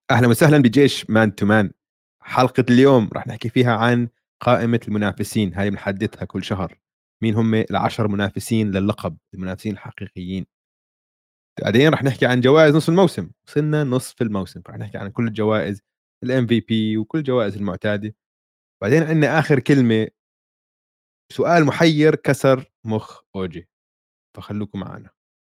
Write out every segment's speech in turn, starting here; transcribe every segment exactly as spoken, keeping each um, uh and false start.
أهلا وسهلا بجيش مان تو مان. حلقة اليوم راح نحكي فيها عن قائمة المنافسين، هاي بنحددها كل شهر. مين هم العشر منافسين للقب، المنافسين الحقيقيين. بعدين راح نحكي عن جوائز نصف الموسم، وصلنا نصف الموسم راح نحكي عن كل الجوائز، الام في بي وكل الجوائز المعتادة. بعدين عندنا آخر كلمة، سؤال محير كسر مخ أوجي، فخلوكم معنا.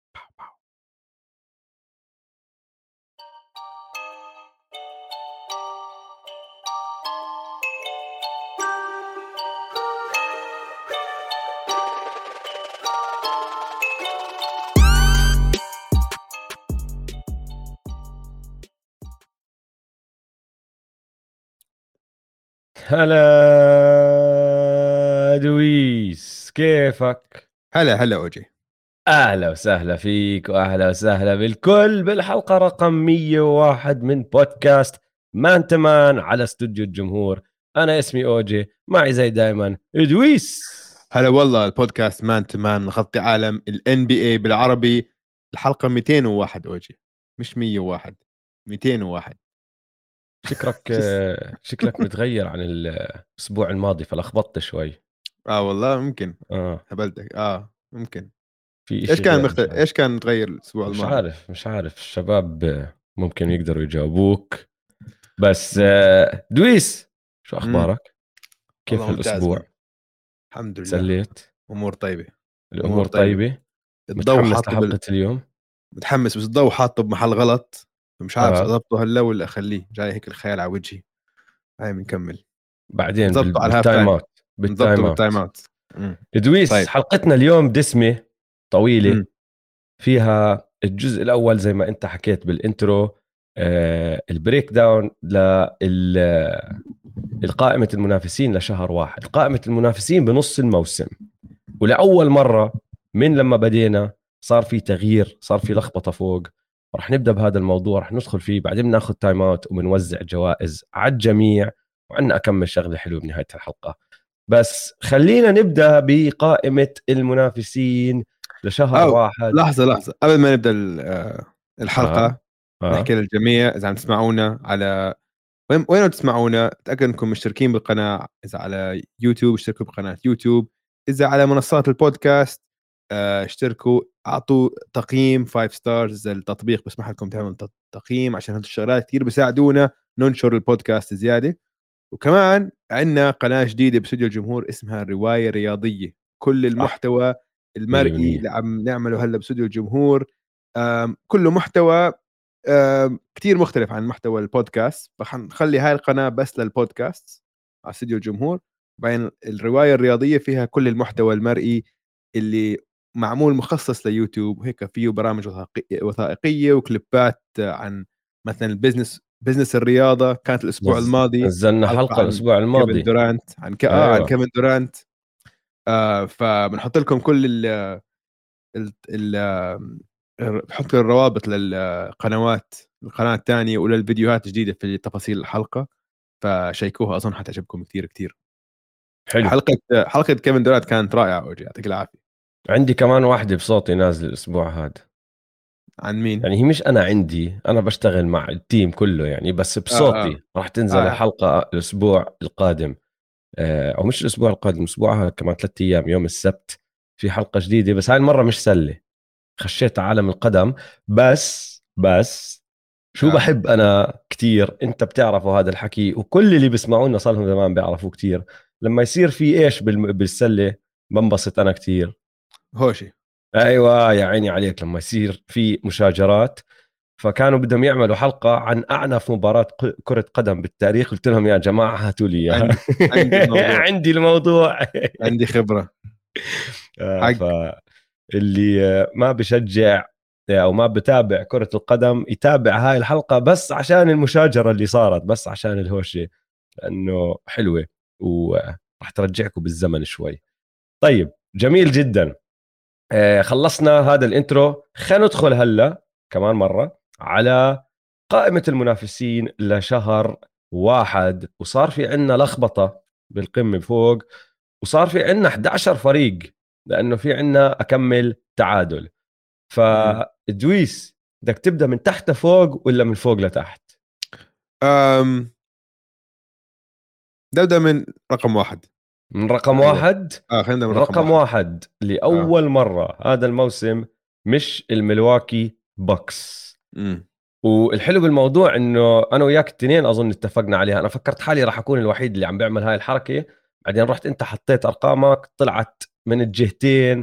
هلا دويس، كيفك؟ هلا هلا أوجي. أهلا وسهلا فيك وأهلا وسهلا بالكل بالحلقة رقم مية وواحد من بودكاست مان تمان على استوديو الجمهور. أنا اسمي أوجي، معي زي دايما دويس. هلا والله، البودكاست مان تو مان نغطي عالم ال إن بي إيه بالعربي. الحلقة مئتين وواحد أوجي، مش مية وواحد، مئتين وواحد. شكلك شكلك متغير عن الأسبوع الماضي فلخبطت شوي. اه والله ممكن. آه هبلتك، اه ممكن. في ايش إشي كان غير، مخت... مش عارف ايش كان متغير الاسبوع مش الماضي؟ عارف مش عارف الشباب ممكن يقدروا يجاوبوك. بس ممكن. آه، دويس، شو امم أخبارك؟ والله كيف ممتاز هالأسبوع؟ مان. الحمد لله. تسليت؟ امور طيبه. امور الأمور طيبه. طيبة؟ الضوء متحمس حاطه بال... لحلقة اليوم؟ متحمس، بس الضوء حاطه بمحل غلط، فمش عارف آه اضبطه هلا ولا اخليه جاي هيك الخيال على وجهي. هاي بنكمل. بعدين بال... نظبطه على الهاف بالتايم تايم. اوت نظبطه بالتايم بالتايم اوت. اوت. امم إدويس، طيب. حلقتنا اليوم دسمة طويلة، امم فيها الجزء الأول زي ما أنت حكيت بالإنترو، آه البريك داون للقائمة المنافسين لشهر واحد، قائمة المنافسين بنص الموسم. ولأول مرة من لما بدينا صار في تغيير، صار في لخبطة فوق. رح نبدأ بهذا الموضوع، رح ندخل فيه، بعدين بناخذ تايم اوت وبنوزع جوائز على الجميع، وعندنا أكمل شغلة حلوة بنهاية الحلقة. بس خلينا نبدأ بقائمة المنافسين لشهر او واحد. لحظه لحظه قبل ما نبدا ال- آه، آه الحلقه. آه نحكي للجميع اذا عم تسمعونا على وين وين تسمعونا، تأكد انكم مشتركين بالقناه. اذا على يوتيوب اشتركوا بقناه يوتيوب، اذا على منصات البودكاست آه، اشتركوا، اعطوا تقييم خمسة ستارز. التطبيق بسمح لكم تعملوا تق- تقييم، عشان هذه الشغلات كثير بيساعدونا ننشر البودكاست زياده. وكمان عندنا قناه جديده باستوديو الجمهور اسمها الروايه الرياضيه. كل صح، المحتوى المرئي مية بالمية. اللي عم نعمله هلا باستوديو الجمهور آم، كله محتوى آم، كتير مختلف عن محتوى البودكاست. فحنخلي هاي القناة بس للبودكاست على استوديو الجمهور. بعدين الرواية الرياضية فيها كل المحتوى المرئي اللي معمول مخصص ليوتيوب، وهيك فيه برامج وثائقي- وثائقية وكليبات عن مثلا البزنس، بزنس الرياضة. كانت الأسبوع نز... الماضي نزلنا حلقة حلقة عن الأسبوع كيفن الماضي. دورانت، عن ك... آه عن أيوة، كيفن دورانت. آه فبنحط لكم كل ال ال ال بحط الروابط للقنوات، القناة الثانية، وللفيديوهات الجديدة في تفاصيل الحلقة. فشيكوها، أظن حتعجبكم كثير كثير. حلو. حلقة حلقة كيفن دورات كانت رائعة أوجي، يعطيك العافية. عندي كمان واحدة بصوتي نازل الأسبوع هذا. عن مين؟ يعني هي مش أنا، عندي أنا بشتغل مع التيم كله يعني، بس آه آه بصوتي راح تنزل آه الحلقة الأسبوع القادم. آه، أو مش الأسبوع القادم، الأسبوع هذا كمان ثلاثة أيام، يوم السبت في حلقة جديدة. بس هاي المرة مش سلة، خشيت عالم القدم. بس بس شو آه بحب أنا كتير، أنت بتعرفوا هذا الحكي وكل اللي بيسمعونا صار لهم زمان بيعرفوا كتير، لما يصير في إيش بالم- بالسلة بنبسط أنا كتير. هوشي. أيوة يا عيني عليك، لما يصير في مشاجرات. فكانوا بدهم يعملوا حلقة عن أعنف مباراة ق- كرة قدم بالتاريخ، قلت لهم يا جماعة هاتوا لي إياها. عندي عندي الموضوع، عندي الموضوع. عندي خبرة. آه، حق. فاللي آه، ما بشجع أو ما بتابع كرة القدم يتابع هاي الحلقة بس عشان المشاجرة اللي صارت، بس عشان الهوشة، لأنه حلوة ورح ترجعكم بالزمن شوي. طيب جميل جدا. آه، خلصنا هذا الانترو، خلينا ندخل هلا كمان مرة على قائمة المنافسين لشهر واحد. وصار في عنا لخبطة بالقمة فوق، وصار في عنا إحدى عشر فريق، لأنه في عنا أكمل تعادل. مم. فدويس، بدك تبدأ من تحت لفوق ولا من فوق لتحت؟ أم نبدا من رقم واحد. من رقم ايوه واحد. اه خلينا من رقم رقم واحد. واحد اه لأول مرة هذا الموسم مش الملواكي بوكس. امم والحلو بالموضوع انه انا وياك الاثنين اظن اتفقنا عليها. انا فكرت حالي راح اكون الوحيد اللي عم بيعمل هاي الحركة، بعدين رحت انت حطيت ارقامك طلعت من الجهتين.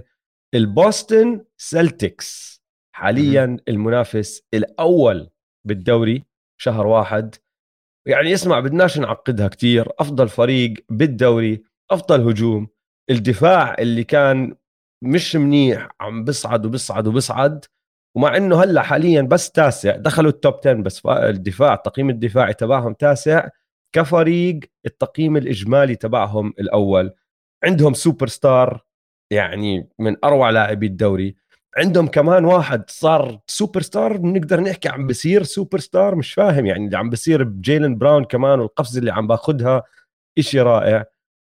البوستن سلتكس حاليا المنافس الاول بالدوري شهر واحد. يعني اسمع بدناش نعقدها كتير، افضل فريق بالدوري، افضل هجوم، الدفاع اللي كان مش منيح عم بصعد وبصعد وبصعد، ومع انه هلا حاليا بس تاسع، دخلوا التوب عشرة بس الدفاع التقييم الدفاعي تبعهم تاسع. كفريق التقييم الاجمالي تبعهم الاول. عندهم سوبر ستار يعني من اروع لاعبي الدوري. عندهم كمان واحد صار سوبر ستار، بنقدر نحكي عم بصير سوبر ستار، مش فاهم يعني اللي عم بصير بجيلن براون كمان، والقفزه اللي عم باخذها إشي رائع.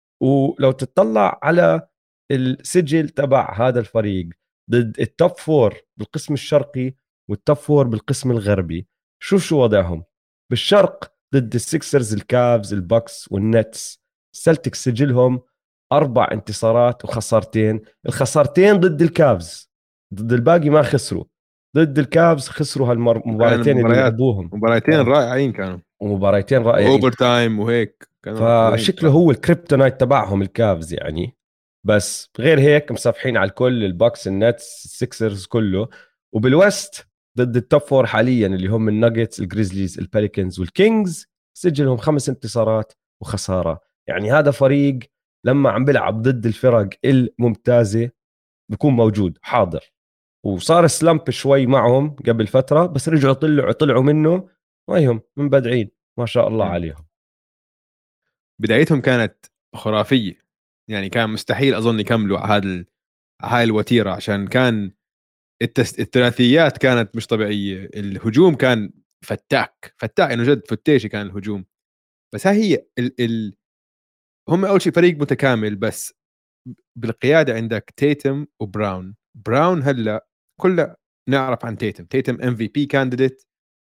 ولو تطلع على السجل تبع هذا الفريق ضد التوب فور بالقسم الشرقي والتوب فور بالقسم الغربي، شو شو وضعهم بالشرق؟ ضد السكسرز، الكافز، البوكس والنتس. السلتكس سجلهم أربع انتصارات وخسارتين، الخسارتين ضد الكافز، ضد الباقي ما خسروا. ضد الكافز خسروا كان هالمباراتين اللي مباريات لعبوهم. مباراتين آه. رائعين كانوا، ومباراتين رائعين. واوفر تايم وهيك كانوا حلوين فشكله صراحه. هو الكريبتونايت تبعهم الكافز يعني. بس غير هيك مصفحين على الكل، البوكس، النتس، السكسرز، كله. وبالوست ضد التوب فور حاليا اللي هم الناجتس، الجريزليز، الباليكنز والكينجز، سجلهم خمس انتصارات وخسارة. يعني هذا فريق لما عم بلعب ضد الفرق الممتازة بيكون موجود حاضر. وصار سلامب شوي معهم قبل فترة، بس رجعوا طلعوا طلعوا منه ويهم من بدعين ما شاء الله مم. عليهم. بدايتهم كانت خرافيه، يعني كان مستحيل اظن يكملوا على هذا ال- هاي الوتيره، عشان كان التس... الثلاثيات كانت مش طبيعيه، الهجوم كان فتاك فتاك انه جد فتيشي كان الهجوم. بس ها هي ال... ال... هم اول شيء فريق متكامل، بس بالقياده عندك تيتم وبراون. براون هلا كلنا نعرف عن تيتم تيتم ام في بي كانديديت،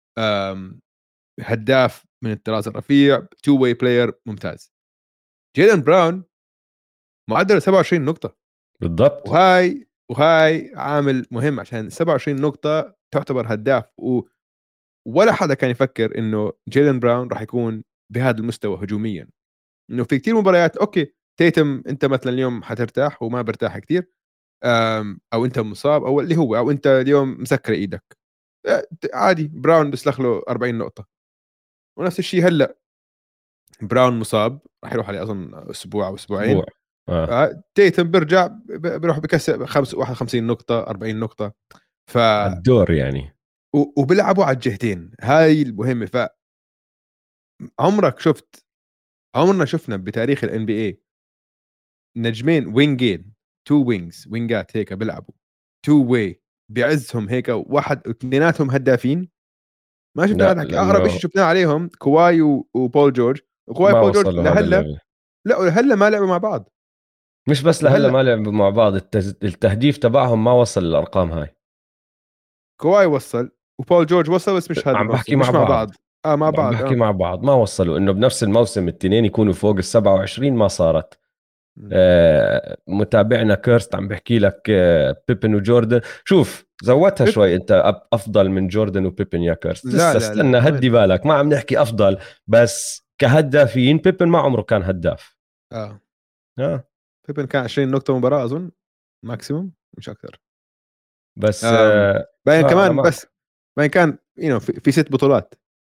هداف من الطراز الرفيع، تو واي بلاير ممتاز. جيلن براون معدل سبعة وعشرين نقطه، بالضبط. وهاي وهاي عامل مهم عشان سبعة وعشرين نقطه تعتبر هداف. و ولا حدا كان يفكر انه جيلن براون راح يكون بهذا المستوى هجوميا، انه في كتير مباريات اوكي تيتم انت مثلا اليوم حترتاح وما برتاح كتير، او انت مصاب او اللي هو او انت اليوم مسكر ايدك، آه، عادي براون بيسلخ له أربعين نقطه. ونفس الشيء هلا براون مصاب راح يروح عليه اظن اسبوع او اسبوعين، اسبوع. اه. آه، تيتم بيرجع ب- بيروح بكسر خمسة واحد وخمسين نقطه أربعين نقطه. ف على الدور يعني. و- وبيلعبوا على الجهتين، هاي المهمه. فعمرك شفت عمرنا شفنا بتاريخ الان بي اي نجمين وينجين، تو وينجز وينجات هيك بيلعبوا تو واي بعزهم هيك، واحد واثنيناتهم هدافين؟ ما شفنا لا هذا الحكي. اقرب لانه شيء شفناه عليهم كواي و- وبول جورج. وكواي ما وبول جورج وصلوا هذا لهلا، الليفل. لا لهلا ما لعبوا مع بعض. مش بس لهلا لهلا ما لعبوا مع بعض، التز... التهديف تبعهم ما وصل للارقام هاي. كواي وصل وبول جورج وصل، بس مش هذا عم الموسم، بحكي مع مش مع بعض. بعض. اه مع عم بعض بحكي اه. مع بعض ما وصلوا، انه بنفس الموسم الاثنين يكونوا فوق ال سبعة وعشرين ما صارت. م. آه متابعنا كيرست عم بحكي لك آه بيبن وجوردن. شوف زودتها بيب شوي، انت أب- افضل من جوردن وبيبن يا كيرست. لا لسه لا لا استنى وين. هدي بالك، ما عم نحكي افضل، بس كهدافين بيبن ما عمره كان هداف. اه اه. بيبن كان عشرين نقطة مباراة أظن ماكسيموم، مش أكثر. بس أم آه, بعدين اه انا كمان بس معك. بعدين كان يو نو في, في ست بطولات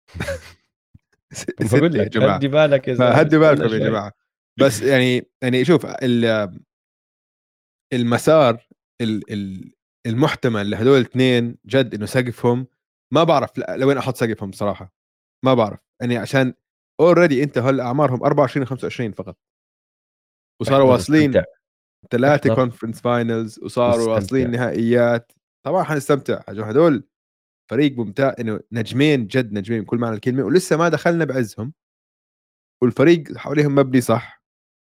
س- بقول ستة يا لك جماعة. هدي بالك يا زلمه، فهدوا استنى بالكم يا شوي. جماعة. بس يعني يعني شوف ال- المسار ال- ال- المحتمل لهدول الاثنين جد انه سقفهم ما بعرف ل- لوين احط سقفهم صراحة. ما بعرف يعني عشان اوريدي انت هلا اعمارهم أربعة وعشرين خمسة وعشرين فقط، وصاروا احضر واصلين واستمتع. ثلاثة احضر كونفرنس فاينلز، وصاروا واستمتع. واصلين نهائيات. طبعا حنستمتع هدول. فريق ممتاز، انه نجمين جد نجمين بكل معنى الكلمه، ولسه ما دخلنا بعزهم، والفريق حواليهم مبني صح.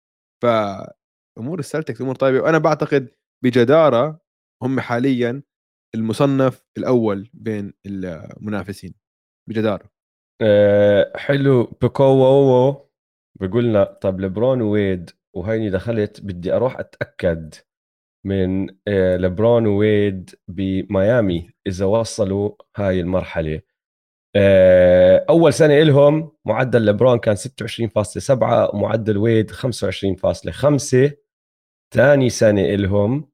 فامور السلتكس امور طيبه، وانا بعتقد بجداره هم حاليا المصنف الاول بين المنافسين بجداره. أه حلو بيكو بقولنا طب لبرون وويد، وهيني دخلت بدي اروح اتاكد من أه لبرون وويد بميامي اذا وصلوا هاي المرحله. أه اول سنه لهم معدل لبرون كان ستة وعشرين فاصلة سبعة ومعدل ويد خمسة وعشرين فاصلة خمسة. ثاني سنه لهم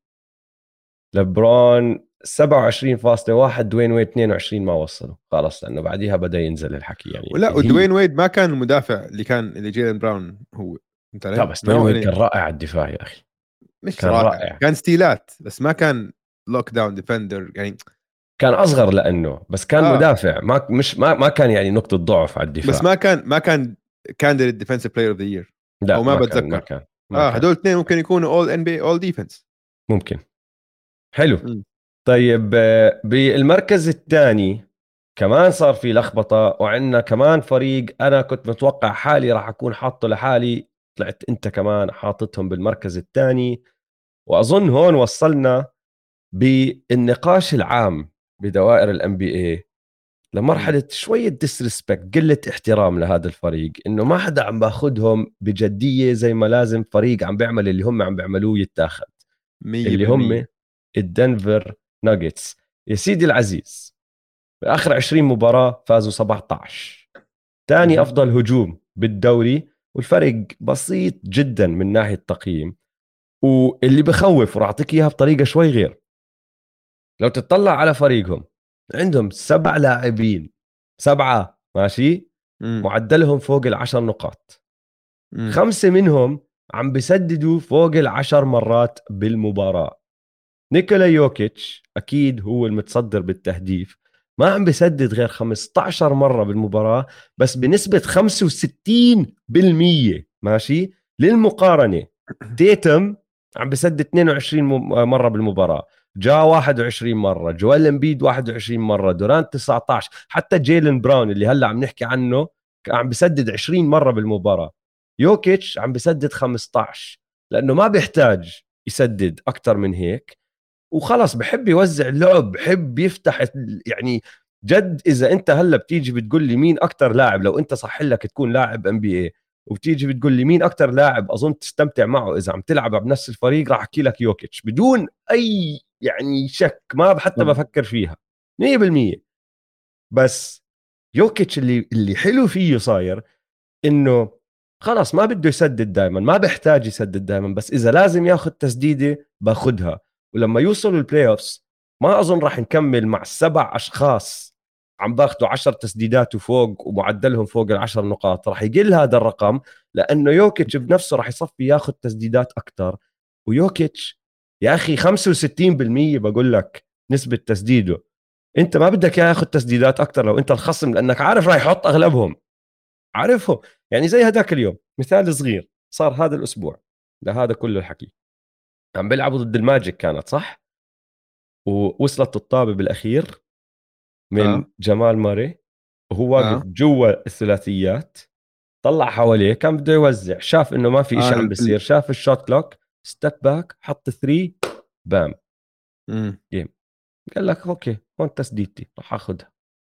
لبرون سبعة وعشرين فاصلة واحد، دوين ويد اثنين وعشرين، ما وصلوا خلاص لانه بعديها بدا ينزل الحكي يعني ولا هي. ودوين ويد ما كان المدافع اللي كان اللي جيلن براون هو، انت لا علي؟ بس ما دوين هو ويد يعني كان رائع على الدفاع يا اخي. مش كان رائع، رائع. كان ستيلات بس ما كان لوك داون ديفندر يعني. كان اصغر لانه بس كان اه مدافع، ما مش ما, ما كان يعني نقطه ضعف على بس الدفاع. ما كان ما كان كانديديت ديفنسيف بلاير اوف ذا يير، او لا ما ما كان ما بتذكر. كان ما اه كان هدول الاثنين ممكن يكونوا اول ان بي اول ديفنس. ممكن. حلو. طيب آه، بالمركز الثاني كمان صار في لخبطه، وعندنا كمان فريق انا كنت متوقع حالي راح اكون حاطه لحالي، طلعت انت كمان حاطتهم بالمركز الثاني. واظن هون وصلنا بالنقاش العام بدوائر الام بي اي لمرحله شويه ديسريسبكت، قله احترام لهذا الفريق، انه ما حدا عم باخذهم بجديه زي ما لازم فريق عم بيعمل اللي هم عم بيعملوه يتاخد، اللي مية بالمية. هم الدنفر ناجتس. يا سيدي العزيز باخر عشرين مباراه فازوا سبعة عشر، ثاني مهم. افضل هجوم بالدوري، والفرق بسيط جدا من ناحيه تقييم. واللي بخوف وراح اعطيك اياها بطريقه شوي غير، لو تطلع على فريقهم عندهم سبع لاعبين، سبعة ماشي، مم. معدلهم فوق العشر نقاط، مم. خمسة منهم عم بسددوا فوق العشر مرات بالمباراة. نيكولا يوكيتش أكيد هو المتصدر بالتهديف، ما عم بسدد غير خمسة عشر مرة بالمباراة، بس بنسبة خمسة وستين بالمية ماشي. للمقارنة تيتم عم بسدد اثنين وعشرين م- مرة بالمباراة، جا واحد وعشرين مرة، جوال امبيد واحد وعشرين مرة، دورانت تسعة عشر، حتى جيلن براون اللي هلا عم نحكي عنه عم بسدد عشرين مرة بالمباراة. يوكيتش عم بسدد خمسة عشر لأنه ما بيحتاج يسدد أكثر من هيك، وخلص بحب يوزع اللعب، بحب يفتح ال- يعني جد. اذا انت هلا بتيجي بتقول لي مين اكتر لاعب، لو انت صح لك تكون لاعب ام بي اي وبتيجي بتقول لي مين اكتر لاعب اظن تستمتع معه اذا عم تلعب بنفس الفريق، راح احكي لك يوكيتش بدون اي يعني شك، ما حتى طب بفكر فيها مية بالمية. بس يوكيتش اللي اللي حلو فيه صاير انه خلاص ما بده يسدد دائما، ما بيحتاج يسدد دائما، بس اذا لازم ياخذ تسديده باخذها. ولما يوصلوا البلاي اوفز ما اظن راح نكمل مع السبع اشخاص عم باخذوا عشر تسديدات وفوق ومعدلهم فوق العشر نقاط، راح يقل هذا الرقم لانه يوكيتش بنفسه راح يصفي ياخذ تسديدات اكثر. ويوكيتش يا اخي خمسة وستين بالمية بقول لك نسبه تسديده، انت ما بدك اياه ياخذ تسديدات اكثر لو انت الخصم، لانك عارف راح يحط اغلبهم، عارفهم. يعني زي هذاك اليوم مثال صغير صار هذا الاسبوع لهذا كله الحكي، عم بيلعبوا ضد الماجيك كانت صح، ووصلت الطابه بالاخير من اه جمال ماري، وهو واقف اه جوا الثلاثيات، طلع حواليه كان بده يوزع، شاف انه ما في اه إشي عم ال... ال... بيصير، شاف الشوت كلوك، ستيب باك، حط ثري، بام، مم. جيم. قال لك اوكي هون تسديدتي راح اخذها.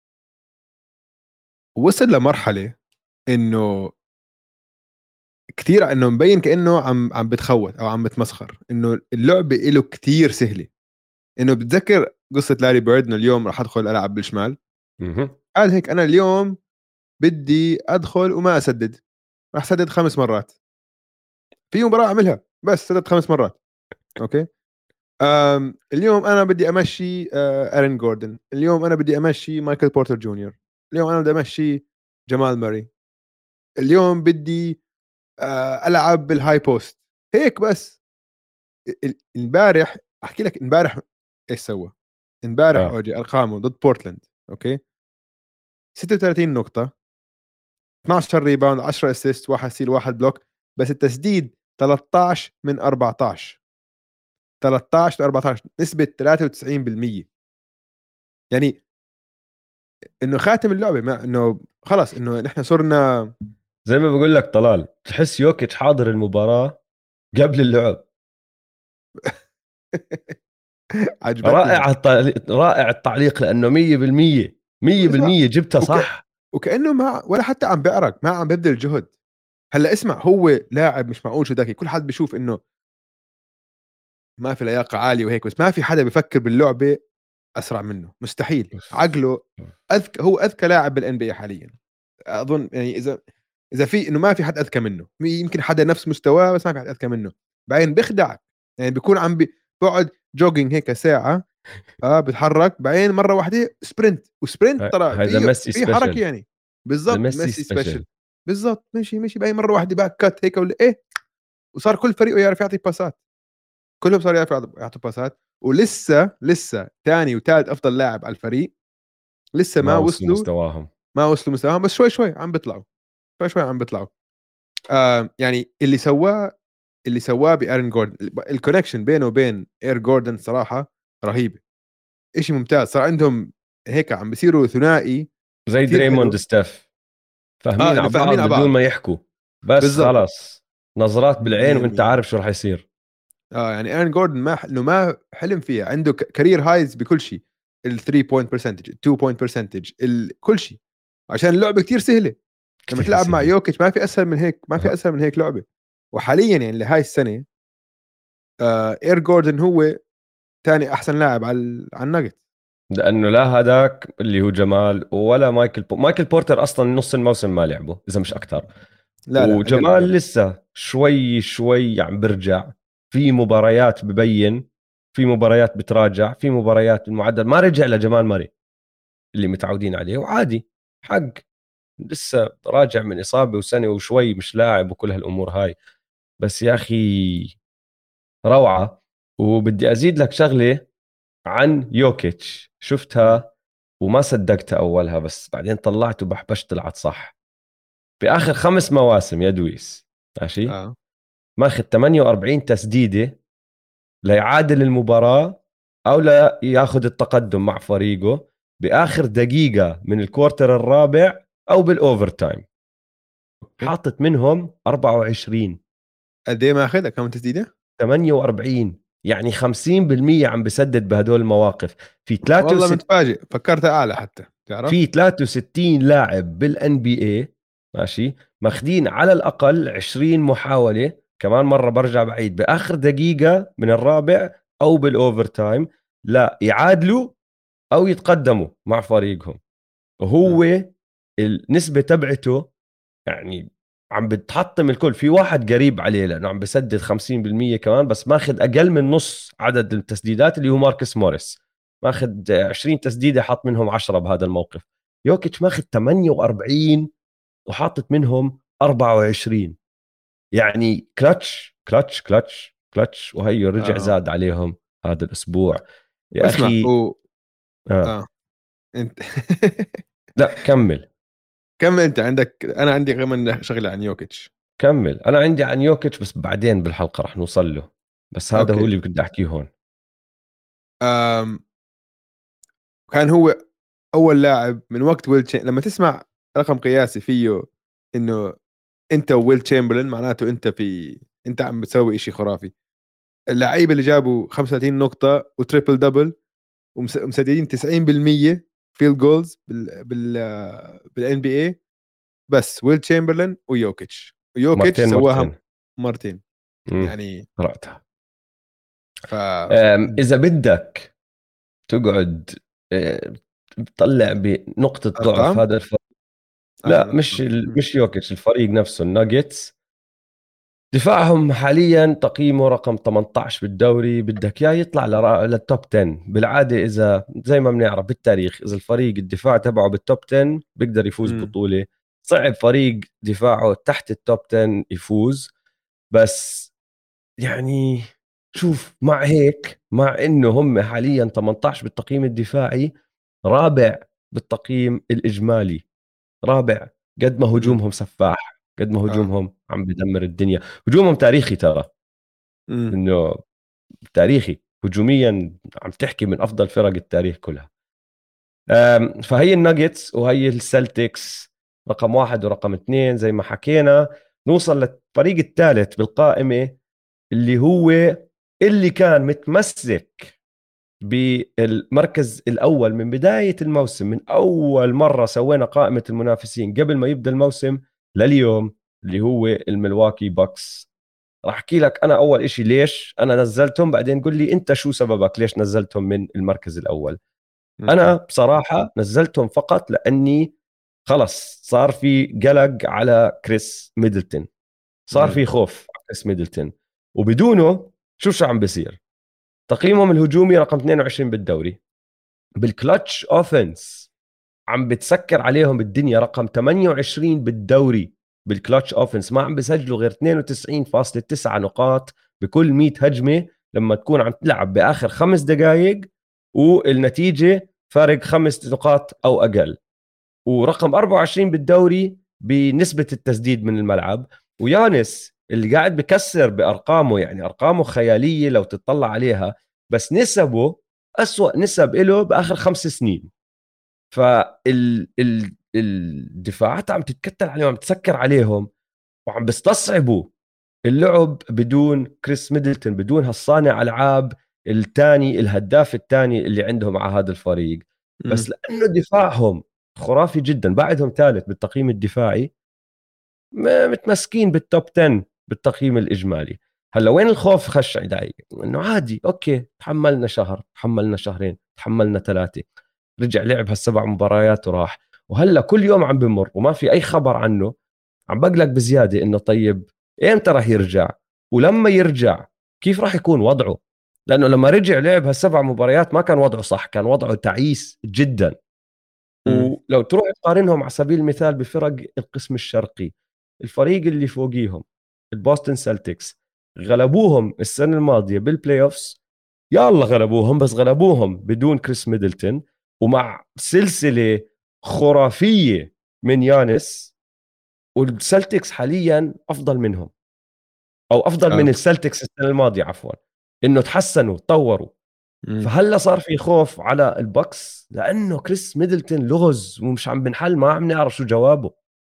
وصل لمرحله انه كثير انه مبين كانه عم عم بتخوت او عم بتمسخر، انه اللعبه له كثير سهله. انه بتذكر قصه لاري بيرد انه اليوم راح ادخل العب بالشمال، مه. قال هيك انا اليوم بدي ادخل وما اسدد، راح سدد خمس مرات في مباراه اعملها، بس سدد خمس مرات. اوكي. أم اليوم انا بدي امشي آه، ارين جوردن، اليوم انا بدي امشي مايكل بورتر جونيور، اليوم انا بدي امشي جمال ماري، اليوم بدي آه، العب بالهاي بوست. هيك بس. ال- امبارح احكي لك امبارح ايش سوى. امبارح اه اوجي ارقامه ضد بورتلاند، اوكي، ستة وثلاثين نقطة، اثناشر ريباوند، عشرة اسيست، واحد ستيل، واحد بلوك، بس التسديد ثلاثة عشر من أربعة عشر، ثلاثة عشر ل أربعة عشر، نسبة ثلاثة وتسعين بالمية. يعني انه خاتم اللعبة، ما انه خلص انه نحن صرنا زي ما بقول لك طلال، تحس يوكيتش حاضر المباراه قبل اللعب. عجبتني هاي. رائع التعليق، رائع التعليق لانه مية بالمية مية لا بالمية جبتها وك... صح. وكانه ما ولا حتى عم بيعرق، ما عم ببذل جهد. هلا اسمع، هو لاعب مش معقول شو ذكي، كل حد بيشوف انه ما في لياقه عاليه وهيك، بس ما في حدا بيفكر باللعبه اسرع منه، مستحيل. عقله اذكى، هو اذكى لاعب بالان بي حاليا اظن. يعني اذا اذا في انه ما في حد اذكى منه، يمكن حدا نفس مستواه بس ما في حد اذكى منه. بعدين بيخدعك، يعني بيكون عم بي- بيقعد جوجينج هيك ساعه، اه بتحرك، بعدين مره واحده سبرنت، وسبرنت ترى هذا في ميسي في حركه سبيشل. يعني. هذا بالضبط ميسي ميسي سبيشل. سبيشل. بالضبط مشي مشي بعدين مره واحده باك كات هيك ولا ايه، وصار كل فريقه يعرف يعطي باسات، كلهم صاروا يعرفوا يعطوا باسات. ولسه لسه ثاني وثالث افضل لاعب على الفريق، لسه ما ما وصلوا وصلوا، مستواهم. ما وصلوا مستواهم، بس شوي شوي عم بيطلعوا، شوي شوي عم بيطلعوا. آه يعني اللي سواه اللي سواه بإيرن جوردن، الكونكشن بينه وبين اير جوردن صراحه رهيبه، إشي ممتاز. صار عندهم هيك عم بيصيروا ثنائي زي كتير دريموند حلو. ستيف، اه فاهمين انه على فاهمين بعض على بدون بعض. ما يحكوا، بس بالضبط خلاص نظرات بالعين وانت مية بالمية. عارف شو راح يصير. اه يعني ايرن جوردن ما انه ما حلم فيها، عنده كارير هايز بكل شيء، ال ثلاثة بوينت برسنتج، ال اثنين بوينت برسنتج، كل شيء، عشان اللعبه كتير سهله. لما كثير تلعب مع سهل. يوكيتش ما في اسهل من هيك، ما في اسهل من هيك لعبه. وحاليا يعني لهاي السنه آه اير جوردن هو ثاني احسن لاعب على على الناجت. لانه لا هذاك اللي هو جمال ولا مايكل بو... مايكل بورتر اصلا نص الموسم ما لعبه اذا مش اكثر. لا لا اقل وجمال اقل. لسه شوي شوي عم برجع، في مباريات ببين، في مباريات بتراجع، في مباريات المعدل ما رجع لجمال ماري اللي متعودين عليه، وعادي حق لسه راجع من إصابة وسنة وشوي مش لاعب وكل هالأمور هاي. بس يا أخي روعة. وبدي أزيد لك شغلة عن يوكيتش شفتها وما صدقتها أولها، بس بعدين طلعت وبحبش طلعت صح. بآخر خمس مواسم يا دويس ماشي اه ماخذ ثمانية وأربعين تسديدة ليعادل المباراة أو لا ياخذ التقدم مع فريقه بآخر دقيقة من الكوارتر الرابع أو بالأوفر تايم، حاطط منهم أربعة وعشرين. قد ايه ماخذ كم تسديده؟ ثمانية وأربعين يعني خمسين بالمية عم بسدد بهدول المواقف. في والله ثلاثة وستين متفاجئ، فكرتها اعلى حتى تعرف. في ثلاثة وستين لاعب بالان بي اي ماشي ماخذين على الاقل عشرين محاوله، كمان مره برجع بعيد باخر دقيقه من الرابع او بالاوفر تايم لا يعادلوا او يتقدموا مع فريقهم. م. وهو النسبه تبعته يعني عم بتحطم الكل. في واحد قريب عليه لانه عم بسدد خمسين بالمية كمان، بس ماخذ اقل من نص عدد التسديدات اللي هو ماركس موريس، ماخذ عشرين تسديده حط منهم عشرة بهذا الموقف. يوكيتش ماخذ ثمانية وأربعين وحاطط منهم أربعة وعشرين. يعني كلتش كلتش كلتش كلتش وهي رجع اه زاد عليهم هذا الاسبوع يا اسمع اخي. و... آه. اه انت لا كمل. كم انت عندك، انا عندي كمان شغله عن يوكيتش. كمل انا عندي عن يوكيتش بس بعدين بالحلقه رح نوصل له، بس هذا هو اوكي. اللي بدي احكيه هون. آم... كان هو اول لاعب من وقت ويل تشي... لما تسمع رقم قياسي فيه انه انت وويل تشامبرلين، معناته انت في انت عم بتسوي إشي خرافي. اللعيبه اللي جابوا خمسة وثلاثين نقطه وتريبل دبل ومسددين تسعين بالمية فيلد جولز بال بال بالان بي اي، بس ويل تشامبرلين ويوكيتش. ويوكيتش مرتين سواها مرتين. مرتين امم يعني. قرأتها. ف أم، اذا بدك تقعد أه، تطلع بنقطة ضعف ارقام هذا الفريق، اه لا مش الارقام ال... م. مش يوكيتش، الفريق نفسه الناجتس. دفاعهم حاليا تقييمه رقم ثمانية عشر بالدوري، بدك اياه يطلع لرا... للتوب عشرة. بالعاده اذا زي ما بنعرف بالتاريخ اذا الفريق الدفاع تبعه بالتوب عشرة بيقدر يفوز م. بطوله. صعب فريق دفاعه تحت التوب عشرة يفوز. بس يعني شوف مع هيك، مع انه هم حاليا ثمانية عشر بالتقييم الدفاعي، رابع بالتقييم الاجمالي، رابع. قد ما م. هجومهم سفاح، قد ما اه هجومهم عم بدمر الدنيا. هجومهم تاريخي ترى، م. انه تاريخي هجوميا عم تحكي من افضل فرق التاريخ كلها. أم، فهي الناجتس وهي السلتكس رقم واحد ورقم اثنين زي ما حكينا. نوصل للفريق الثالث بالقائمة اللي هو اللي كان متمسك بالمركز الأول من بداية الموسم، من أول مرة سوينا قائمة المنافسين قبل ما يبدأ الموسم لليوم، اللي هو الملواكي باكس. راح أحكي لك أنا أول إشي ليش أنا نزلتهم، بعدين قل لي أنت شو سببك ليش نزلتهم من المركز الأول. أوكي. أنا بصراحة نزلتهم فقط لأني خلص صار في قلق على كريس ميدلتون، صار مم. في خوف على كريس ميدلتون، وبدونه شو شو عم بيصير. تقييمهم الهجومي رقم اثنين وعشرين بالدوري، بالكلتش اوفنس عم بتسكر عليهم الدنيا رقم ثمانية وعشرين بالدوري. بالكلتش اوفنس ما عم بسجلوا غير اثنين وتسعين فاصلة تسعة نقاط بكل مية هجمة لما تكون عم تلعب بآخر خمس دقائق والنتيجة فارق خمس نقاط أو أقل. ورقم أربعة وعشرين بالدوري بنسبة التسديد من الملعب. ويانس اللي قاعد بكسر بأرقامه، يعني أرقامه خيالية لو تطلع عليها، بس نسبه أسوأ نسب له بآخر خمس سنين. فالدفاعات عم تتكتل عليهم، عم تسكر عليهم، وعم بستصعبوا اللعب بدون كريس ميدلتون، بدون هالصانع ألعاب الثاني، الهداف الثاني اللي عندهم مع هذا الفريق. مم. بس لأنه دفاعهم خرافي جدا، بعدهم ثالث بالتقييم الدفاعي، م- متمسكين بالتوب عشرة بالتقييم الإجمالي. هلا وين الخوف خش عداي؟ انه عادي، اوكي، تحملنا شهر، تحملنا شهرين، تحملنا ثلاثة، رجع لعب هالسبع مباريات وراح، وهلا كل يوم عم بمر وما في اي خبر عنه. عم بقلق بزيادة انه طيب امتى راح يرجع؟ ولما يرجع كيف راح يكون وضعه؟ لانه لما رجع لعب هالسبع مباريات ما كان وضعه صح، كان وضعه تعيس جدا. مم. ولو تروح تقارنهم على سبيل المثال بفرق القسم الشرقي، الفريق اللي فوقيهم البوستن سلتكس غلبوهم السنة الماضية بالبلاي اوفس. يا الله غلبوهم، بس غلبوهم بدون كريس ميدلتون ومع سلسلة خرافية من يانس. والسلتكس حاليا أفضل منهم، أو أفضل من اه. السلتكس السنة الماضية عفوا، إنه تحسنوا تطوروا. مم. فهلا صار في خوف على البكس لانه كريس ميدلتون لغز ومش عم بنحل، ما عم نعرف شو جوابه.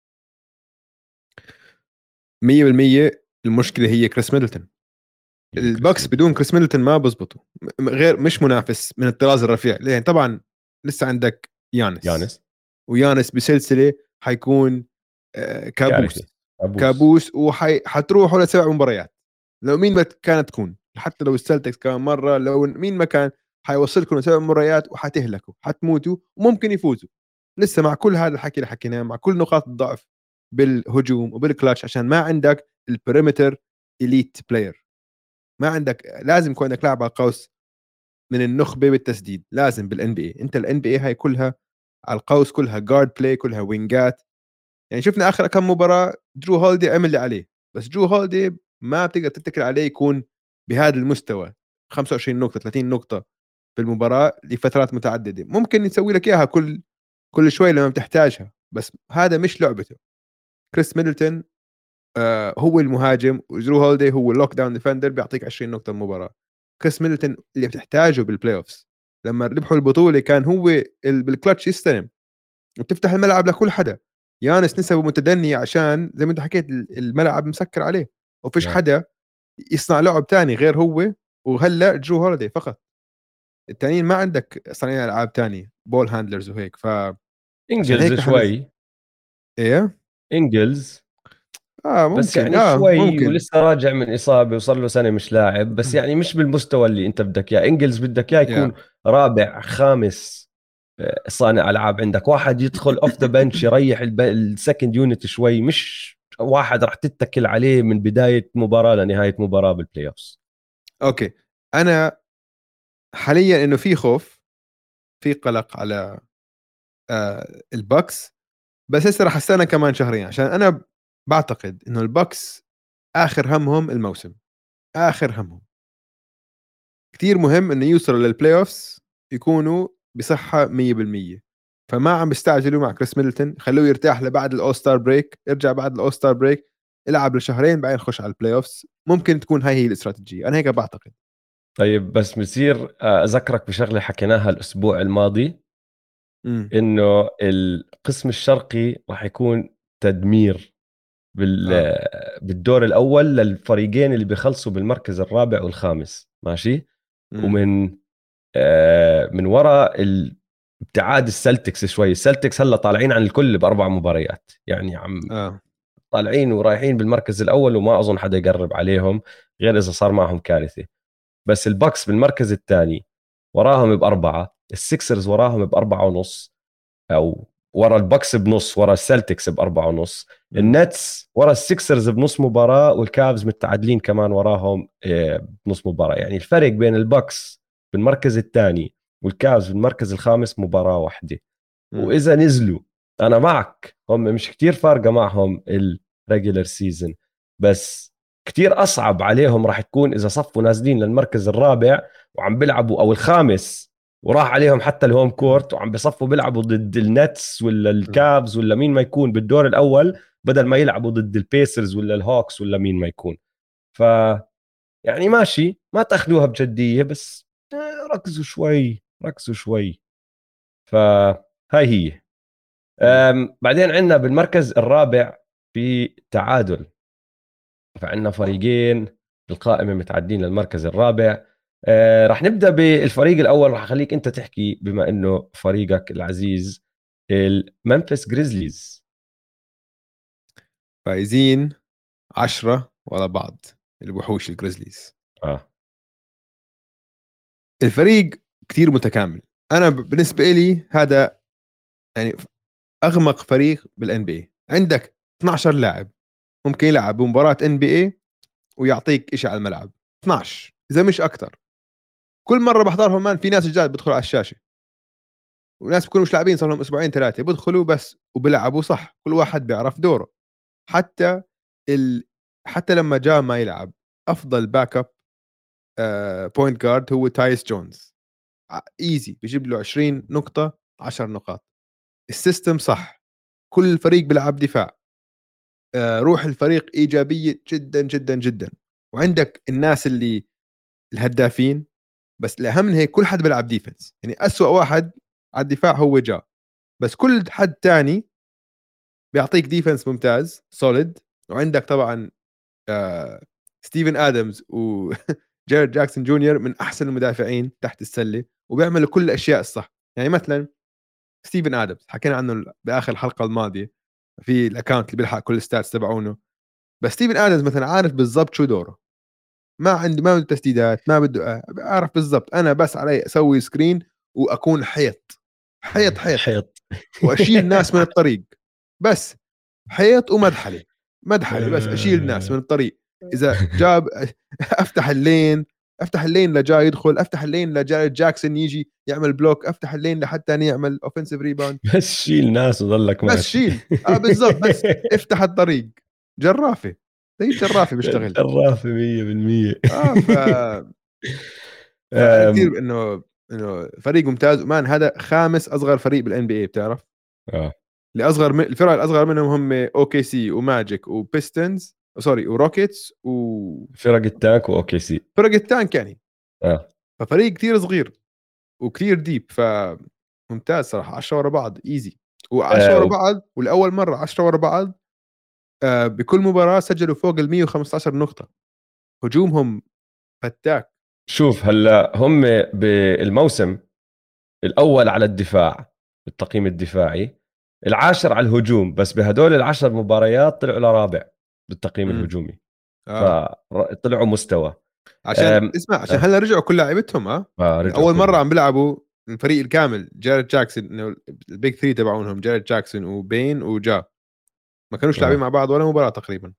مية بالمية المشكله هي كريس ميدلتون. هي كريس الباكس ميدلتون. بدون كريس ميدلتون ما بزبطوا، م- غير مش منافس من الطراز الرفيع. يعني طبعا لسه عندك يانس، يانس ويانس بسلسله حيكون آه، كارثه، كابوس. ابوس. كابوس وحتروحوا لسبع مباريات لو مين ما كانت تكون، حتى لو السلتكس كمان مره، لو مين ما كان حيوصلكم لسبع مباريات وحتهلكوا، حتموتوا وممكن يفوزوا لسه مع كل هذا الحكي اللي حكيناه، مع كل نقاط الضعف بالهجوم وبالكلاتش، عشان ما عندك البريمتر اليت بلاير. ما عندك، لازم يكون عندك لاعب على القوس من النخبه بالتسديد، لازم بالان بي اي. انت الان بي اي هاي كلها على القوس، كلها جارد بلاي، كلها وينجات. يعني شفنا اخر كم مباراه درو هولدي عمل اللي عليه، بس درو هولدي ما بتقدر تتكل عليه يكون بهذا المستوى خمسة وعشرين نقطه ثلاثين نقطه في المباراه لفترات متعدده. ممكن يسوي لك اياها كل كل شوي لما بتحتاجها، بس هذا مش لعبته. كريس ميدلتون آه هو المهاجم، ودرو هولدي هو اللوك داون ديفندر بيعطيك عشرين نقطه المباراه. كريس ميدلتون اللي بتحتاجه بالبلاي اوفز، لما ربحوا البطوله كان هو ال- بالكلتش يستلم وتفتح الملعب لكل حدا. يانس نسبه متدنيه عشان زي ما انت حكيت الملعب مسكر عليه، وفيش يا. حدا يصنع لعب تاني غير هو. وهلا جو هوليدي فقط، التانيين ما عندك صانعين العاب تاني بول هاندلرز وهيك. فعشان انجلز هيك نحن نز... شوي. ايه. انجلز اه بس ممكن، يعني اه شوي، ممكن. ولسه راجع من اصابه وصار له سنه مش لاعب، بس يعني مش بالمستوى اللي انت بدك اياه. انجلز بدك اياه يا يكون رابع خامس آه، صانع العاب عندك، واحد يدخل اوف ذا بنش يريح السكند يونت شوي، مش واحد راح تتكل عليه من بدايه مباراه لنهايه مباراه بالبلاي اوفز. اوكي. انا حاليا انه في خوف، في قلق على آه البكس، بس هسه راح استنى كمان شهرين، عشان انا بعتقد انه البكس اخر همهم الموسم، اخر همهم. كتير مهم انه يوصلوا للبلاي اوفز يكونوا بصحه مية بالمية. فما عم بيستعجلوا مع كريس ميدلتون، خلوه يرتاح لبعد الاول ستار بريك، ارجع بعد الاول ستار بريك العب لشهرين بعدين خش على البلاي اوفز. ممكن تكون هاي هي الاستراتيجيه، انا هيك بعتقد. طيب بس بصير آه، اذكرك بشغله حكيناها الاسبوع الماضي، امم انه القسم الشرقي راح يكون تدمير بال اه. بالدور الاول للفريقين اللي بيخلصوا بالمركز الرابع والخامس، ماشي. امم ومن من وراء ابتعاد السلتكس شوي. السلتكس هلا طالعين عن الكل باربع مباريات، يعني عم اه طالعين ورايحين بالمركز الاول، وما اظن حدا يقرب عليهم غير اذا صار معهم كارثه. بس الباكس بالمركز الثاني وراهم باربعه، السكسرز وراهم باربعه ونص، او ورا الباكس بنص، ورا السلتكس باربعه ونص، م. النتس ورا السكسرز بنص مباراه، والكافز متعادلين كمان وراهم آه، بنص مباراه. يعني الفرق بين الباكس بالمركز الثاني والكافز بالمركز الخامس مباراه واحده. م. واذا نزلوا، انا معك، هم مش كتير فارقه معهم الريجولر سيزون، بس كتير اصعب عليهم راح تكون اذا صفوا نازلين للمركز الرابع وعم بيلعبوا، او الخامس، وراح عليهم حتى الهوم كورت وعم بيصفوا بيلعبوا ضد النتس ولا م. الكابز ولا مين ما يكون بالدور الاول، بدل ما يلعبوا ضد البيسرز ولا الهوكس ولا مين ما يكون. ف يعني ماشي، ما تاخذوها بجديه، بس آه، ركزوا شوي، ركزوا شوي. فهاي هي. م. أم، بعدين عندنا بالمركز الرابع في تعادل، فعندنا فريقين بالقائمة متعدين للمركز الرابع. أه راح نبدأ بالفريق الأول، راح أخليك أنت تحكي بما أنه فريقك العزيز الممفيس جريزليز. فايزين عشرة ورا بعض الوحوش الجريزليز. آه. الفريق كتير متكامل. انا ب- بالنسبه لي هذا يعني اغمق فريق بالان بي اي. عندك اثناشر لاعب ممكن يلعب بمباراه ان بي اي ويعطيك شيء على الملعب، اثناشر اذا مش اكثر. كل مره بحضرهم مان في ناس جداد بيدخلوا على الشاشه، وناس بيكونوا مش لاعبين صار لهم اسبوعين ثلاثه بيدخلوا بس وبيلعبوا صح، كل واحد بيعرف دوره. حتى ال... حتى لما جاء ما يلعب، افضل باك اب بوينت جارد هو تايس جونز. ايزي بيجيب له عشرين نقطه، عشر نقاط. السيستم صح، كل الفريق بيلعب دفاع. آه، روح الفريق ايجابيه جدا جدا جدا. وعندك الناس اللي الهدافين، بس الاهم من هيك كل حد بيلعب ديفنس. يعني أسوأ واحد على الدفاع هو جا، بس كل حد تاني بيعطيك ديفنس ممتاز سوليد. وعندك طبعا آه ستيفن ادمز وجيرد جاكسون جونيور من احسن المدافعين تحت السله، وبيعملوا كل الاشياء الصح. يعني مثلا ستيفن ادمز حكينا عنه باخر الحلقه الماضيه في الاكونت اللي بيلحق كل الستاتس تبعونه. بس ستيفن ادمز مثلا عارف بالضبط شو دوره. ما عنده ما بده تسديدات، ما بده، اعرف بالضبط انا بس علي اسوي سكرين واكون حيط حيط حيط حيط. واشيل ناس من الطريق. بس حيط ومدحلي، مدحلي بس اشيل الناس من الطريق. اذا جاب افتح اللين، افتح اللين لجا يدخل، افتح اللين لجاريد جاكسون يجي يعمل بلوك، افتح اللين لحتى يعمل اوفنسيف ريباوند. بس شيل ناس وضلك بس ماشي. شيل، اه بالضبط، بس افتح الطريق. جرافه، زي الجرافه بيشتغل. الرافة مية بالمية. اه ف فانا كثير انه انه فريق ممتاز. ومان هذا خامس اصغر فريق بالان بي اي بتعرف. اه اللي اصغر من الفرق الاصغر منهم هم اوكي سي وماجيك وبيستنز سوري وروكيتس وفرق فرق التانك واوكي سي. التانك يعني. اه ففريق كثير صغير وكثير ديب. فممتاز صراحه، عشرة ورا بعض ايزي، و10 ورا آه، بعض، والاول مره عشرة ورا بعض. آه بكل مباراه سجلوا فوق ال مية وخمسة عشر نقطه. هجومهم فتاك. شوف هلا هم بالموسم الاول على الدفاع بالتقييم الدفاعي، العاشر على الهجوم، بس بهدول العشر مباريات طلعوا لرابع بالتقييم امم الهجومي. اه فطلعوا مستوى. عشان أم... اسمع، عشان آه. هلا رجعوا كل لاعيبتهم. اه آه يعني رجعوا اول مره كلهم. عم بيلعبوا الفريق الكامل. جاريد جاكسون انه البيج ثري تبعونهم جاريد جاكسون وبين وجا ما كانوش لاعبين آه. مع بعض ولا مباراه تقريبا.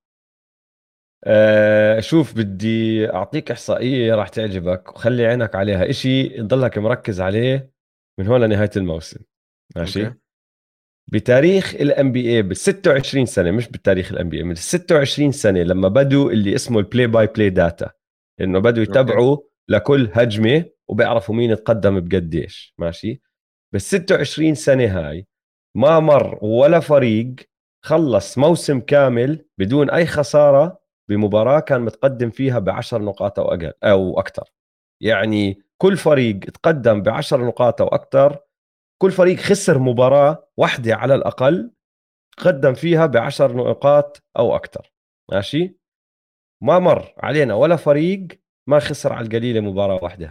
آه شوف بدي أعطيك إحصائية راح تعجبك وخلي عينك عليها، إشي تضلك مركز عليه من هون لنهاية الموسم. اوكي. ماشي. بتاريخ الام بي اي بال ستة وعشرين سنه، مش بالتاريخ الام بي اي، من ستة وعشرين سنه لما بدوا اللي اسمه البلاي باي بلاي داتا، انه بدوا اوكي. يتبعوا لكل هجمه وبيعرفوا مين تقدم بقديش. ماشي. بال ستة وعشرين سنه هاي ما مر ولا فريق خلص موسم كامل بدون اي خساره بمباراه كان متقدم فيها بعشر نقاط او اقل او اكثر. يعني كل فريق تقدم بعشر نقاط او اكثر، كل فريق خسر مباراة واحدة على الأقل قدم فيها بعشر نقاط أو أكثر. ماشي. ما مر علينا ولا فريق ما خسر على القليلة مباراة واحدة هاي.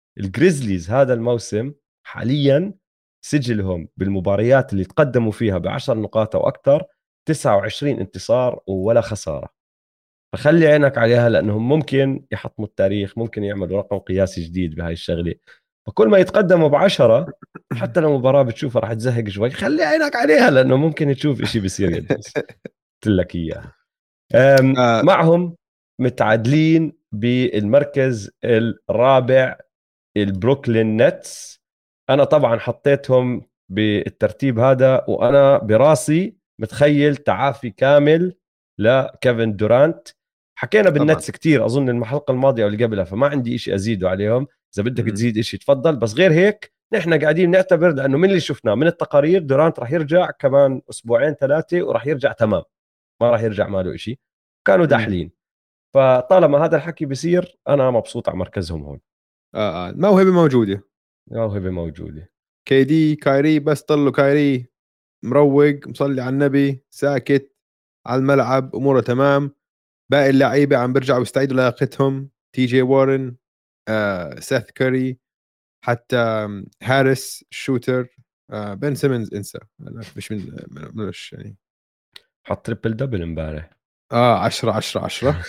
الجريزليز هذا الموسم حاليا سجلهم بالمباريات اللي تقدموا فيها بعشر نقاط أو أكثر تسعة وعشرين انتصار ولا خسارة. فخلي عينك عليها لأنهم ممكن يحطموا التاريخ، ممكن يعملوا رقم قياسي جديد بهاي الشغلة. فكل ما يتقدموا بعشرة حتى لو مباراة بتشوفها راح تزهق شوي، خلي عينك عليها لأنه ممكن تشوف إشي بيصير يدوس. قلت لك إياها. آه معهم متعادلين بالمركز الرابع البروكلين نتس. أنا طبعا حطيتهم بالترتيب هذا وأنا براسي متخيل تعافي كامل لكيفن دورانت. حكينا طبعا. بالنتس كتير أظن الحلقة الماضية واللي قبلها، فما عندي إشي أزيده عليهم. إذا بدك مم. تزيد إشي تفضل، بس غير هيك نحن قاعدين نعتبر لأنه من اللي شفناه من التقارير دورانت راح يرجع كمان أسبوعين ثلاثة وراح يرجع تمام، ما راح يرجع ماله إشي. كانوا مم. داحلين، فطالما هذا الحكي بيصير أنا مبسوط على مركزهم هون. آه آه الموهبة موجودة، موهبة موجودة. كي دي كايري بس طلوا كايري مروق مصلي على النبي ساكت على الملعب اموره تمام. باقي اللعيبه عم بيرجعوا يستعيدوا لياقتهم، تي جي وارن، آه، سيث كاري، حتى هاريس الشوتر، آه، بن سيمنز انسى مش من مش يعني حط تريبل دبل امبارح. اه عشرة عشرة عشرة.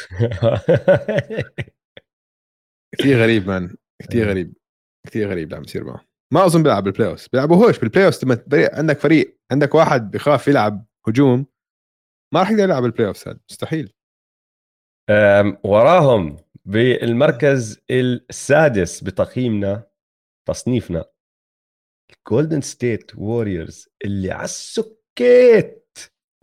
كثير غريب مان، كثير غريب، كثير غريب اللي عم يصير معه. ما اظن بيلعب بالبلاي اوف، بيلعبوا هوش بالبلاي اوف. لما فريق عندك فريق عندك واحد بخاف يلعب هجوم ما راح يقدر يلعب البلاي اوف، هذا مستحيل. أم، وراهم بالمركز السادس بتقييمنا تصنيفنا جولدن ستيت ووريرز اللي عالسكيت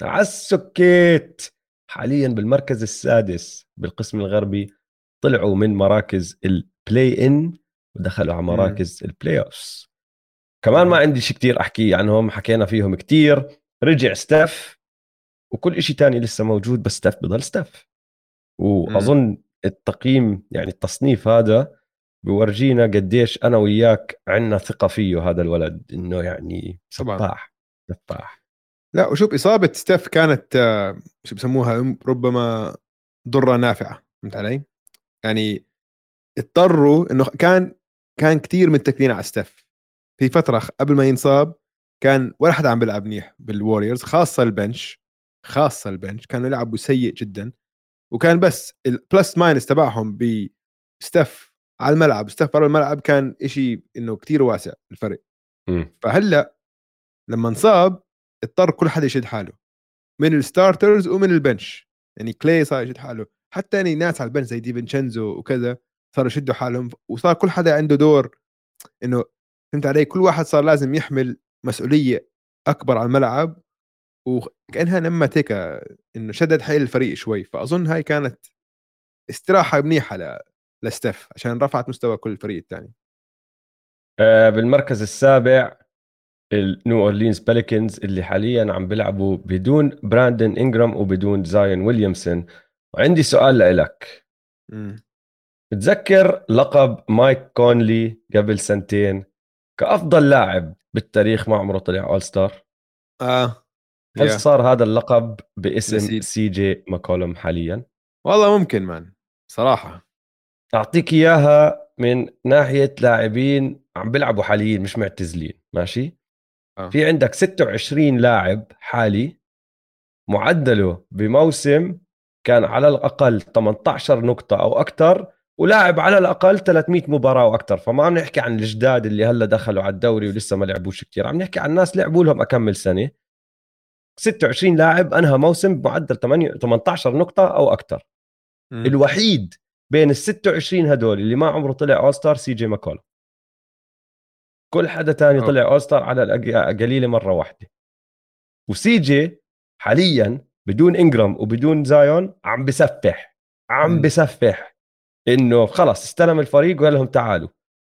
عالسكيت حاليا بالمركز السادس بالقسم الغربي. طلعوا من مراكز البلاي ان ودخلوا على مم. مراكز البلاي اوفز. كمان ما مم. عندي شيء كتير احكي عنهم، حكينا فيهم كتير. رجع ستاف وكل إشي تاني لسه موجود، بس ستاف بضل ستاف. مم. واظن التقييم يعني التصنيف هذا بورجينا قديش انا وياك عنا ثقة فيه هذا الولد، انه يعني طبعا. سفاح سفاح. لا وشوف إصابة ستيف كانت آه، شو بسموها ربما ضرة نافعة، فهمت علي؟ يعني اضطروا انه كان كان كثير متكلين على ستيف في فترة قبل ما ينصاب. كان ولا حدا عم بيلعب منيح بالواريورز، خاصة البنش، خاصة البنش كانوا يلعبوا سيء جدا. وكان بس البلس ماينس تبعهم بستيف على الملعب ستيف برا الملعب كان إشي انه كثير واسع الفرق. م. فهلا لما انصاب اضطر كل حدا يشد حاله من الستارترز ومن البنش. يعني كلاي صار يشد حاله، حتى يعني ناس على البنش زي ديفينشينزو وكذا صاروا يشدوا حالهم، وصار كل حدا عنده دور. انه فهمت علي؟ كل واحد صار لازم يحمل مسؤوليه اكبر على الملعب، وكانها نمت هيك انه شدد حيل الفريق شوي. فاظن هاي كانت استراحه منيحه ل لستيف عشان رفعت مستوى كل الفريق الثاني. آه بالمركز السابع النيو اورلينز بليكنز اللي حاليا عم بيلعبوا بدون براندن إنجرام وبدون زاين ويليامسون. وعندي سؤال لك. امم بتذكر لقب مايك كونلي قبل سنتين كأفضل لاعب بالتاريخ ما عمره طلع أول ستار؟ اه هل يا صار هذا اللقب باسم نسيت سي جي ماكولوم حاليا؟ والله ممكن مان صراحه. أعطيك إياها من ناحية لاعبين عم بيلعبوا حاليين مش معتزلين، ماشي؟ اه في عندك ستة وعشرين لاعب حالي معدله بموسم كان على الأقل ثمانية عشر نقطة أو أكثر، ولاعب على الأقل ثلاثمية مباراة وأكثر. فما عم نحكي عن الجداد اللي هلا دخلوا على الدوري ولسه ما لعبوش كتير، عم نحكي عن ناس لعبوا لهم أكمل سنة. ستة وعشرين لاعب أنهى موسم بمعدل ثمانية عشر نقطة أو أكثر. امم الوحيد بين ال ستة وعشرين هدول اللي ما عمره طلع أول ستار سي جي ماكول. كل حدا تاني أوه. طلع أول ستار على القليلة مرة واحدة. وسي جي حاليا بدون إنجرام وبدون زايون عم بسفح عم مم. بسفح انه خلص استلم الفريق وقال لهم تعالوا.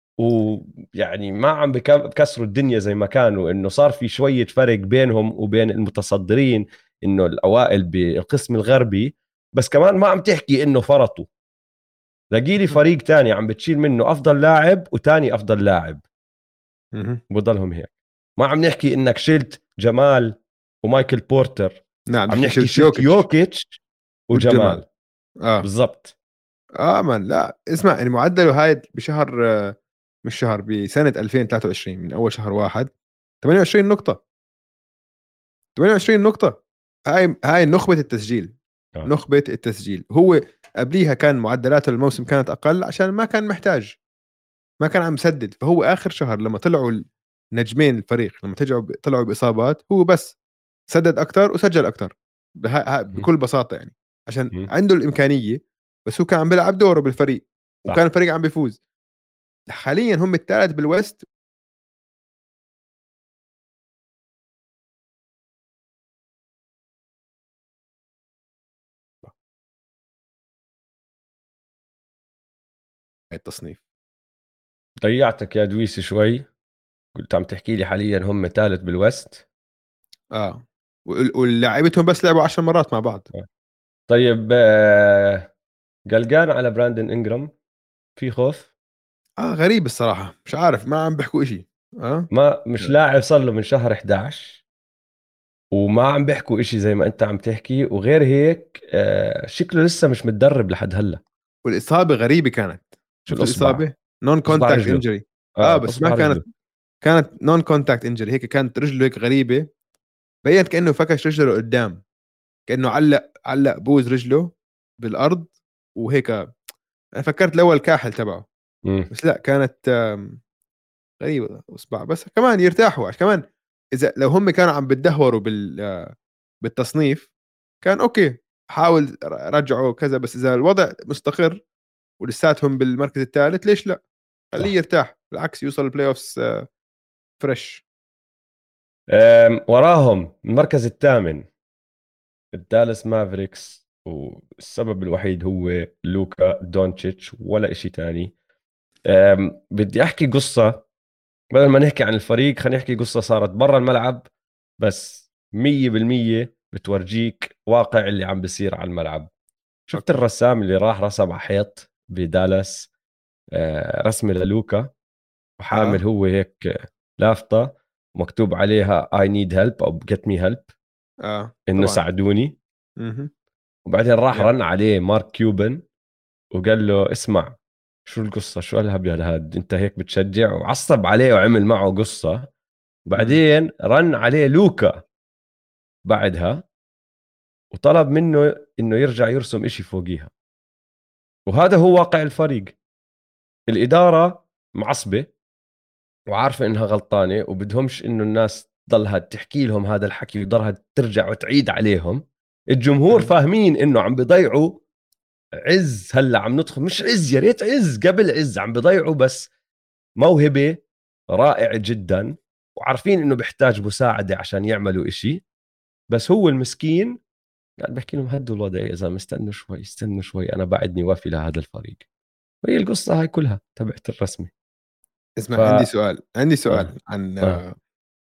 ويعني ما عم بكسروا الدنيا زي ما كانوا، انه صار في شوية فرق بينهم وبين المتصدرين انه الاوائل بالقسم الغربي، بس كمان ما عم تحكي انه فرطوا. لقيلي فريق تاني عم بتشيل منه افضل لاعب وتاني افضل لاعب مم. بضلهم هيك. ما عم نحكي انك شلت جمال ومايكل بورتر، نعم عم نحكي نحكي شلت شلت يوكيتش يوكيتش والجمال. وجمال. اه بالضبط. اه مان لا اسمع يعني معدله هاي بشهر مش شهر، بسنه ألفين وثلاثة وعشرين من اول شهر واحد ثمانية وعشرين نقطه. ثمانية وعشرين نقطه، هاي هاي نخبه التسجيل. آه. نخبه التسجيل. هو قبليها كان معدلات الموسم كانت اقل عشان ما كان محتاج، ما كان عم يسدد. فهو اخر شهر لما طلعوا نجمين الفريق، لما طلعوا طلعوا باصابات، هو بس سدد اكثر وسجل اكثر مهم. بكل بساطه يعني، عشان مهم. عنده الامكانيه. بس هو كان عم بيلعب دوره بالفريق، وكان صح. الفريق عم بيفوز. حاليا هم الثالث بالوست. التصنيف. ضيعتك يا دويس شوي، كنت عم تحكي لي حاليا هم ثالث بالوست. اه، ولاعيبتهم بس لعبوا عشر مرات مع بعض. آه. طيب آه، قلقان على براندن انجرام؟ في خوف؟ اه غريب الصراحه، مش عارف، ما عم بيحكوا إشي. اه ما مش لاعب صار له من شهر إحدى عشر، وما عم بيحكوا إشي زي ما انت عم تحكي، وغير هيك آه، شكله لسه مش متدرب لحد هلا. والاصابه غريبه كانت. شو شفت الاصبع؟ الاصابه؟ نون اصبع كونتاكت رجله. انجري. اه اه بس ما اصبع كانت، رجله. كانت نون كونتاكت انجري هيك، كانت رجله هيك غريبه. بين كانه فكش رجله لقدام، كانه علق علق بوز رجله بالارض وهيك. انا فكرت الاول كاحل تبعه، امم بس لا، كانت آم، غريبه اصبع. بس كمان يرتاحوا عشان كمان، اذا لو هم كانوا عم بتدهوروا بال آه، بالتصنيف كان اوكي، حاول رجعوا كذا. بس اذا الوضع مستقر ولساتهم بالمركز الثالث، ليش لا؟ خليه صح. يرتاح، بالعكس يوصل البلاي اوفس فريش. آم، وراهم المركز الثامن الدالاس مافريكس، والسبب الوحيد هو لوكا دونتشيتش ولا إشي تاني. أم، بدي أحكي قصة، بدل ما نحكي عن الفريق خلينا نحكي قصة صارت برا الملعب، بس مية بالمية بتورجيك واقع اللي عم بيصير على الملعب. شفت اوكي. الرسام اللي راح رسم على حيط بدالاس آه، رسمة للوكا، وحامل اه هو هيك لافتة مكتوب عليها I need help أو get me help، اه إنه طبعا. ساعدوني. اها. وبعدين راح يب. رن عليه مارك كيوبن وقال له اسمع، شو القصة، شو الهبل هاد، انت هيك بتشجع، وعصب عليه وعمل معه قصة. مم. بعدين رن عليه لوكا بعدها وطلب منه انه يرجع يرسم اشي فوقيها. وهذا هو واقع الفريق. الإدارة معصبة وعارفة انها غلطانة، وبدهمش انه الناس تضلها تحكي لهم هذا الحكي وتضلها ترجع وتعيد عليهم. الجمهور مم. فاهمين انه عم بيضيعوا عز، هلا عم ندخل مش عز، يا ريت عز قبل عز، عم بيضيعوا بس موهبة رائع جدا، وعارفين انه بيحتاج مساعدة عشان يعملوا اشي. بس هو المسكين قاعد بحكي لهم هدوا الوضع يا زلمه، استنوا شوي استنوا شوي، انا بعدني وافي لهذا الفريق. وهي القصة هاي كلها تبعت الرسمة. اسمع، ف عندي سؤال، عندي اه سؤال عن اه آه،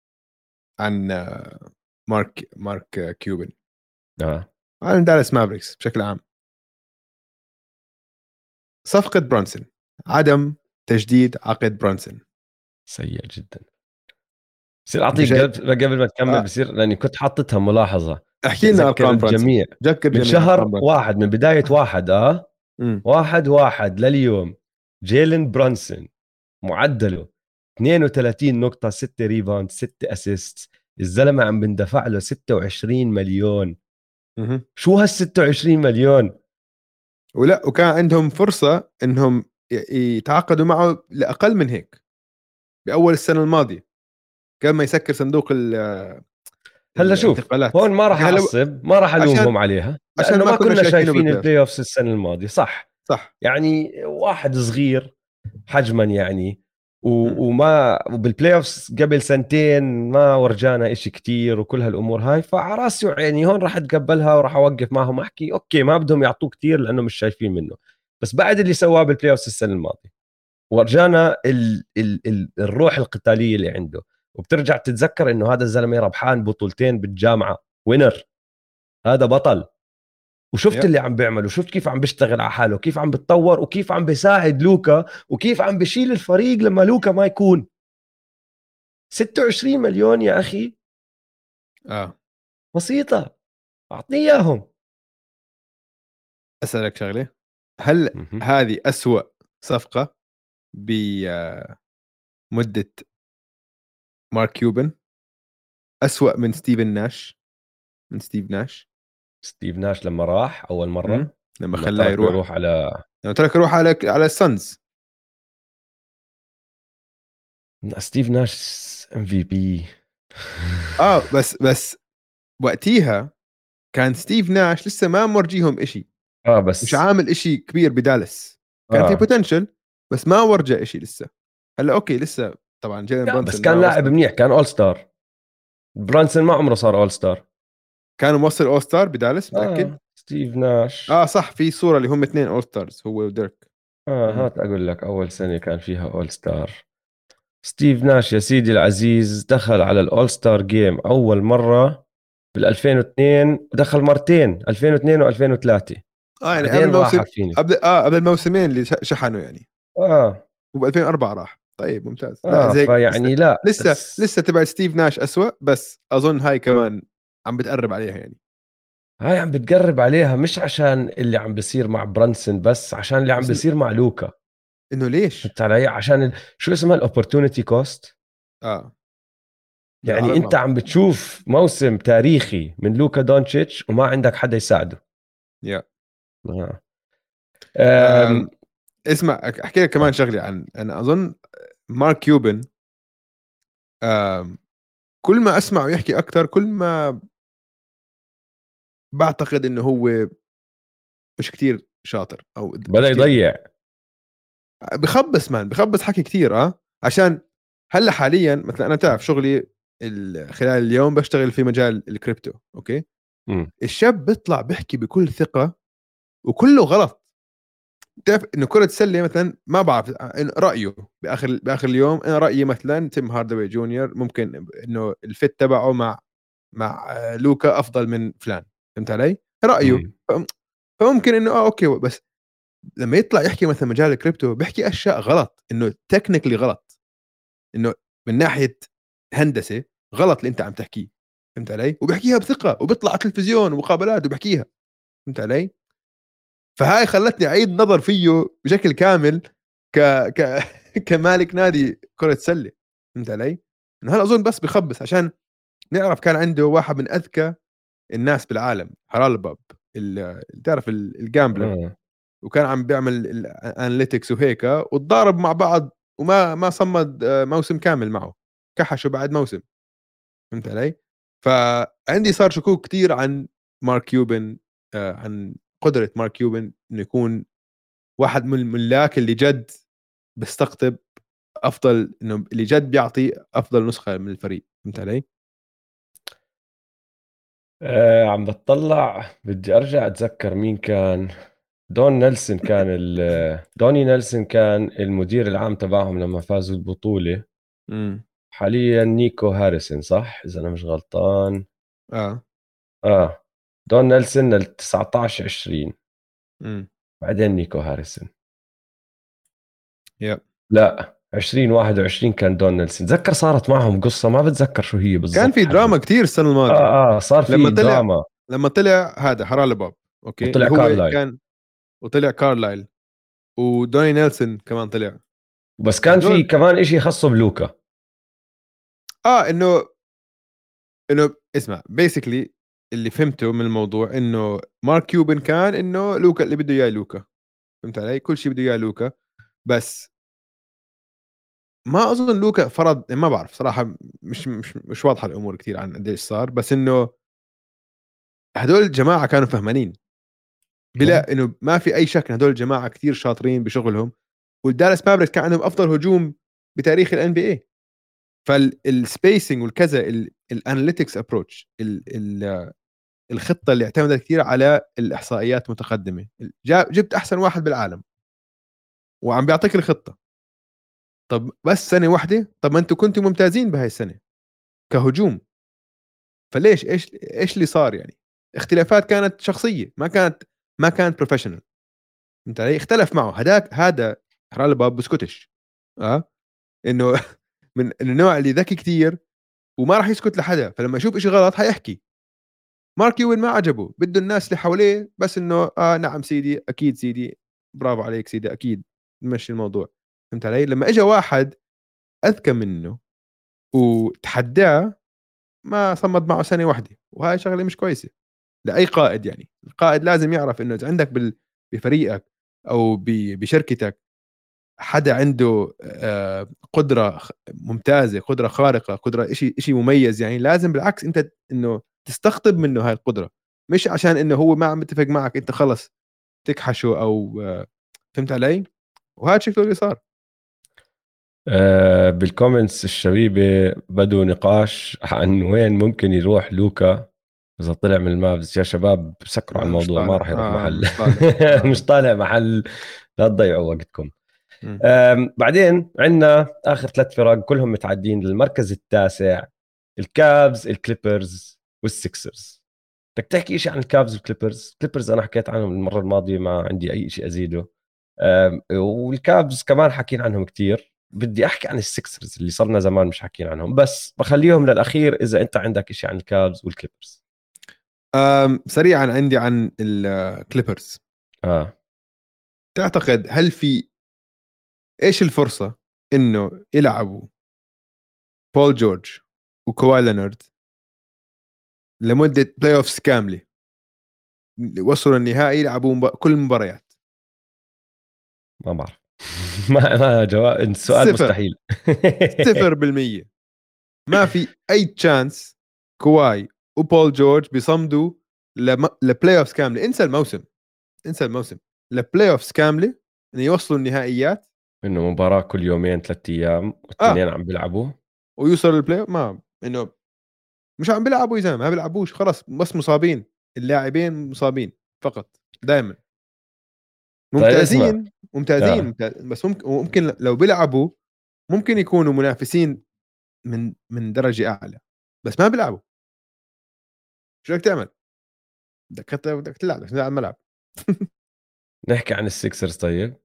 عن آه، مارك مارك آه، كيوبن، اه عن دالاس مافريكس بشكل عام. صفقة برونسون، عدم تجديد عقد برونسون. سيء جدا. بصير انت اعطيك شايف؟ قبل قبل ما تكمل، آه، بصير لاني كنت حاطتها ملاحظة. احكي لنا ذكر ارقام برونسون، الجميع ذكر من جميع ارقام شهر برونسون. واحد، من بداية واحد اه امم واحد واحد لليوم، جيلن برونسون معدله اثنين وثلاثين نقطة، ستة ريباوند، ستة اسيست. الزلمة عم بندفع له ستة وعشرين مليون. اها. شو هال ستة وعشرين مليون؟ ولا وكان عندهم فرصة انهم ي- يتعاقدوا معه لاقل من هيك باول السنة الماضية، قبل ما يسكر صندوق ال- هلا شوف، الانتقالات. هون ما راح لكن هلا اعصب، ما راح عشان الومهم عليها عشان لانه ما ما كنا كنا شايفينه شايفين بالبلاي اوف. البلاي اوف السنة الماضية، صح؟ صح. يعني واحد صغير حجما يعني، مم. و- وما وبالبلاي اوف قبل سنتين ما ورجانا إشي كتير وكل هالامور هاي، فعراسي يعني هون راح اتقبلها وراح اوقف معهم احكي اوكي ما بدهم يعطوه كتير لانه مش شايفين منه. بس بعد اللي سواه بالبلاي اوف السنه الماضيه ورجانا ال ال ال الروح القتاليه اللي عنده، وبترجع تتذكر انه هذا الزلمه ربحان بطولتين بالجامعه، وينر، هذا بطل. وشفت يب. اللي عم بيعمل، وشفت كيف عم بيشتغل على حاله، كيف عم بتطور، وكيف عم بيساعد لوكا، وكيف عم بشيل الفريق لما لوكا ما يكون. ستة وعشرين مليون يا أخي، اه بسيطة، أعطني إياهم. اسالك شغله، هل مهم. هذه أسوأ صفقه ب مده مارك كيوبن أسوأ من ستيفن ناش من ستيف ناش ستيف ناش لما راح اول امم مره، لما لما خلاه تركه يروح، يروح على لما ترك يروح على على السانز. ستيف ناش ام في بي. اه بس بس وقتيها كان ستيف ناش لسه ما مرجيهم إشي، اه مش بس عامل إشي كبير بدالس، كان في اه بوتنشل بس ما ورجى إشي لسه. هلا اوكي لسه طبعا جيلن لا بس برانسون كان ما لاعب وصل. منيح، كان اول ستار. برانسون ما عمره صار اول ستار. كان موصل اول ستار بدالس متاكد. اه ستيف ناش. اه صح في صوره اللي هم اثنين اول ستارز هو وديرك. اه امم هات اقول لك اول سنه كان فيها اول ستار. ستيف ناش يا سيدي العزيز دخل على الاول ستار جيم اول مره بال ألفين واثنين، ودخل مرتين ألفين واثنين و2003. اه يعني قبل بعدين راح الموسم، على فينيكس. قبل اه قبل الموسمين اللي ش- شحنوا يعني. اه وب ألفين وأربعة راح. طيب ممتاز. لا اه زي لسه فيعني لا لسه بس لسه تبع ستيف ناش أسوأ، بس اظن هاي كمان عم بتقرب عليها يعني. هاي عم بتقرب عليها، مش عشان اللي عم بيصير مع برانسون بس، عشان اللي عم بس إنه بيصير مع لوكا. إنه ليش. فهمت علي؟ عشان ال... شو اسمها الاوبورتونيتي كوست. اه يعني بالعرب ما انت بعرف. عم بتشوف موسم تاريخي من لوكا دونتشيتش وما عندك حدا يساعده. يا آه. أم... آم، اسمع أك- احكي لك كمان آه. شغله عن انا اظن مارك كيوبن. آم، كل ما اسمعه يحكي اكثر كل ما بعتقد انه هو مش كتير شاطر او بدأ مش كتير ذكي. يضيع. بخبص مان بخبص حكي كتير. اه عشان هلا حاليا مثلا انا بتعرف شغلي ال- خلال اليوم بشتغل في مجال الكريبتو. اوكي مم. الشاب بيطلع بيحكي بكل ثقة وكله غلط. بتعرف انه كرة السلة مثلا ما بعرف إن رأيه باخر باخر اليوم، انا رأيي مثلا تيم هاردوي جونيور ممكن انه الفت تبعه مع مع آه، لوكا افضل من فلان. فهمت علي؟ رأيه. مم. فم- فممكن انه اه اوكي بس لما يطلع يحكي مثلا مجال الكريبتو بيحكي اشياء غلط، انه تكنيكلي غلط، انه من ناحيه هندسه غلط اللي انت عم تحكيه. فهمت علي؟ وبحكيها بثقه وبيطلع على التلفزيون ومقابلات وبحكيها. فهمت علي؟ فهاي خلتني اعيد نظر فيه بشكل كامل ك ك كمالك نادي كره سله. فهمت علي؟ انه هلا اظن بس بخبص عشان نعرف كان عنده واحد من اذكى الناس بالعالم هرالباب، اللي تعرف الجامبلر، آه. وكان عم بيعمل الاناليتكس وهيك وتضارب مع بعض وما ما صمد آه، موسم كامل معه، كحشه بعد موسم. فهمت علي؟ فعندي صار شكوك كثير عن مارك كيوبن، آه، عن قدره مارك كيوبن انه يكون واحد من الملاك اللي جد بيستقطب افضل، انه اللي جد بيعطي افضل نسخه من الفريق. فهمت علي؟ آه عم بتطلع بدي ارجع اتذكر مين كان. دون نيلسون كان ال... دوني نيلسون كان المدير العام تبعهم لما فازوا البطولة. امم حاليا نيكو هاريسون صح اذا انا مش غلطان. اه اه دون نيلسون ال تسعتاشر عشرين، امم بعدين نيكو هاريسون. يا لا عشرين واحد وعشرين كان دون نيلسون. تذكر صارت معهم قصة ما بتذكر شو هي كان بالضبط في حرب. دراما كتير السنه الماضيه اه اه صار لما في طلع دراما. لما طلع هذا حرال باب. اوكي وطلع اللي هو كارلايل. كان، وطلع كارلايل ودوني نيلسون كمان طلع. بس كان في هدول كمان إشي خاصه بلوكا. اه انه انه اسمع بيسكلي اللي فهمته من الموضوع انه مارك كيوبن كان انه لوكا اللي بده اياه لوكا. فهمت علي؟ كل شيء بده اياه لوكا. بس ما اظن لوكا فرض، ما بعرف صراحه، مش مش مش واضحه الامور كثير عن قديش صار، بس انه هدول الجماعه كانوا فهمانين. آه. بلا انه ما في اي شك إن هدول الجماعه كثير شاطرين بشغلهم. والدالاس مافريكس كان عندهم افضل هجوم بتاريخ الان بي اي. فالسبيسنج والكذا الاناليتكس ابروتش الخطه اللي اعتمدت كثير على الاحصائيات متقدمه، جا- جبت احسن واحد بالعالم وعم بيعطيك الخطه. طب بس سنه واحده، طب ما انتم كنتوا ممتازين بهاي السنه كهجوم، فليش ايش ايش اللي صار يعني؟ اختلافات كانت شخصيه، ما كانت ما كانت بروفيشنال. انت علي؟ اختلف معه هداك هذا حرال باب بسكتش. اه انه من النوع اللي ذكي كثير وما راح يسكت لحدا، فلما يشوف إشي غلط حيحكي. مارك يوين ما عجبه، بده الناس اللي حواليه بس انه اه نعم سيدي اكيد سيدي برافو عليك سيدي اكيد نمشي الموضوع. فهمت علي؟ لما اجى واحد اذكى منه وتحداه ما صمد معه سنه واحده، وهاي شغله مش كويسه لاي قائد. يعني القائد لازم يعرف انه اذا عندك بال- بفريقك او ب- بشركتك حدا عنده آه، قدره خ- ممتازه، قدره خارقه، قدره شيء شيء مميز، يعني لازم بالعكس انت انه تستقطب منه هاي القدره، مش عشان انه هو ما عم يتفق معك انت خلص تكحشه او آه، فهمت علي؟ وهذا شكله اللي صار. آه بالكومنتس الشبيبة بدوا نقاش عن وين ممكن يروح لوكا إذا طلع من المافز. يا شباب سكروا على آه مش الموضوع، ما طالع، راح يروح آه محل. مش طالع. مش آه. طالع محل، لا تضيعوا وقتكم. م. آم، بعدين عندنا آخر ثلاث فرق كلهم متعدين للمركز التاسع: الكابز، الكليبرز، والسكسرز. بدك تحكي شيء عن الكابز والكليبرز؟ الكليبرز أنا حكيت عنهم المرة الماضية، ما عندي أي شيء أزيده. آم، والكابز كمان حكين عنهم كتير. بدي أحكي عن السكسرز اللي صرنا زمان مش حكين عنهم، بس بخليهم للأخير إذا أنت عندك شيء عن الكابز والكليبرز. آم، سريعا عندي عن الكليبرز. آه تعتقد هل في ايش الفرصه انه يلعبوا بول جورج وكواي لينارد لمده بلاي اوفز كامله، وصلوا النهائي يلعبوا مب... كل المباريات؟ ما بعرف. ما ما جواب السؤال صفر. مستحيل. صفر بالمية. ما في اي تشانس كواي وبول جورج بيصمدوا لم... لبلاي اوفز كامله. انسى الموسم، انسى الموسم، لبلاي اوفز كامله انه يوصلوا النهائيات. انه مباراه كل يومين ثلاث ايام اه والاثنين عم بيلعبوا. ويوصلوا للبلاي، ما انه مش عم بيلعبوا يا زلمه، ما بيلعبوش خلص، بس مصابين، اللاعبين مصابين فقط دائما. طيب اسمع. ممتازين ممتازين اه ممتاز. بس ممكن ممكن لو بيلعبوا ممكن يكونوا منافسين من من درجه اعلى، بس ما بيلعبوا. شو بدك تعمل؟ بدك بدك تلعب، بدك تلعب الملعب. نحكي عن السكسرز. طيب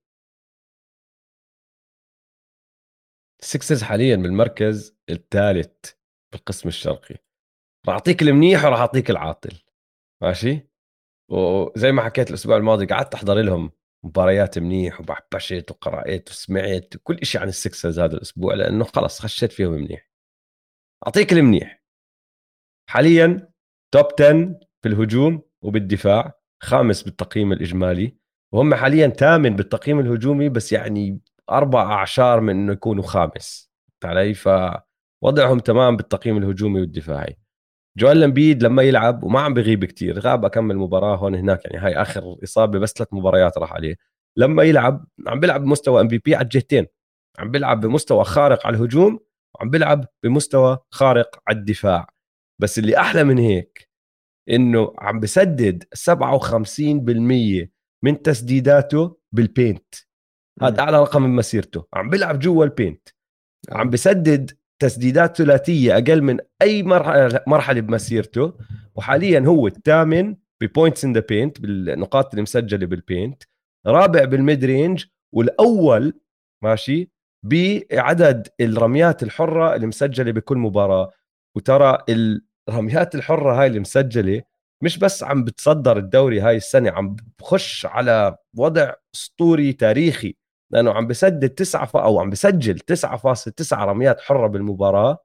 السكسرز حاليا بالمركز الثالث بالقسم الشرقي. راح اعطيك المنيح وراح اعطيك العاطل، ماشي؟ وزي ما حكيت الاسبوع الماضي قعدت احضر لهم مباريات منيح وبحبشت وقرأت وسمعت كل شيء عن السكسرز هذا الاسبوع، لانه خلص خشيت فيهم منيح. اعطيك المنيح. حاليا توب عشرة في الهجوم وبالدفاع، خامس بالتقييم الإجمالي، وهم حاليا ثامن بالتقييم الهجومي، بس يعني أربع أعشار من إنه يكونوا خامس علي. فوضعهم تمام بالتقييم الهجومي والدفاعي. جوال امبيد لما يلعب وما عم بغيب كتير، غاب أكمل مباراة هون هناك، يعني هاي آخر إصابة بس ثلاث مباريات راح عليه. لما يلعب عم بيلعب بمستوى ام بي بي على الجهتين، عم بيلعب بمستوى خارق على الهجوم وعم بيلعب بمستوى خارق على الدفاع. بس اللي احلى من هيك انه عم بسدد سبعة وخمسين بالمية من تسديداته بالبينت. هذا اعلى رقم من مسيرته، عم بيلعب جوا البينت. عم آه. بسدد تسديدات ثلاثيه اقل من اي مرحله مرحله بمسيرته. وحاليا هو الثامن ببوينتس ان ذا بينت، بالنقاط اللي مسجله بالبينت. رابع بالميد رينج، والاول ماشي بعدد الرميات الحره اللي مسجله بكل مباراه. وترى الرميات الحره هاي اللي مسجله مش بس عم بتصدر الدوري هاي السنه، عم بخش على وضع اسطوري تاريخي، لانه عم بسدد تسعة ف... او عم بسجل تسعة فاصلة تسعة رميات حره بالمباراه.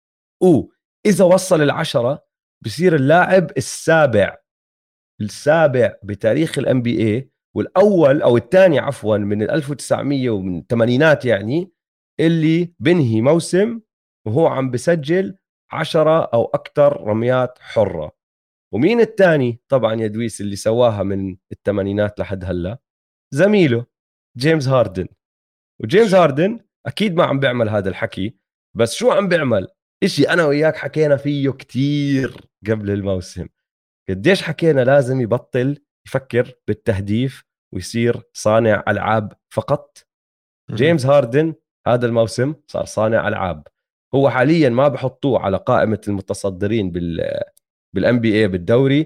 واذا وصل العشرة بصير اللاعب السابع السابع بتاريخ الام بي اي، والاول او الثاني عفوا من ألف وتسعمية ومن الثمانينات يعني، اللي بنهي موسم وهو عم بسجل عشرة او اكثر رميات حره. ومين الثاني؟ طبعا يا دويس اللي سواها من الثمانينات لحد هلا، زميله جيمس هاردن. وجيمس هاردن اكيد ما عم بيعمل هذا الحكي، بس شو عم بيعمل؟ اشي انا وياك حكينا فيه كتير قبل الموسم. قديش حكينا لازم يبطل يفكر بالتهديف ويصير صانع العاب فقط. جيمس هاردن هذا الموسم صار صانع العاب. هو حاليا ما بحطوه على قائمه المتصدرين بال بالان بي اي بالدوري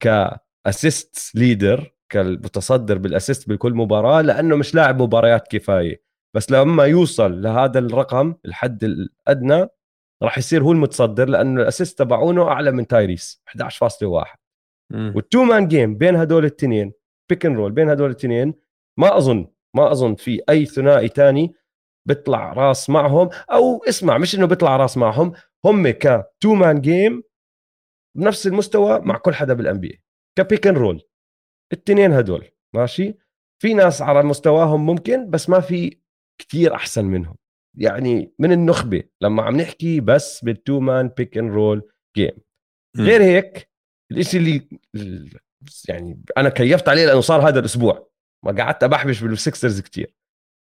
كاسيست ليدر، كالمتصدر بالاسيست بكل مباراه، لانه مش لاعب مباريات كفايه. بس لما يوصل لهذا الرقم الحد الادنى راح يصير هو المتصدر، لانه الاسيست تبعونه اعلى من تايريس احد عشر فاصلة واحد. والتو مان جيم بين هدول الاثنين، بيك ان رول بين هدول الاثنين، ما اظن ما اظن في اي ثنائي تاني بيطلع راس معهم، او اسمع مش انه بيطلع راس معهم، هم ك تو مان جيم بنفس المستوى مع كل حدا بالان بي اي، كبيك اند رول التنين هدول ماشي. في ناس على مستواهم ممكن، بس ما في كتير احسن منهم، يعني من النخبه لما عم نحكي بس بالتو مان بيك اند رول جيم. غير هيك الاشي اللي يعني انا كيفت عليه لانه صار هذا الاسبوع، ما قعدت ابحبش بالسكسرز كتير.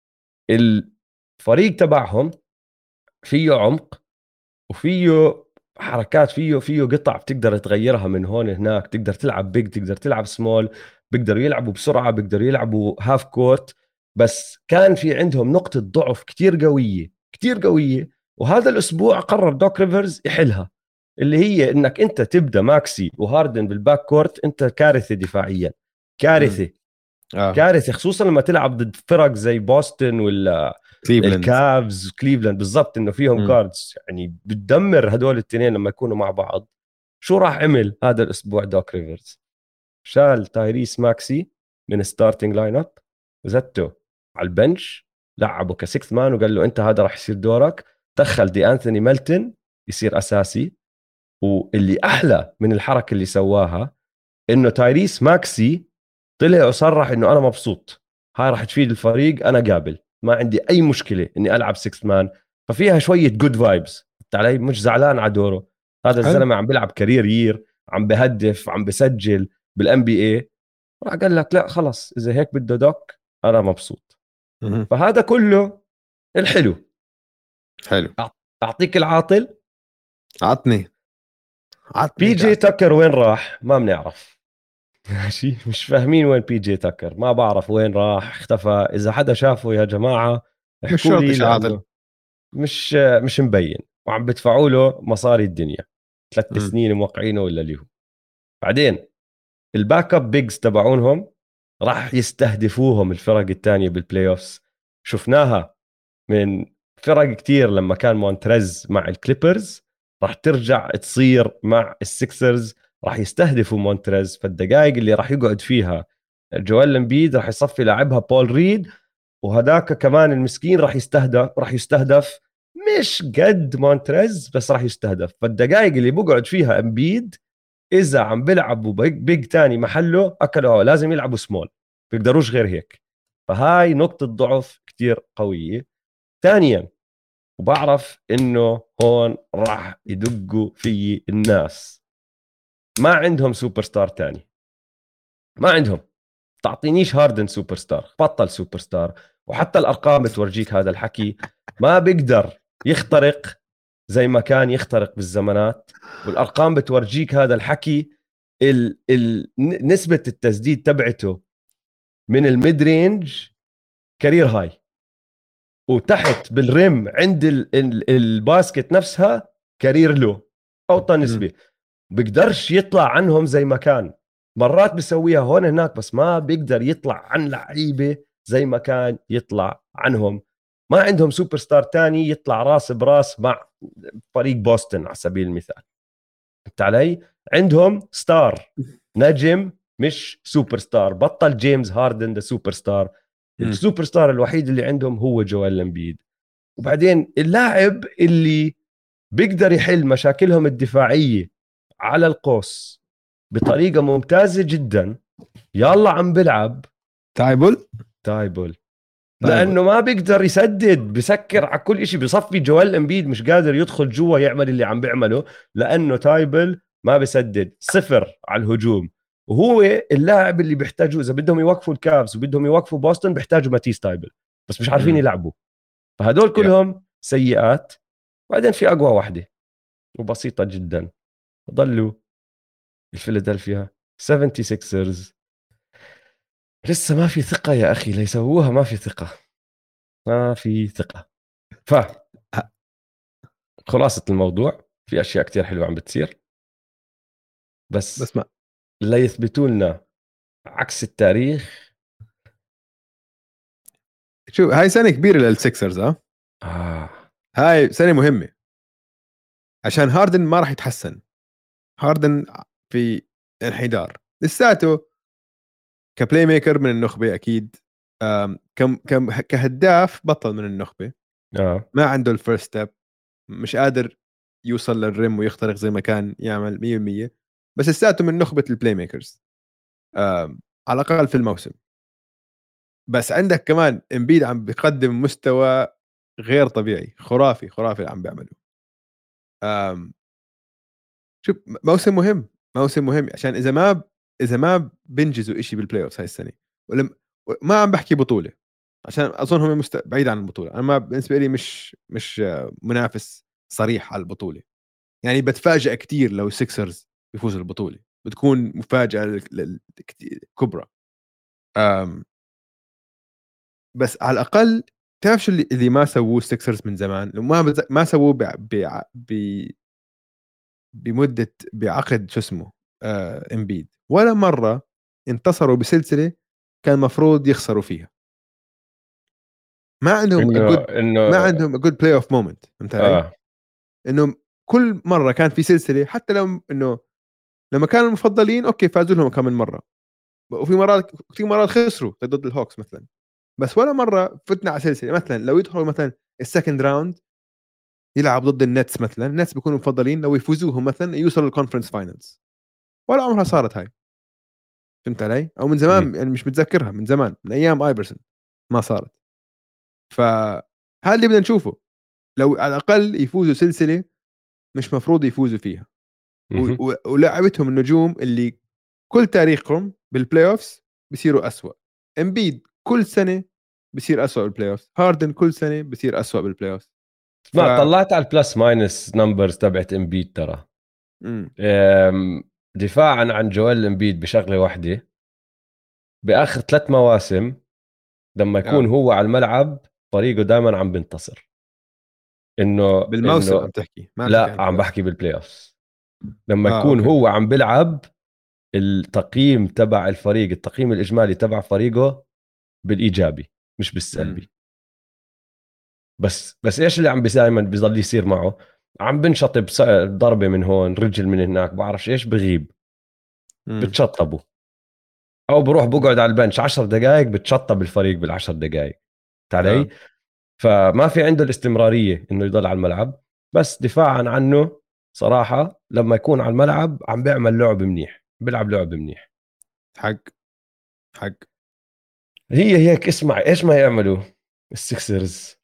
الفريق تبعهم فيه عمق وفيه حركات، فيه فيه قطع بتقدر تغيرها من هون هناك، تقدر تلعب بيج، تقدر تلعب سمول، بيقدروا يلعبوا بسرعة، بيقدروا يلعبوا هاف كورت. بس كان في عندهم نقطة ضعف كتير قوية كتير قوية، وهذا الأسبوع قرر دوك ريفرز يحلها، اللي هي إنك أنت تبدأ ماكسي وهاردن بالباك كورت، أنت كارثة دفاعيا، كارثة آه. كارثة، خصوصا لما تلعب ضد فرق زي بوسطن ولا كليفلاند. الكافز كليفلاند بالضبط، انه فيهم مم. كاردز يعني بتدمر هدول الاثنين لما يكونوا مع بعض. شو راح عمل هذا الاسبوع دوك ريفرز؟ شال تايريس ماكسي من ستارتنج لاين اب، زته على البنش، لعبه كسكس مان وقال له انت هذا راح يصير دورك. دخل دي انثوني ميلتون يصير اساسي. واللي احلى من الحركه اللي سواها انه تايريس ماكسي طلع وصرح انه انا مبسوط، هاي راح تفيد الفريق، انا قابل، ما عندي اي مشكله اني العب سكس مان. ففيها شويه جود فايبز علي، مش زعلان على دوره. هذا حلو. الزلمه عم بيلعب كارير يير، عم بهدف، عم بسجل بالان بي اي، راح قال لك لا خلص اذا هيك بده دوك انا مبسوط. مم. فهذا كله الحلو. حلو. اعطيك العاطل. عطني عطني بي جي جاك. تاكر وين راح ما بنعرف. ماشي، مش فاهمين وين بي جي تاكر، ما بعرف وين راح، اختفى. اذا حدا شافه يا جماعه مش احكوا شرط لي، شيء عاطل. لانه مش مش مبين، وعم بدفعوا له مصاري الدنيا، ثلاث مم. سنين موقعينه ولا اللي هو. بعدين الباك اب بيجز تبعونهم راح يستهدفوهم الفرق الثانيه بالبلاي اوفز. شفناها من فرق كتير لما كان مونتريز مع الكليبرز، راح ترجع تصير مع السكسرز، راح يستهدفوا مونتريز. فالدقائق اللي راح يقعد فيها جوال امبيد راح يصفي لاعبها بول ريد، وهداك كمان المسكين راح يستهدف راح يستهدف مش قد مونتريز بس راح يستهدف. فالدقائق اللي بقعد فيها امبيد اذا عم بيلعبوا بيج, بيج تاني محله اكلوا، لازم يلعبوا سمول، بيقدروش غير هيك. فهاي نقطة ضعف كتير قوية. ثانيا، وبعرف انه هون راح يدقوا في الناس، ما عندهم سوبر ستار تاني، ما عندهم. تعطينيش هاردن سوبر ستار، بطل سوبر ستار. وحتى الارقام بتورجيك هذا الحكي، ما بيقدر يخترق زي ما كان يخترق بالزمانات. والارقام بتورجيك هذا الحكي. ال ال نسبة التسديد تبعته من الميد رينج كارير هاي، وتحت بالريم عند ال ال الباسكت نفسها كارير لو، اوطى مم. نسبة. بيقدرش يطلع عنهم زي ما كان، مرات بيسويها هون هناك، بس ما بيقدر يطلع عن لعيبة زي ما كان يطلع عنهم. ما عندهم سوبر ستار تاني يطلع راس براس مع فريق بوسطن على سبيل المثال. انت علي؟ عندهم ستار، نجم مش سوبر ستار. بطل جيمس هاردن ده سوبر ستار، مم. السوبر ستار الوحيد اللي عندهم هو جوال امبيد. وبعدين اللاعب اللي بيقدر يحل مشاكلهم الدفاعية على القوس بطريقة ممتازة جدا، يلا عم بلعب تايبل. تايبل. تايبل. لأنه ما بيقدر يسدد، بسكر على كل إشي، بصفي جوال امبيد مش قادر يدخل جوا يعمل اللي عم بيعمله، لأنه تايبل ما بيسدد، صفر على الهجوم. وهو اللاعب اللي بيحتاجوا إذا بدهم يوقفوا الكافز وبدهم يوقفوا بوسطن، بيحتاجوا ماتيس تايبل، بس مش عارفين مم. يلعبوا. فهدول يا. كلهم سيئات. بعدين في أقوى واحدة وبسيطة جدا، ضلوا الفيلادلفيا سفن تي سيكسرز. لسه ما في ثقة يا أخي ليسووها، ما في ثقة، ما في ثقة. فخلاصة الموضوع، في أشياء كتير حلوة عم بتصير، بس بس ما لا يثبتوا لنا عكس التاريخ. شوف، هاي سنه كبيره للسكسرز. ها آه. هاي سنه مهمه عشان هاردن ما راح يتحسن. هاردن في انحدار لساته كبلاي ميكر من النخبه اكيد. أم، كم كم كهداف بطل من النخبه. اه ما عنده الفيرست ستيب، مش قادر يوصل للريم ويخترق زي ما كان يعمل مية بالمية. بس لساته من نخبه البلاي ميكرز على الاقل في الموسم. بس عندك كمان امبيد عم بيقدم مستوى غير طبيعي، خرافي خرافي اللي عم بيعمله. آم، شوف، موسم مهم، موسم مهم عشان اذا ما اذا ما بينجزوا شيء بالبلاي اوف هاي السنه، ولم ما عم بحكي بطوله عشان اظن هم مست... بعيد عن البطوله. انا ما بالنسبه لي مش مش آه، منافس صريح على البطوله. يعني بتفاجئ كتير لو السكسرز بيفوزوا البطوله، بتكون مفاجاه لل- لل- كتير- كبرى. آم، بس على الاقل تعرف شو اللي, اللي ما سووه السكسرز من زمان، لو ما بز... ما سووه ب... ب... ب... بمده بعقد شو اسمه آه... امبيد، ولا مره انتصروا بسلسله كان مفروض يخسروا فيها. ما عندهم a انه good ما انه عندهم a good play off moment. فهمت علي؟ اه انه كل مره كان في سلسله، حتى لو انه لما كانوا المفضلين اوكي فازوا لهم كم من مره، وفي مرات كثير مرات خسروا ضد الهوكس مثلا. بس ولا مره فتنا على سلسله. مثلا لو يدخلوا مثلا السكند راوند يلعب ضد النتس مثلا، النتس بيكونوا مفضلين، لو يفوزوهم مثلا يوصلوا الكونفرنس فاينلز. ولا عمرها صارت هاي. فهمت علي؟ او من مم. زمان، يعني مش متذكرها، من زمان من ايام ايبرسون ما صارت. فهذا اللي بدنا نشوفه. لو على الاقل يفوزوا سلسله مش مفروض يفوزوا فيها، مهم. و- و- ولعبتهم النجوم اللي كل تاريخهم بالبلاي اوفز بصيروا أسوأ. امبيد كل سنه بصير أسوأ بالبلاي اوفز، هاردن كل سنه بصير أسوأ بالبلاي اوفز. ف ما طلعت على البلس ماينس نمبرز تبعت امبيد ترى. امم أم، دفاعا عن جوال امبيد بشغله واحده، باخر ثلاث مواسم لما يكون اه هو على الملعب فريقه دائما عم بينتصر. انه بالموسم انه عم تحكي، ما عم تحكي عن لا عم البلاي اوفز. بحكي بالبلاي اوف. لما اه يكون اوكي. هو عم بيلعب التقييم تبع الفريق، التقييم الاجمالي تبع فريقه بالايجابي مش امم بالسلبي. بس بس ايش اللي عم دائما بيضل يصير معه؟ عم بنشطب س- ضربه من هون، رجل من هناك، بعرفش ايش، بغيب، امم بتشطبوا، او بروح بقعد على البنش عشر دقائق، بتشطب الفريق بالعشر دقائق. علي؟ اه فما في عنده الاستمراريه انه يضل على الملعب. بس دفاعا عنه صراحه لما يكون على الملعب عم بيعمل لعب منيح، بيلعب لعب منيح. حق حق. هي هيك، اسمع ايش ما يعملوا السكسرز،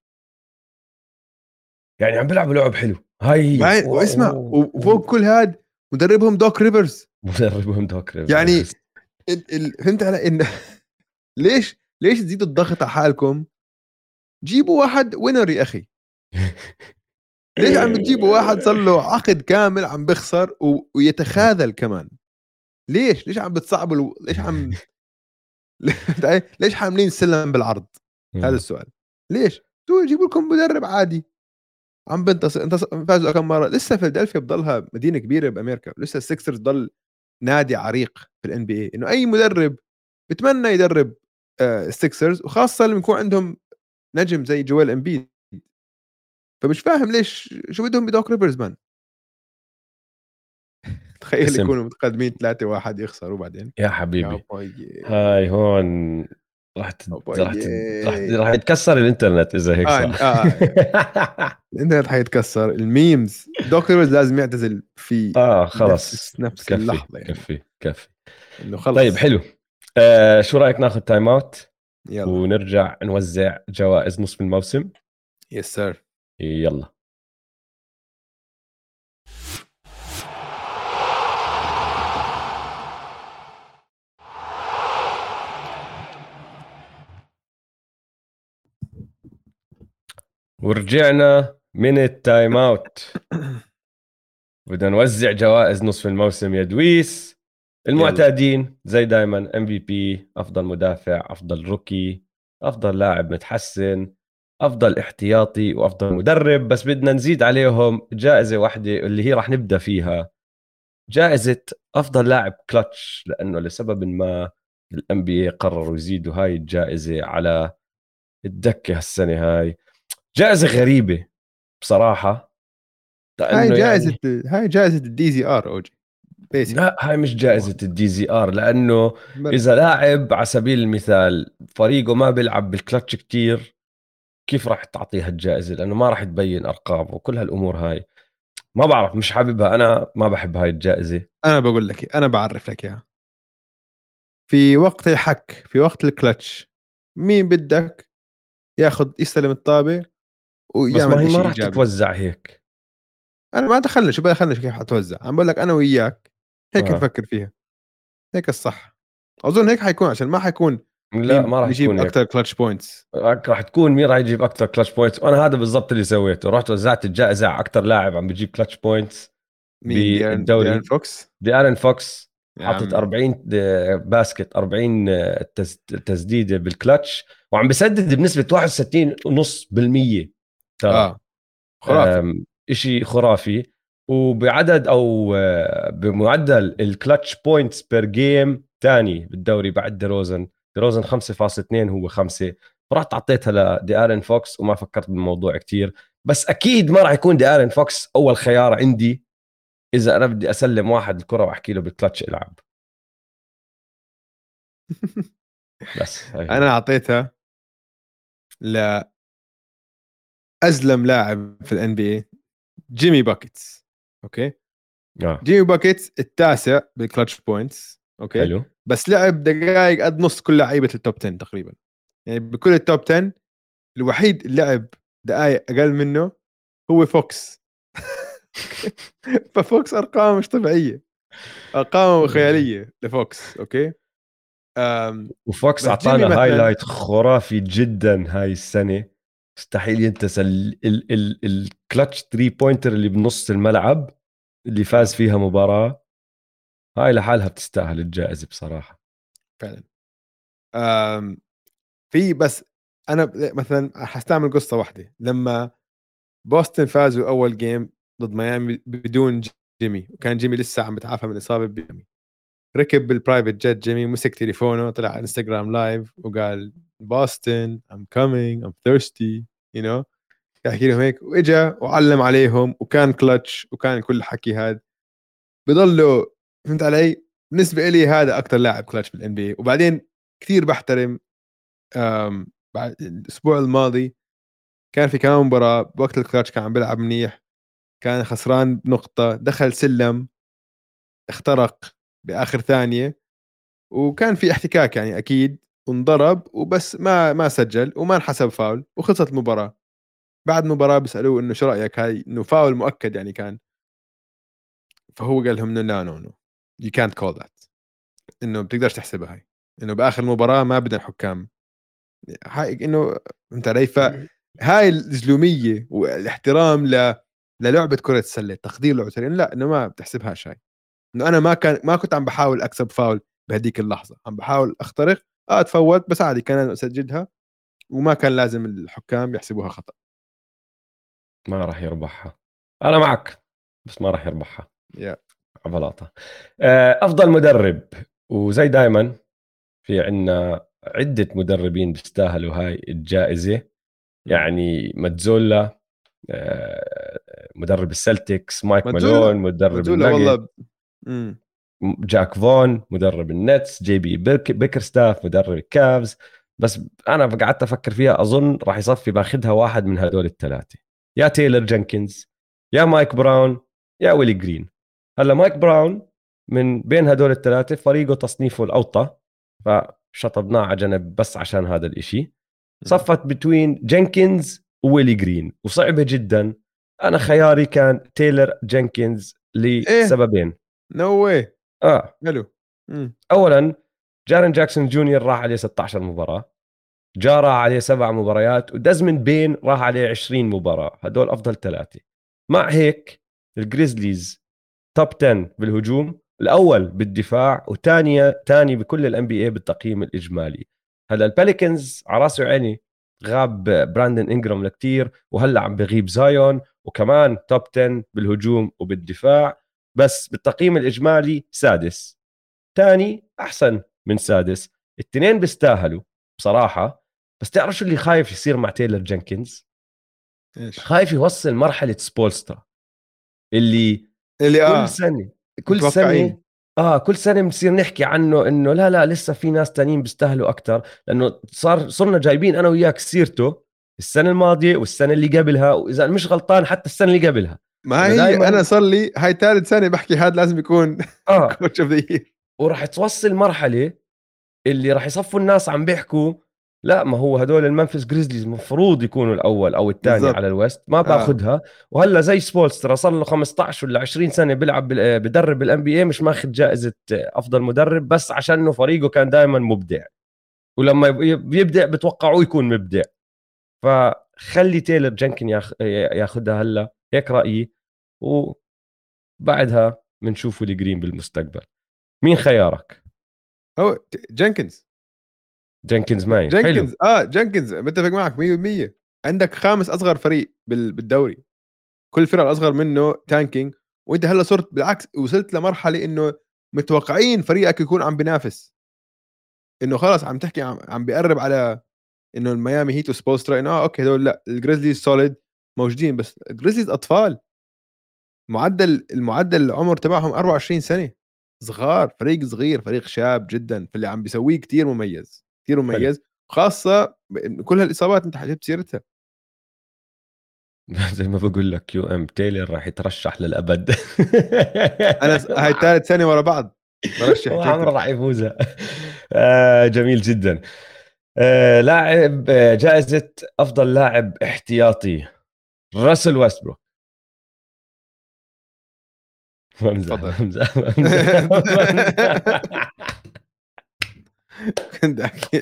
يعني عم بيلعبوا لعب حلو. هاي هي بعدين و... واسمع، و... و... وفوق كل هاد مدربهم دوك ريفرز. مدربهم دوك يعني ريفرز. ال... ال... فهمت علي إن ليش ليش تزيدوا الضغط على حالكم؟ جيبوا واحد وينر يا اخي. ليش عم بتجيبوا واحد صار له عقد كامل عم بخسر و... ويتخاذل كمان؟ ليش ليش عم بتصعبوا الو... ليش عم ليش حاملين السلم بالعرض؟ هذا السؤال. ليش تو يجيبوا لكم مدرب عادي عم بنتصر انتصر فازوا كم مره. لسه فيلادلفيا بضلها مدينه كبيره بامريكا، لسه السكسرز ضل نادي عريق في الان بي اي. انه اي مدرب بتمنى يدرب آه، السكسرز، وخاصه لما يكون عندهم نجم زي جويل امبيد. فمش فاهم ليش شو بدهم بدوك ريفرز مان. تخيل اسم يكونوا متقدمين ثلاثة واحد يخسروا بعدين. يا يا حبيبي، باي هاي هون راح تد... يا راح تد... راح باي. راح يتكسر الانترنت اذا هيك اه صار. اه الانترنت حيتكسر. الميمز دوك ريفرز لازم يعتزل في اه نفس خلص، نفس كفي اللحظه يعني. كفي كفي. انه طيب خلص. حلو. آه شو رايك ناخذ تايم اوت يلا. ونرجع نوزع جوائز نصف الموسم؟ يس سير. يلا. ورجعنا من التايم اوت، بدنا نوزع جوائز نصف الموسم يا دويس. يلا. المعتادين زي دايما، ام في بي، افضل مدافع، افضل روكي، افضل لاعب متحسن، افضل احتياطي، وافضل مدرب. بس بدنا نزيد عليهم جائزة واحدة اللي هي راح نبدأ فيها، جائزة افضل لاعب كلتش، لانه لسبب ما الام بي اي قرروا يزيدوا هاي الجائزة على الدكة هالسنة. هاي جائزة غريبة بصراحة، هاي لانه جائزة يعني هاي جائزة الدي زي ار اوجي لا، بيسكلي. هاي مش جائزة الدي زي ار، لأنه بلا. إذا لاعب على سبيل المثال فريقه ما بيلعب بالكلتش كتير، كيف راح تعطيها الجائزة؟ لأنه ما راح تبين أرقام وكل هالأمور هاي. ما بعرف، مش حاببها، أنا ما بحب هاي الجائزة. انا بقول لك إيه، انا بعرف لك اياها. في وقت الحك، في وقت الكلتش، مين بدك ياخذ يستلم الطابه بس ما ويعمل هي ما إشي راح ايجابي؟ تتوزع هيك. انا ما دخلنا، شو بدخلنا كيف حتوزع؟ عم بقول لك انا وياك هيك آه. نفكر فيها، هيك الصح. اظن هيك حيكون، عشان ما حيكون لا مين ما راح بيجيب تكون هيك. اكثر كلتش بوينتس. راح تكون مين راح يجيب اكثر كلتش بوينتس، وانا هذا بالضبط اللي سويته، رحت وزعت الجائزه على اكثر لاعب عم بيجيب كلتش بوينتس مين؟ ديارن ديارن بالدوري. فوكس. دي ارن فوكس يا حاطط عمي أربعين باسكت، أربعين تس- تسديده بالكلتش، وعم بسدد بنسبه واحد وستين فاصلة خمسة بالمية ترى. اه خرافي. أم، إشي خرافي. وبعدد او آه، بمعدل الكلتش بوينتس بير جيم ثاني بالدوري بعد ديروزن. ديروزن خمسة فاصلة اثنين، هو خمسة. فرحت اعطيتها لدي ارن فوكس وما فكرت بالموضوع كتير. بس اكيد ما راح يكون دي ارن فوكس اول خيار عندي اذا انا بدي اسلم واحد الكره واحكي له بالكلتش العب. بس هاي هي. انا اعطيتها لازلم لاعب في الان بي اي، جيمي باكيتس. اوكي، اه جيمي باكيتس التاسع بالكلتش بوينتس. اوكي، حلو. بس لعب دقائق قد نص كل لعيبه التوب عشرة تقريبا. يعني بكل التوب عشرة الوحيد اللي لعب دقائق اقل منه هو فوكس. ففوكس ارقامه مش طبيعيه، ارقامه خياليه لفوكس. اوكي. أم وفوكس بس جيمي اعطانا مثلا، هايلايت خرافي جدا هاي السنه، مستحيل ينتسى ال- ال- ال- الكلتش ثري بوينتر اللي بنص الملعب اللي فاز آه فيها مباراه. هاي لحالها بتستاهل الجائزه بصراحه. فعلا. أم في بس انا مثلا حستعمل قصه واحده. لما بوسطن فازوا اول جيم ضد ميامي بدون جيمي، وكان جيمي لسه عم بتعافى من اصابه بيامي، ركب بالبرايفت جيت جيمي، مسك تليفونه، طلع على انستغرام لايف وقال بوسطن I'm coming I'm thirsty you know، يحكي لهم هيك، واجا وعلم عليهم وكان كلتش وكان كل الحكي هذا. بضلوا، فهمت علي؟ بالنسبه لي هذا اكثر لاعب كلتش بالان بي. وبعدين كثير بحترم، أم، بعد الاسبوع الماضي كان في كمان مباراه بوقت الكلتش كان عم بيلعب منيح، كان خسران بنقطه، دخل سلم اخترق باخر ثانيه، وكان في احتكاك يعني اكيد، وانضرب وبس ما ما سجل وما انحسب فاول وخلصت المباراه. بعد المباراه بيسالوه انه شو رايك، هاي انه فاول مؤكد يعني كان. فهو قال لهم انه لا نو نو يو كانت كول ذات، انه بتقدرش تحسبها هاي، انه باخر المباراه ما بدنا حكام. هاي انه فهمت علي؟ فهاي الزلوميه والاحترام ل للعبه كره السله، تقدير لعبه السله، لا انه ما بتحسبهاش هاي. انه انا ما كان ما كنت عم بحاول اكسب فاول بهديك اللحظه، عم بحاول اخترق، اه تفوت بس عادي كان لازم اسجلها، وما كان لازم الحكام يحسبوها خطا. ما راح يربحها، انا معك، بس ما راح يربحها. يا عبلاطه. آه، افضل مدرب، وزي دائما في عنا عده مدربين بيستاهلوا هاي الجائزه. مم. يعني ماتزولا، آه، مدرب السلتكس، مايك مالون ماتزولا، مدرب ماتزولا الناجت، والله. امم جاك فون مدرب النتس، جي بي بيك بيكرستاف مدرب الكافز. بس انا قعدت افكر فيها، اظن راح يصفي باخذها واحد من هدول الثلاثه، يا تايلر جينكنز، يا مايك براون، يا ويلي جرين. هلا مايك براون من بين هدول الثلاثه فريقه تصنيفه الاوطى، فشطبناه على جنب بس عشان هذا الاشي. صفت بتوين جينكنز وويلي جرين وصعبه جدا. انا خياري كان تايلر جينكنز ايه، لسببين. نو واي. اه حلو. امم اولا جارين جاكسون جونيور راح عليه ستة عشر مباراه، جا راح عليه سبع مباريات، ودزمن بين راح عليه عشرين مباراه، هدول افضل ثلاثه. مع هيك الجريزليز توب عشرة بالهجوم، الاول بالدفاع، وثانيه ثاني بكل الان بي اي بالتقييم الاجمالي. هلا الباليكنز على راسي وعيني، غاب براندن انجرام لكتير، وهلا عم بغيب زايون، وكمان توب عشرة بالهجوم وبالدفاع. بس بالتقييم الاجمالي سادس، تاني احسن من سادس. التنين بيستاهلوا بصراحه. بس تعرف شو اللي خايف يصير مع تايلر جينكنز؟ ايش خايف يوصل مرحله سبولسترا اللي اللي كل اه سنه كل سنه متوقعين. اه كل سنه بنصير نحكي عنه انه لا لا لسه في ناس تانيين بيستاهلوا اكثر، لانه صار صرنا جايبين انا وياك سيرته السنه الماضيه والسنه اللي قبلها، واذا مش غلطان حتى السنه اللي قبلها. ما إنه هي دايما انا صار لي هاي ثالث سنه بحكي هذا لازم يكون اه كوتش اوف ذا يير. وراح توصل مرحله اللي راح يصفوا الناس عم بيحكوا لا، ما هو هدول المنفس جريزليز المفروض يكونوا الاول او الثاني على بالضبط. الويست، ما اه باخذها. وهلا زي سبولسترا صار له خمسطعش ولا عشرين سنه بيلعب بال- بدرب الان بي اي، مش ماخذ جائزه افضل مدرب بس عشان انه فريقه كان دائما مبدع، ولما يب- بيبدع بتوقعوه يكون مبدع. فخلي تايلر جنكن ياخ... ياخذها هلا، هيك رايي، وبعدها بنشوفه الجرين بالمستقبل. مين خيارك؟ هو جينكنز. جنكنز ماين حلو. جينكنز اه جينكنز متفق معك مية بالمية. عندك خامس اصغر فريق بال- بالدوري، كل الفرق الاصغر منه تانكينج، وانت هلا صرت بالعكس وصلت لمرحله انه متوقعين فريقك يكون عم بينافس، انه خلاص عم تحكي عم, عم بيقرب على انه الميامي هيت وسبوسترا انه اه اوكي هدول لا الجريزليز سوليد موجودين، بس الجريزليز اطفال، معدل المعدل العمر تبعهم أربعة وعشرين سنه، صغار، فريق صغير، فريق شاب جدا، فاللي عم بيسويه كتير مميز كتير حلو. مميز، خاصه ب- كل هالاصابات انت حجبت سيرتها. زي ما بقول لك يو ام تايلر راح يترشح للابد. انا س- هاي ثالث سنه ورا بعض برشح هو عمره جينكنز. راح يفوزها. آه جميل جدا. آه لاعب آه، جائزة أفضل لاعب احتياطي راسل ويستبروك. بمزح تفضل. بمزح بمزح بمزح. كنت احكي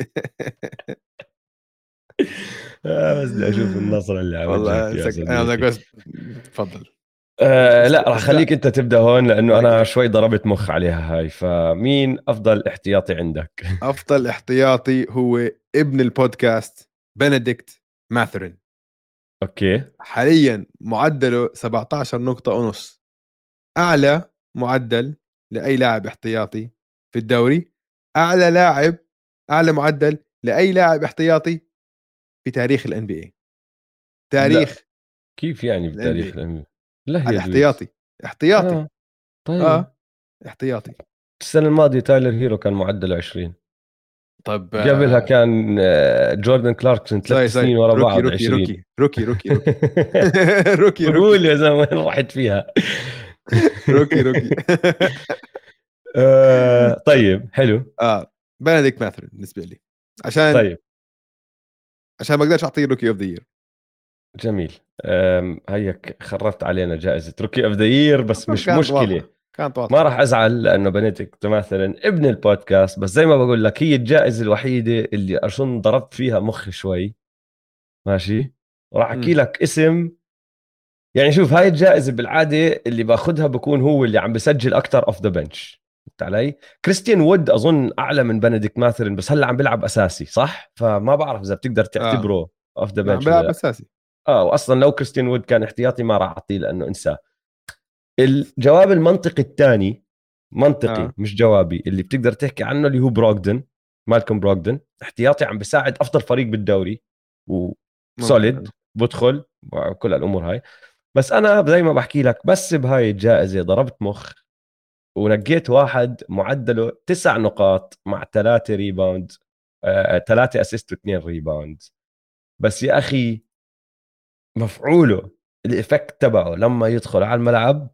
آه، بس بدي أشوف النصر اللي عملت والله يا سك... انا صديقي. بس تفضل. أه لا، است... راح است... اخليك انت تبدا هون لانه انا اوكي. شوي ضربت مخ عليها هاي. فمين افضل احتياطي عندك؟ افضل احتياطي هو ابن البودكاست بنديكت ماثرين، اوكي. حاليا معدله سبعتاشر نقطة ونص، اعلى معدل لاي لاعب احتياطي في الدوري، اعلى لاعب اعلى معدل لاي لاعب احتياطي في تاريخ الان بي اي، لا، تاريخ كيف يعني الان بي بتاريخ اي الأمم؟ لا على يا دويس. الاحتياطي، احتياطي اه طيب. اه احتياطي. السنه الماضيه تايلر هيرو كان معدله عشرين. طب قبلها آه، كان آه، جوردن كلاركسون ثلاث صحيح صحيح، سنين ورا روكي بعض روكي عشرين. روكي روكي روكي روكي روكي روكي قول يا زلمه وين راحت فيها. روكي روكي. آه طيب حلو. اه بنديكت ماثرين بالنسبه لي، عشان طيب عشان ما اقدرش اعطيه روكي اوف ذا يير. جميل. آم، هيك خربت علينا جائزة روكي اوف ذا يير، بس مش كانت مشكلة. واضحه كانت ما واضحه. راح ازعل لانه بنديكت مثلا ابن البودكاست، بس زي ما بقول لك هي الجائزة الوحيدة اللي اظن ضربت فيها مخي شوي. ماشي. وراح احكي امم لك اسم. يعني شوف، هاي الجائزة بالعادة اللي باخذها بكون هو اللي عم بسجل اكثر اوف ذا بنش. فهمت علي؟ كريستيان وود اظن اعلى من بنديكت ماثرين، بس هلا عم بيلعب اساسي صح؟ فما بعرف اذا بتقدر اه تعتبره اوف ذا نعم بنش ولا بلعب لا. اساسي. اه واصلا لو كريستيان وود كان احتياطي ما راح اعطيه لانه انساه. الجواب المنطقي الثاني، منطقي اه مش جوابي، اللي بتقدر تحكي عنه اللي هو بروغدن. مالكم بروغدن احتياطي عم بيساعد افضل فريق بالدوري وسوليد، ممكن. بدخل وكل الامور هاي. بس انا زي ما بحكي لك، بس بهاي الجائزه ضربت مخ ونقيت واحد معدله تسع نقاط مع ثلاثه ريباوند، آه، ثلاثه اسيست واثنين ريباوند. بس يا اخي مفعوله، الإفكت تبعه لما يدخل على الملعب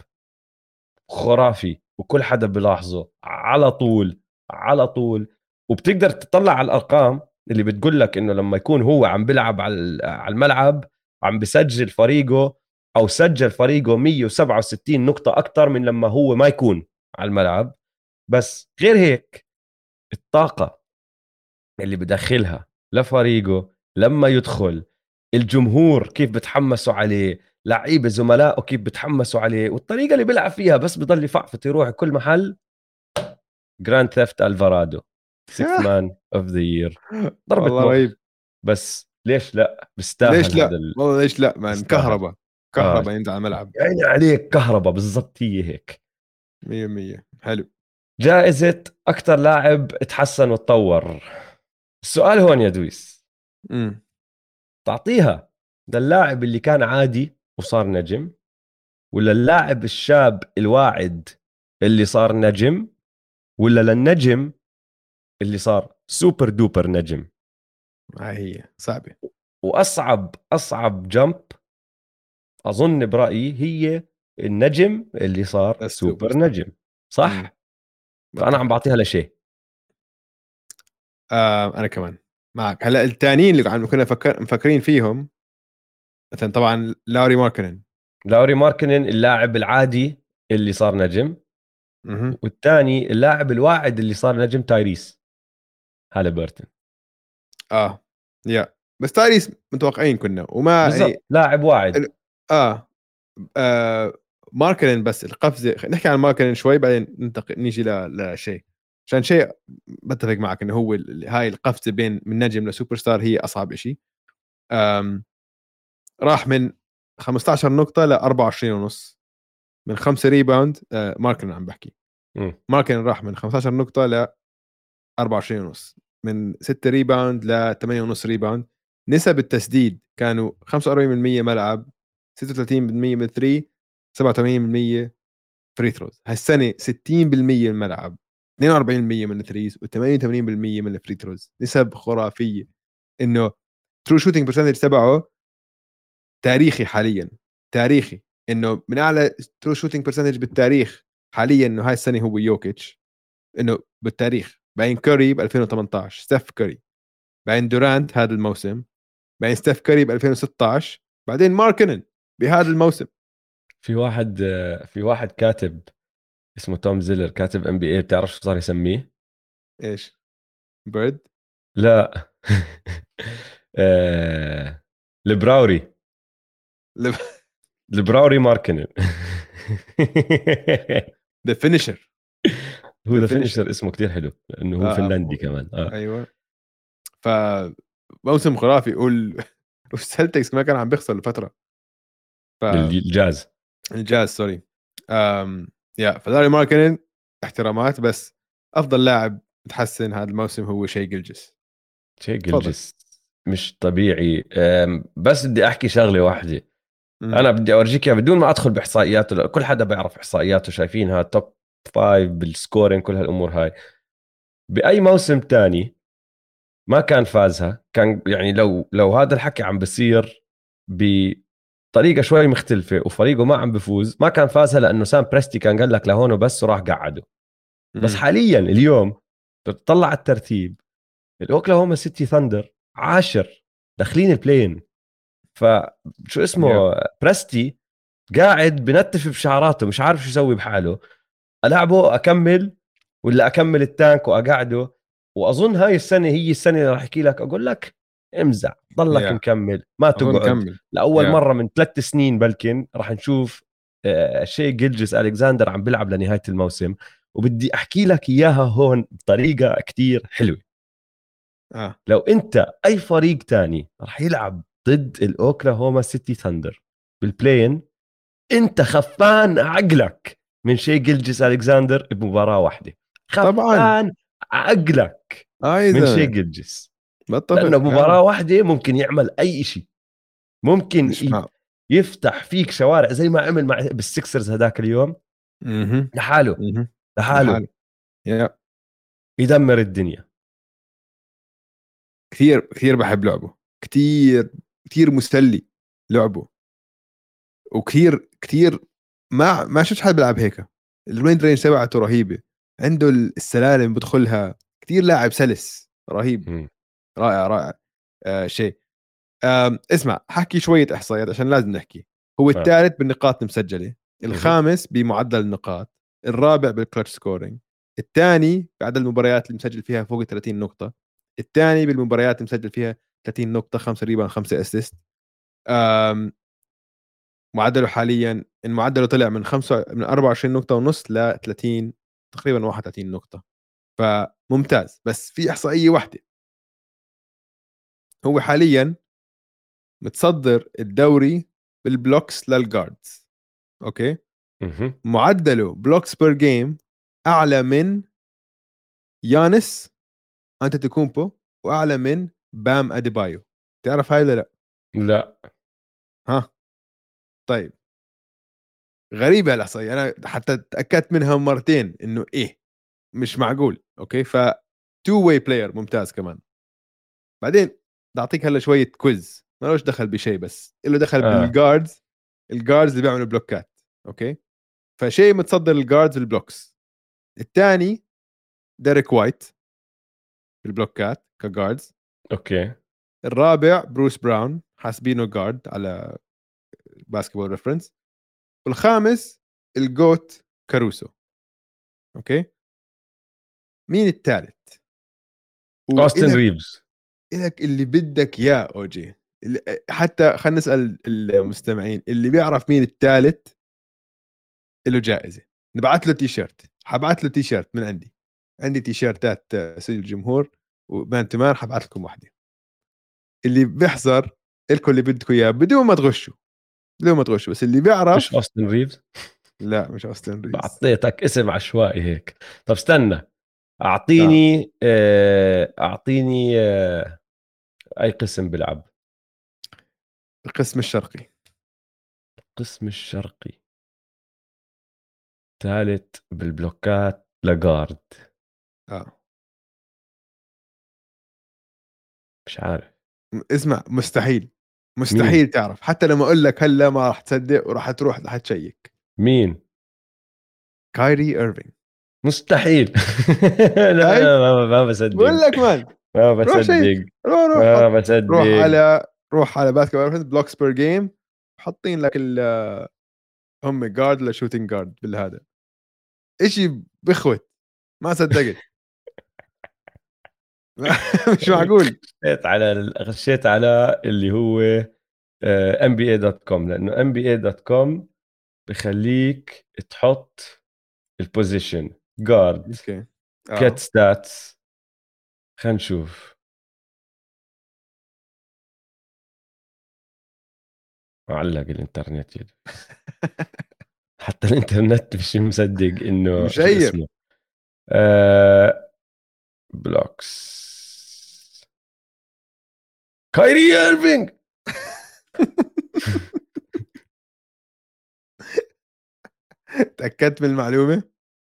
خرافي، وكل حدا بلاحظه على طول على طول. وبتقدر تطلع على الأرقام اللي بتقول لك إنه لما يكون هو عم بيلعب على على الملعب عم بسجل فريقه، أو سجل فريقه مية وسبعة وستين نقطة أكتر من لما هو ما يكون على الملعب. بس غير هيك، الطاقة اللي بدخلها لفريقه لما يدخل، الجمهور كيف بتحمسوا عليه، لعيبه زملائه كيف بتحمسوا عليه، والطريقه اللي بيلعب فيها بس بضل يفعفط يروح كل محل. جراند ثيفت الفارادو، سيكث مان اوف ذا يير. ضربة والله مخ، رهيب. بس ليش لا؟ بيستاهل ليش هذا لا ال... والله ليش لا مان، بيستاهل. كهرباء اه كهرباء ينزل على الملعب. يعني عليك كهرباء بالضبط، هي هيك. مية بالمية حلو. جائزة أكثر لاعب تحسن وتطور. السؤال هون يا دويس، امم تعطيها ده اللاعب اللي كان عادي وصار نجم، ولا اللاعب الشاب الواعد اللي صار نجم، ولا للنجم اللي صار سوبر دوبر نجم؟ هاي هي صعبه. واصعب اصعب جمب اظن برايي هي النجم اللي صار السوبر سوبر ستار. نجم، امم صح؟ فانا عم بتفق. بعطيها لشيء. آه انا كمان معك. هلا الثانيين اللي عم كنا فكر مفكرين فيهم مثلا طبعا لاري ماركنن. لاري ماركنن اللاعب العادي اللي صار نجم، اها والثاني اللاعب الواعد اللي صار نجم تايريس هاليبرتون. اه يا بس تايريس متوقعين كنا وما يعني بالضبط لاعب واعد. ال- اه, آه ماركنن. بس القفزه خ- نحكي عن ماركنن شوي بعدين ننتقل نيجي ل- لشيء عشان شيء بتفق معك انه هو ال- هاي القفزه بين من نجم لسوبر ستار هي اصعب شيء. راح من خمسة عشر نقطة ل أربعة وعشرين ونص من خمسة ريباوند. آه ماركن عم بحكي. مم. ماركن راح من خمسة عشر نقطة ل أربعة وعشرين ونص من ستة ريباوند ل ثمانية ونص ريباوند. نسب التسديد كانوا خمسة وأربعين بالمية ملعب، ستة وثلاثين بالمية من ثلاثة، سبعة وثمانين بالمية فري ثروز. هالسنة ستين بالمية من الملعب، اثنين وأربعين بالمية من الثريز و88% من الفري ثروز. نسب خرافية. انه ترو شوتينج برسنتج تبعه تاريخي حاليا، تاريخي. انه من اعلى ترو شوتينج برسنتج بالتاريخ حاليا انه هاي السنه هو يوكيتش انه بالتاريخ. بعدين كوري ب ألفين وثمانية عشر، ستيف كوري. بعدين دورانت هذا الموسم. بعدين ستيف كوري ب ألفين وستة عشر. بعدين ماركنن بهذا الموسم. في واحد في واحد كاتب اسمه توم زيلر، كاتب ام بي اي، بتعرف شو صار يسميه؟ ايش؟ بيرد. لا آه... البراوري. البراوري ماركنن. ذا فينيشر. هو ذا ذا فينيشر. فينيشر اسمه كتير حلو لانه هو اه فنلندي اه كمان. اه ايوه. ف موسم خرافي. وال والسلتكس ما كان عم بيخسر لفتره. ف الجاز. الجاز سوري. أم... يا فداري ماركنن احترامات. بس افضل لاعب تحسن هذا الموسم هو شي جلجس. شيء تفضل. جلجس مش طبيعي. أم، بس بدي احكي شغله واحده. مم. انا بدي اورجيك اياها بدون ما ادخل باحصائياته، لأ، كل حدا بيعرف احصائياته، شايفينها توب فايف بالسكورين كل هالامور هاي. باي موسم تاني ما كان فازها، كان يعني لو لو هذا الحكي عم بصير بطريقه شوي مختلفه وفريقه ما عم بفوز، ما كان فازها لانه سام بريستي كان قال لك لهون وبس وراح قعده. بس مم. حاليا اليوم بتطلع على الترتيب، الاوكلاهوما سيتي ثاندر عاشر داخلين البلاين. فشو يا اسمه بريستي قاعد بنتف بشعراته مش عارف شو يسوي بحاله. ألعبه أكمل ولا أكمل التانك وأقعده؟ وأظن هاي السنة هي السنة اللي راح أحكي لك أقول لك امزع ضلك يا مكمل ما اظن تقعد. كمل. لأول يا مرة من ثلاث سنين بلكن راح نشوف آه، شيء جيلجس ألكساندر عم بيلعب لنهاية الموسم. وبدي أحكي لك إياها هون بطريقة كتير حلوة. اه لو أنت أي فريق تاني راح يلعب ضد الأوكلاهوما سيتي ثاندر بالبلاين، أنت خفان عقلك من شيء جيلجس ألكساندر بمباراة واحدة. طبعا. خفان عقلك اه يا من شيء زلمه جيلجس، بتفق. لأنه اه بمباراة واحدة ممكن يعمل أي شيء. ممكن مش ي- مع. يفتح فيك شوارع زي ما عمل مع بالسكسرز هذاك اليوم. اها لحاله اها لحاله لحاله. يا يدمر الدنيا. كثير كثير بحب لعبه. كثير كثير مسلي لعبه. وكثير كثير ما ما شفت حد بيلعب هيك. الرينج رينج تبعته رهيبه. عنده السلالم بدخلها. كثير لاعب سلس رهيب. مم. رائع رائع. آه شيء. آه اسمع حكي شويه احصائيات عشان لازم نحكي. هو آه. الثالث بالنقاط المسجله، مهم. الخامس بمعدل النقاط، الرابع بالكلتش سكورينج، الثاني بعدد المباريات اللي مسجل فيها فوق ثلاثين نقطه، الثاني بالمباريات اللي مسجل فيها ثلاثين نقطه، خمسة ريبان، خمسة اسيست. معدله حاليا ان معدله طلع من خمسة من أربعة وعشرين نقطه ونص ل ثلاثين تقريبا واحد وثلاثين نقطه. فممتاز. بس في احصائيه واحده. هو حاليا متصدر الدوري بالبلوكس للجاردز. اوكي. مهم. معدله بلوكس بير جيم اعلى من يانس انتetokounmpo واعلى من بام اديبايو. تعرف هاي ولا لا؟ لا. ها طيب. غريبه الاحصائيه. انا حتى تاكدت منها مرتين انه ايه مش معقول. اوكي. ف تو واي بلاير ممتاز كمان. بعدين بدي اعطيك هلا شويه كويز مالوش دخل بشيء، بس له دخل اه بالجاردز، الجاردز اللي بيعملوا بلوكات. اوكي، فشيء متصدر الجاردز بالبلوكس. الثاني ديريك وايت بالبلوكات كجاردز. اوكي الرابع بروس براون، حاسبينه جارد على باسكتبول ريفرنس. والخامس الجوت كاروسو. اوكي، مين الثالث؟ اوستن والك ريفز. إلك اللي بدك يا اوجي. اللي- حتى خلينا نسال المستمعين اللي بيعرف مين الثالث له جائزه. نبعث له تي شيرت، حبعث له تي شيرت من عندي. عندي تي شيرتات آه، سيد الجمهور ومان تمان، حبعث لكم واحده. اللي بيحضر لكم اللي بدكم اياه بدون ما تغشوا، بدون ما تغشوا، بس اللي مش بيعرف. اوستن ريفز؟ لا مش اوستن ريفز. بعطيتك اسم عشوائي هيك. طب استنى، اه، اعطيني آه، اعطيني آه، اي قسم بيلعب. القسم الشرقي. القسم الشرقي، ثالث بالبلوكات لجارد. اه، مش عارف اسمع، مستحيل مين. مستحيل تعرف. حتى لما اقول لك هلا ما راح تصدق وراح تروح راح تشيك. مين؟ كايري ايرفينج. مستحيل. لا شايف؟ لا ما, ما بقول بصدق. لك مان، ما روح بصدق. شيك، روح روح ما حط. روح بصدق. على روح على باسكتبول بلوكس بير جيم، حاطين لك ال هم جارد ولا شوتنج جارد بالهذا. اشي بخوت، ما صدقت. مش معقول. غشيت على غشيت على اللي هو ام بي اي دوت كوم، لانه ام بي اي دوت كوم بخليك تحط البوزيشن جارد اوكي. كات اه. ستاتس. خلينا نشوف. علق الانترنت يد. حتى الانترنت مش مصدق انه شو مشير. اسمه. آه بلوكس كايري ايرفينج. تاكدت من المعلومه.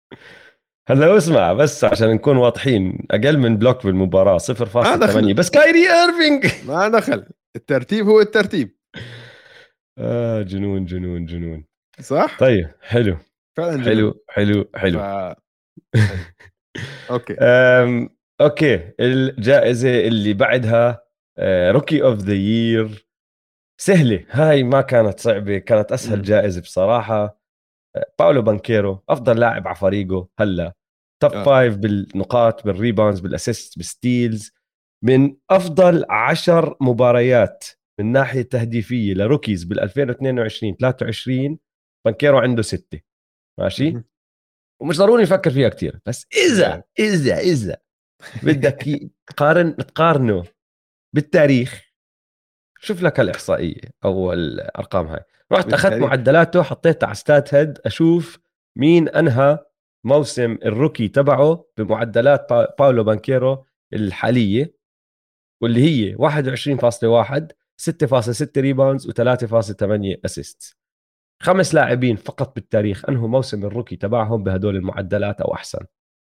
هلا اسمع، بس عشان نكون واضحين، اقل من بلوك بالمباراه ما صفر فاصلة ثمانية، دخل، بس كايري ايرفينج. ما دخل. الترتيب هو الترتيب. آه جنون جنون جنون. صح. طيب حلو فعلا جنون. حلو حلو ف حلو. حلو. اوكي. أم، اوكي، الجائزة اللي بعدها روكي اوف ذا يير. سهلة هاي، ما كانت صعبة، كانت اسهل امم. جائزة بصراحة. آه، باولو بانكيرو افضل لاعب على فريقه هلا، توب اه. فايف بالنقاط بالريباوندز بالاسيست بالستيلز. من افضل عشر مباريات من ناحية تهديفية لروكيز بال ألفين واثنين وعشرين ثلاثة وعشرين، بانكيرو عنده ستة. ماشي. مهم. ومش ضروري نفكر فيها كتير، بس اذا إيه. اذا اذا بدك ي- تقارن تقارنه بالتاريخ، شوف لك الاحصائيه او الارقام هاي. رحت اخذت بالتاريخ. معدلاته حطيتها على ستات هيد اشوف مين انهى موسم الروكي تبعه بمعدلات با- باولو بانكيرو الحاليه، واللي هي واحد وعشرين فاصلة واحد، ستة فاصلة ستة ريباوندز و3.8 اسيست. خمس لاعبين فقط بالتاريخ انهوا موسم الروكي تبعهم بهدول المعدلات او احسن: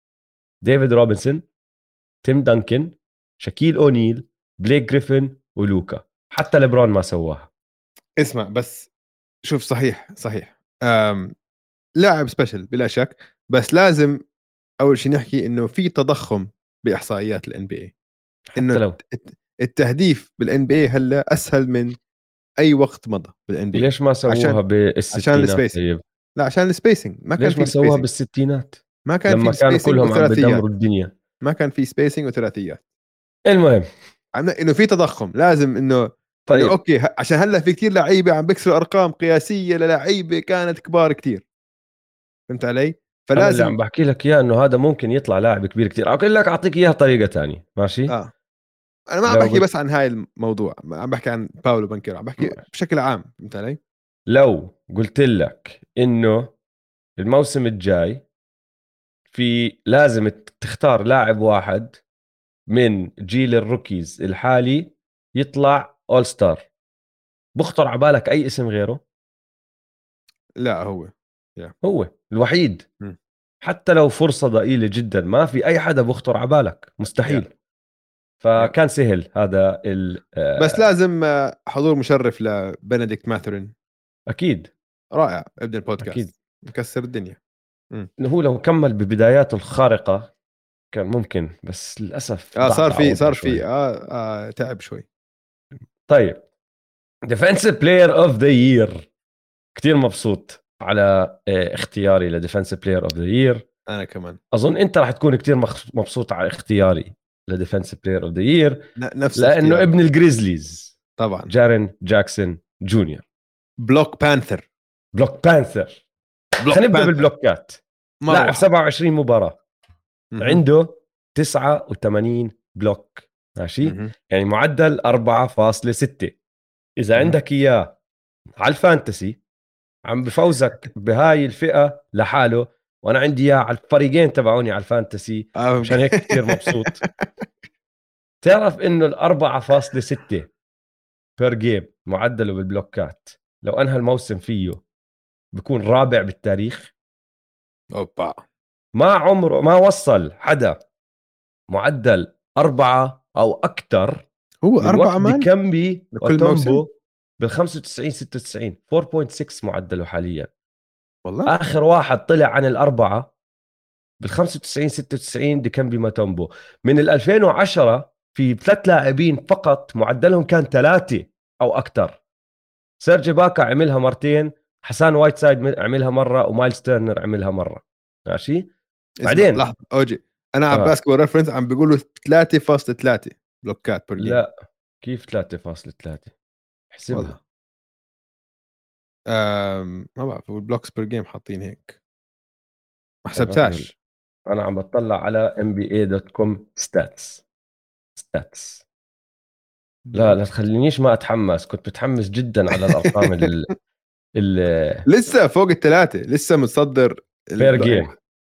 ديفيد روبنسون، تيم دانكن، شاكيل اونيل، بليك جريفن، ولوكا. حتى ليبرون ما سواها. اسمع بس، شوف، صحيح صحيح. أم... لاعب سبيشل بلا شك، بس لازم اول شيء نحكي انه في تضخم باحصائيات الان بي اي. انه حتى لو، الت- التهديف بالان بي اي هلا اسهل من اي وقت مضى بالان بي اي. ليش ما سووها عشان عشان بالستينات السبيسنج. طيب؟ لا، عشان السبيسنج ما كان ليش في ما سووها السبيسنج. بالستينات ما كان في لما كانوا السبيسنج كلهم عم بدمروا وثلاثيات. الدنيا؟ ما كان في سبيسنج وثلاثيات. المهم. عندنا انه في تضخم، لازم انه انه طيب اوكي ه- عشان هلا في كتير لعيبه عم بيكسروا ارقام قياسيه للعيبه كانت كبار كتير. فهمت علي؟ انا اللي فلازم. عم بحكي لك اياه انه هذا ممكن يطلع لاعب كبير كتير. اقول لك اعطيك اياها طريقه تانية، ماشي؟ اه، انا ما عم لو بحكي قلت بس عن هاي الموضوع، ما عم بحكي عن باولو بانكيرو، عم بحكي بشكل عام. فهمت علي؟ لو قلت لك انه الموسم الجاي في لازم تختار لاعب واحد من جيل الروكيز الحالي يطلع اول ستار، بخطر على بالك اي اسم غيره؟ لا هو. يا. هو الوحيد. مم. حتى لو فرصة ضئيلة جدا، ما في اي حدا بخطر على بالك، يا. مستحيل. فكان سهل هذا ال بس لازم حضور مشرف لبنديكت ماثرين. اكيد رائع ابن البودكاست، اكيد مكسر الدنيا. انه هو لو كمل ببداياته الخارقه كان ممكن، بس للاسف اه صار ضعف في عوضها صار شوي. في آه, اه تعب شوي. طيب ديفنسيف بلاير اوف ذا يير، كثير مبسوط على اختياري لديفنسيف بلاير اوف ذا يير. انا كمان اظن انت راح تكون كثير مبسوط على اختياري لديفنسيف بلاير اوف ذا يير، نفس لانه اختياري ابن الجريزليز طبعا. جارين جاكسون جونيور، بلوك بانثر. بلوك بانثر. بلوك خلينا نبدا بانثر بالبلوكات. لاعب مروحه. سبعة وعشرين مباراه، مهم. عنده تسعة وثمانين بلوك، ماشي، مهم. يعني معدل أربعة فاصلة ستة. اذا مهم. عندك اياه على الفانتسي عم بفوزك بهاي الفئه لحاله، وانا عندي اياه على الفريقين تبعوني على الفانتسي، آه، عشان هيك كثير مبسوط. تعرف انه الأربعة فاصلة ستة بير جيم معدله بالبلوكات لو انهى الموسم فيه بكون رابع بالتاريخ. اوبا. ما عمره ما وصل حدا معدل أربعة أو أكثر هو من أربعة وقت مان ديكامبي لكل موسم وتومبو بال خمسة وتسعين ستة وتسعين. أربعة فاصلة ستة معدله حاليا. والله. آخر واحد طلع عن الأربعة بال خمسة وتسعين ستة وتسعين ديكامبي ماتومبو. من ال ألفين وعشرة في ثلاث لاعبين فقط معدلهم كان ثلاثة أو أكثر. سيرجي باكا عملها مرتين، حسان وايت سايد عملها مرة، ومايلز تيرنر عملها مرة، ماشي. اسمع بعدين لحظة اوجي، انا على آه. باسكتبول ريفرنس عم بيقولوا ثلاثة فاصلة ثلاثة بلوكات بير جيم. لا كيف ثلاثة فاصلة ثلاثة؟ والله احسبها. أم... ما بعرف البلوكس بير جيم حاطين هيك، ما طيب أنا حسبتهاش. أنا عم بطلع على إم بي إيه دوت كوم ستاتس ستاتس. لا لا تخلينيش ما أتحمس، كنت متحمس جدا على الأرقام ال ال لسه فوق الثلاثة، لسه متصدر بير الب... جيم.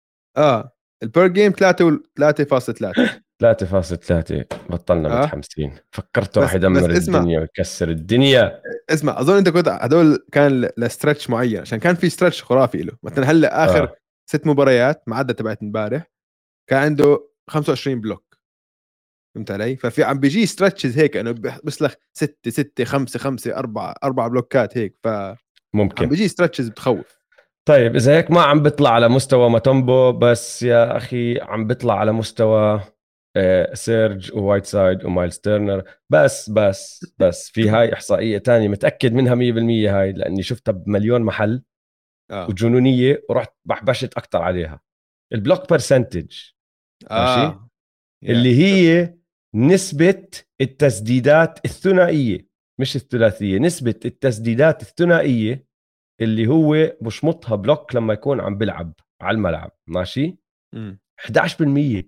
اه البير جيم ثلاثة و ثلاثة فاصلة ثلاثة. ثلاثة فاصلة ثلاثة. بطلنا اه متحمسين، فكرته راح بس بس يدمر اسمع الدنيا ويكسر الدنيا. اسمع اظن انت كنت هدول كان لستريتش معين، عشان كان في ستريتش خرافي له. مثلا هلا اخر اه ست مباريات ما عدا تبعت امبارح كان عنده خمسة وعشرين بلوك، فهمت علي؟ ففي عم بيجي ستريتشز هيك انه بس لك ستة ستة خمسة خمسة أربعة أربعة بلوكات هيك، فعم ممكن. بيجي ستريتشز بتخوف. طيب إذا هيك ما عم بيطلع على مستوى ماتومبو، بس يا أخي عم بيطلع على مستوى آه، سيرج ووايت سايد ومايلز تيرنر. بس بس بس في هاي إحصائية تانية متأكد منها مية بالمية، هاي لأني شفتها بمليون محل اه وجنونية، ورحت بحبشت أكتر عليها. البلوك برسنتج، ماشي، اه يا اللي هي نسبة التسديدات الثنائية مش الثلاثية، نسبة التسديدات الثنائية اللي هو بشمطها بلوك لما يكون عم بلعب على الملعب، ماشي. امم إحدى عشر بالمية.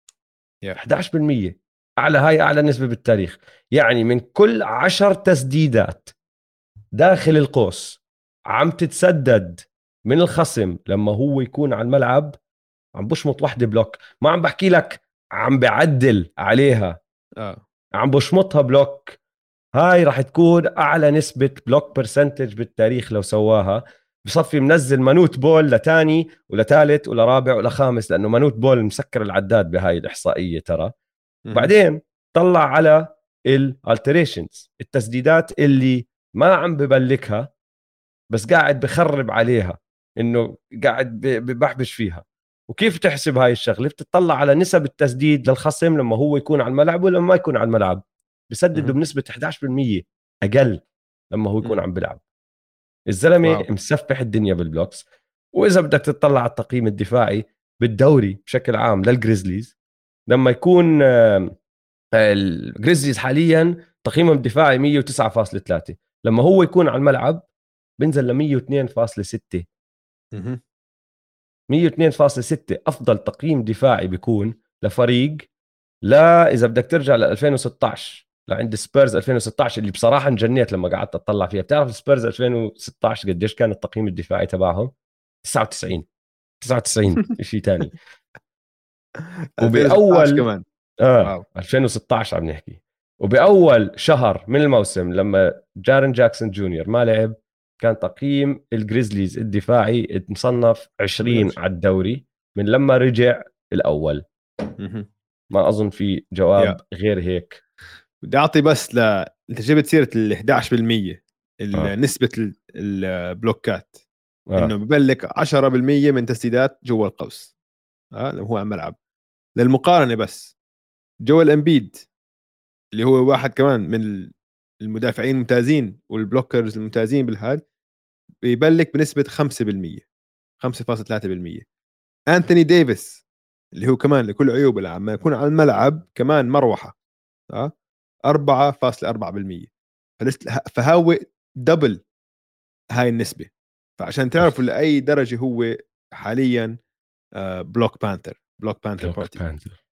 يا إحدى عشر بالمية أعلى، هاي أعلى نسبة بالتاريخ. يعني من كل عشر تسديدات داخل القوس عم تتسدد من الخصم لما هو يكون على الملعب، عم بشمط وحده بلوك. ما عم بحكي لك عم بعدل عليها، اه عم بشمطها بلوك. هاي راح تكون أعلى نسبة بلوك برسنتج بالتاريخ لو سواها. بصفي منزل مانوت بول لتاني ولثالث ولرابع ولخامس، لأنه مانوت بول مسكر العداد بهاي الإحصائية ترى. مهم. بعدين طلع على الالتريشنز، التسديدات اللي ما عم ببلكها بس قاعد بخرب عليها، انه قاعد ببحبش فيها. وكيف تحسب هاي الشغله؟ بتطلع على نسب التسديد للخصم لما هو يكون على الملعب ولما ما يكون على الملعب. بسدده مهم. بنسبه إحدى عشر بالمية اقل لما هو يكون مم. عم بيلعب. الزلمه واو. مسفح الدنيا بالبلوكس. واذا بدك تطلع على التقييم الدفاعي بالدوري بشكل عام للجريزليز، لما يكون آه، الجريزليز حاليا تقييمهم الدفاعي مية وتسعة فاصلة ثلاثة، لما هو يكون على الملعب بنزل ل مية واثنين فاصلة ستة. مهم. مية واثنين فاصلة ستة افضل تقييم دفاعي بيكون لفريق. لا اذا بدك ترجع ل ألفين وستة عشر لعند سبيرز ألفين وستة عشر، اللي بصراحه انجنيت لما قعدت اطلع فيها. بتعرف سبيرز ألفين وستة عشر قديش كان التقييم الدفاعي تبعهم؟ تسعة وتسعين. تسعة وتسعين شيء ثاني. ألفين وستة عشر وباول كمان. اه واو. ألفين وستة عشر عم نحكي. وباول شهر من الموسم لما جارين جاكسون جونيور ما لعب، كان تقييم الجريزليز الدفاعي مصنف عشرين مية. على الدوري. من لما رجع الاول. مهم. ما اظن في يا جواب غير هيك. بدي اعطي بس ل انت جبت سيره ال إحدى عشر بالمية اه نسبه ال- البلوكات، انه اه ببلك عشرة بالمية من تسديدات جوا القوس، اه لو هو على الملعب. للمقارنه بس، جوال امبيد اللي هو واحد كمان من المدافعين الممتازين والبلوكرز الممتازين بالهاد، بيبلك بنسبه خمسة بالمية، خمسة فاصلة ثلاثة بالمية. انتوني ديفيس اللي هو كمان لكل عيوبه لما يكون على الملعب كمان مروحه، اه أربعة فاصلة أربعة بالمية. فلست- فهو دبل هاي النسبه. فعشان تعرفوا لاي درجه هو حاليا بلوك بانثر بلوك بانثر بلوك بارتي. بانثر.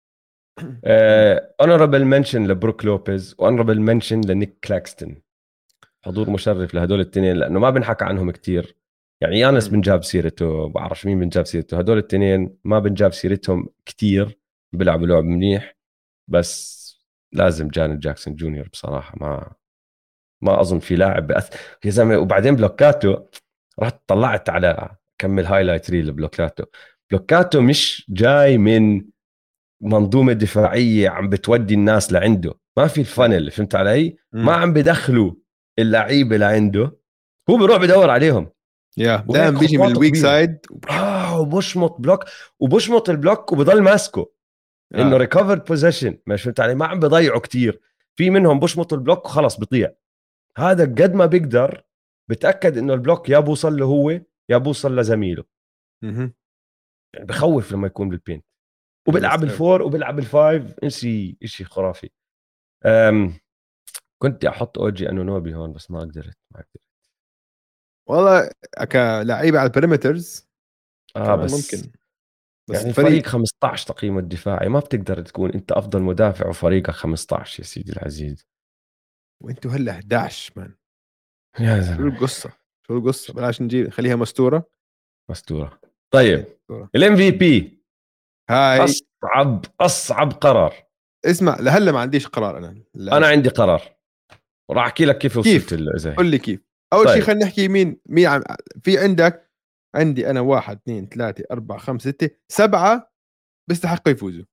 اونربل منشن لبروك لوبيز واونربل منشن لنيك كلاكستون. حضور مشرف لهدول الاثنين لانه ما بنحكى عنهم كتير. يعني يانس بنجاب سيرته، بعرفش مين بنجاب سيرته، هدول الاثنين ما بنجاب سيرتهم كتير. بيلعبوا لعب منيح بس لازم جانيت جاكسون جونيور بصراحه. ما ما اظن في لاعب بأث... يا زلمه. وبعدين بلوكاته، رحت طلعت على كمل هايلايت ريل بلوكاته. بلوكاته مش جاي من منظومه دفاعيه عم بتودي الناس لعنده، ما في الفانل، فهمت علي؟ ما عم بدخلوا اللعيبه لعنده، هو بيروح بدور عليهم. يا وهيك دائما بيجي من خطواته الويك كبيره. سايد. اه وبشمط بلوك، وبشمط البلوك وبضل ماسكه. انه اه ريكفرد بوزيشن، مش فهمت علي؟ ما عم بضيعوا كتير. في منهم بشمط البلوك وخلص بيضيع. هذا قد ما بيقدر بتاكد انه البلوك يا بوصل له هو يا بوصل لزميله. مهم. يعني بخوف لما يكون بالبين. يس وبيلعب سير. الفور وبيلعب الفايف، شيء شيء خرافي. أم كنت احط اوجي انونوبي هون بس ما قدرت ما قدرت والله كلاعيبه على البريمترز اه كمان بس ممكن، بس يعني الفريق الفريق. خمسطعش تقييمه الدفاعي، ما بتقدر تكون انت افضل مدافع وفريقك خمسطعش يا سيدي العزيز. وانتوا هلا إحدى عشر مان. يا شو زلمه القصه؟ شو القصه؟ بلاش نجيب خليها مستوره. مستوره. طيب خليها مستوره. الام في بي. هاي اصعب اصعب قرار. اسمع، لهلا ما عنديش قرار انا انا للاسف. عندي قرار وراح احكي لك كيف وصلت كيف؟ له اذا قل هيك. لي كيف. اول شيء طيب خلينا نحكي مين مين عم في عندك. عندي انا واحد اثنين ثلاثة أربعة خمسة ستة سبعة بيستحقوا يفوزوا.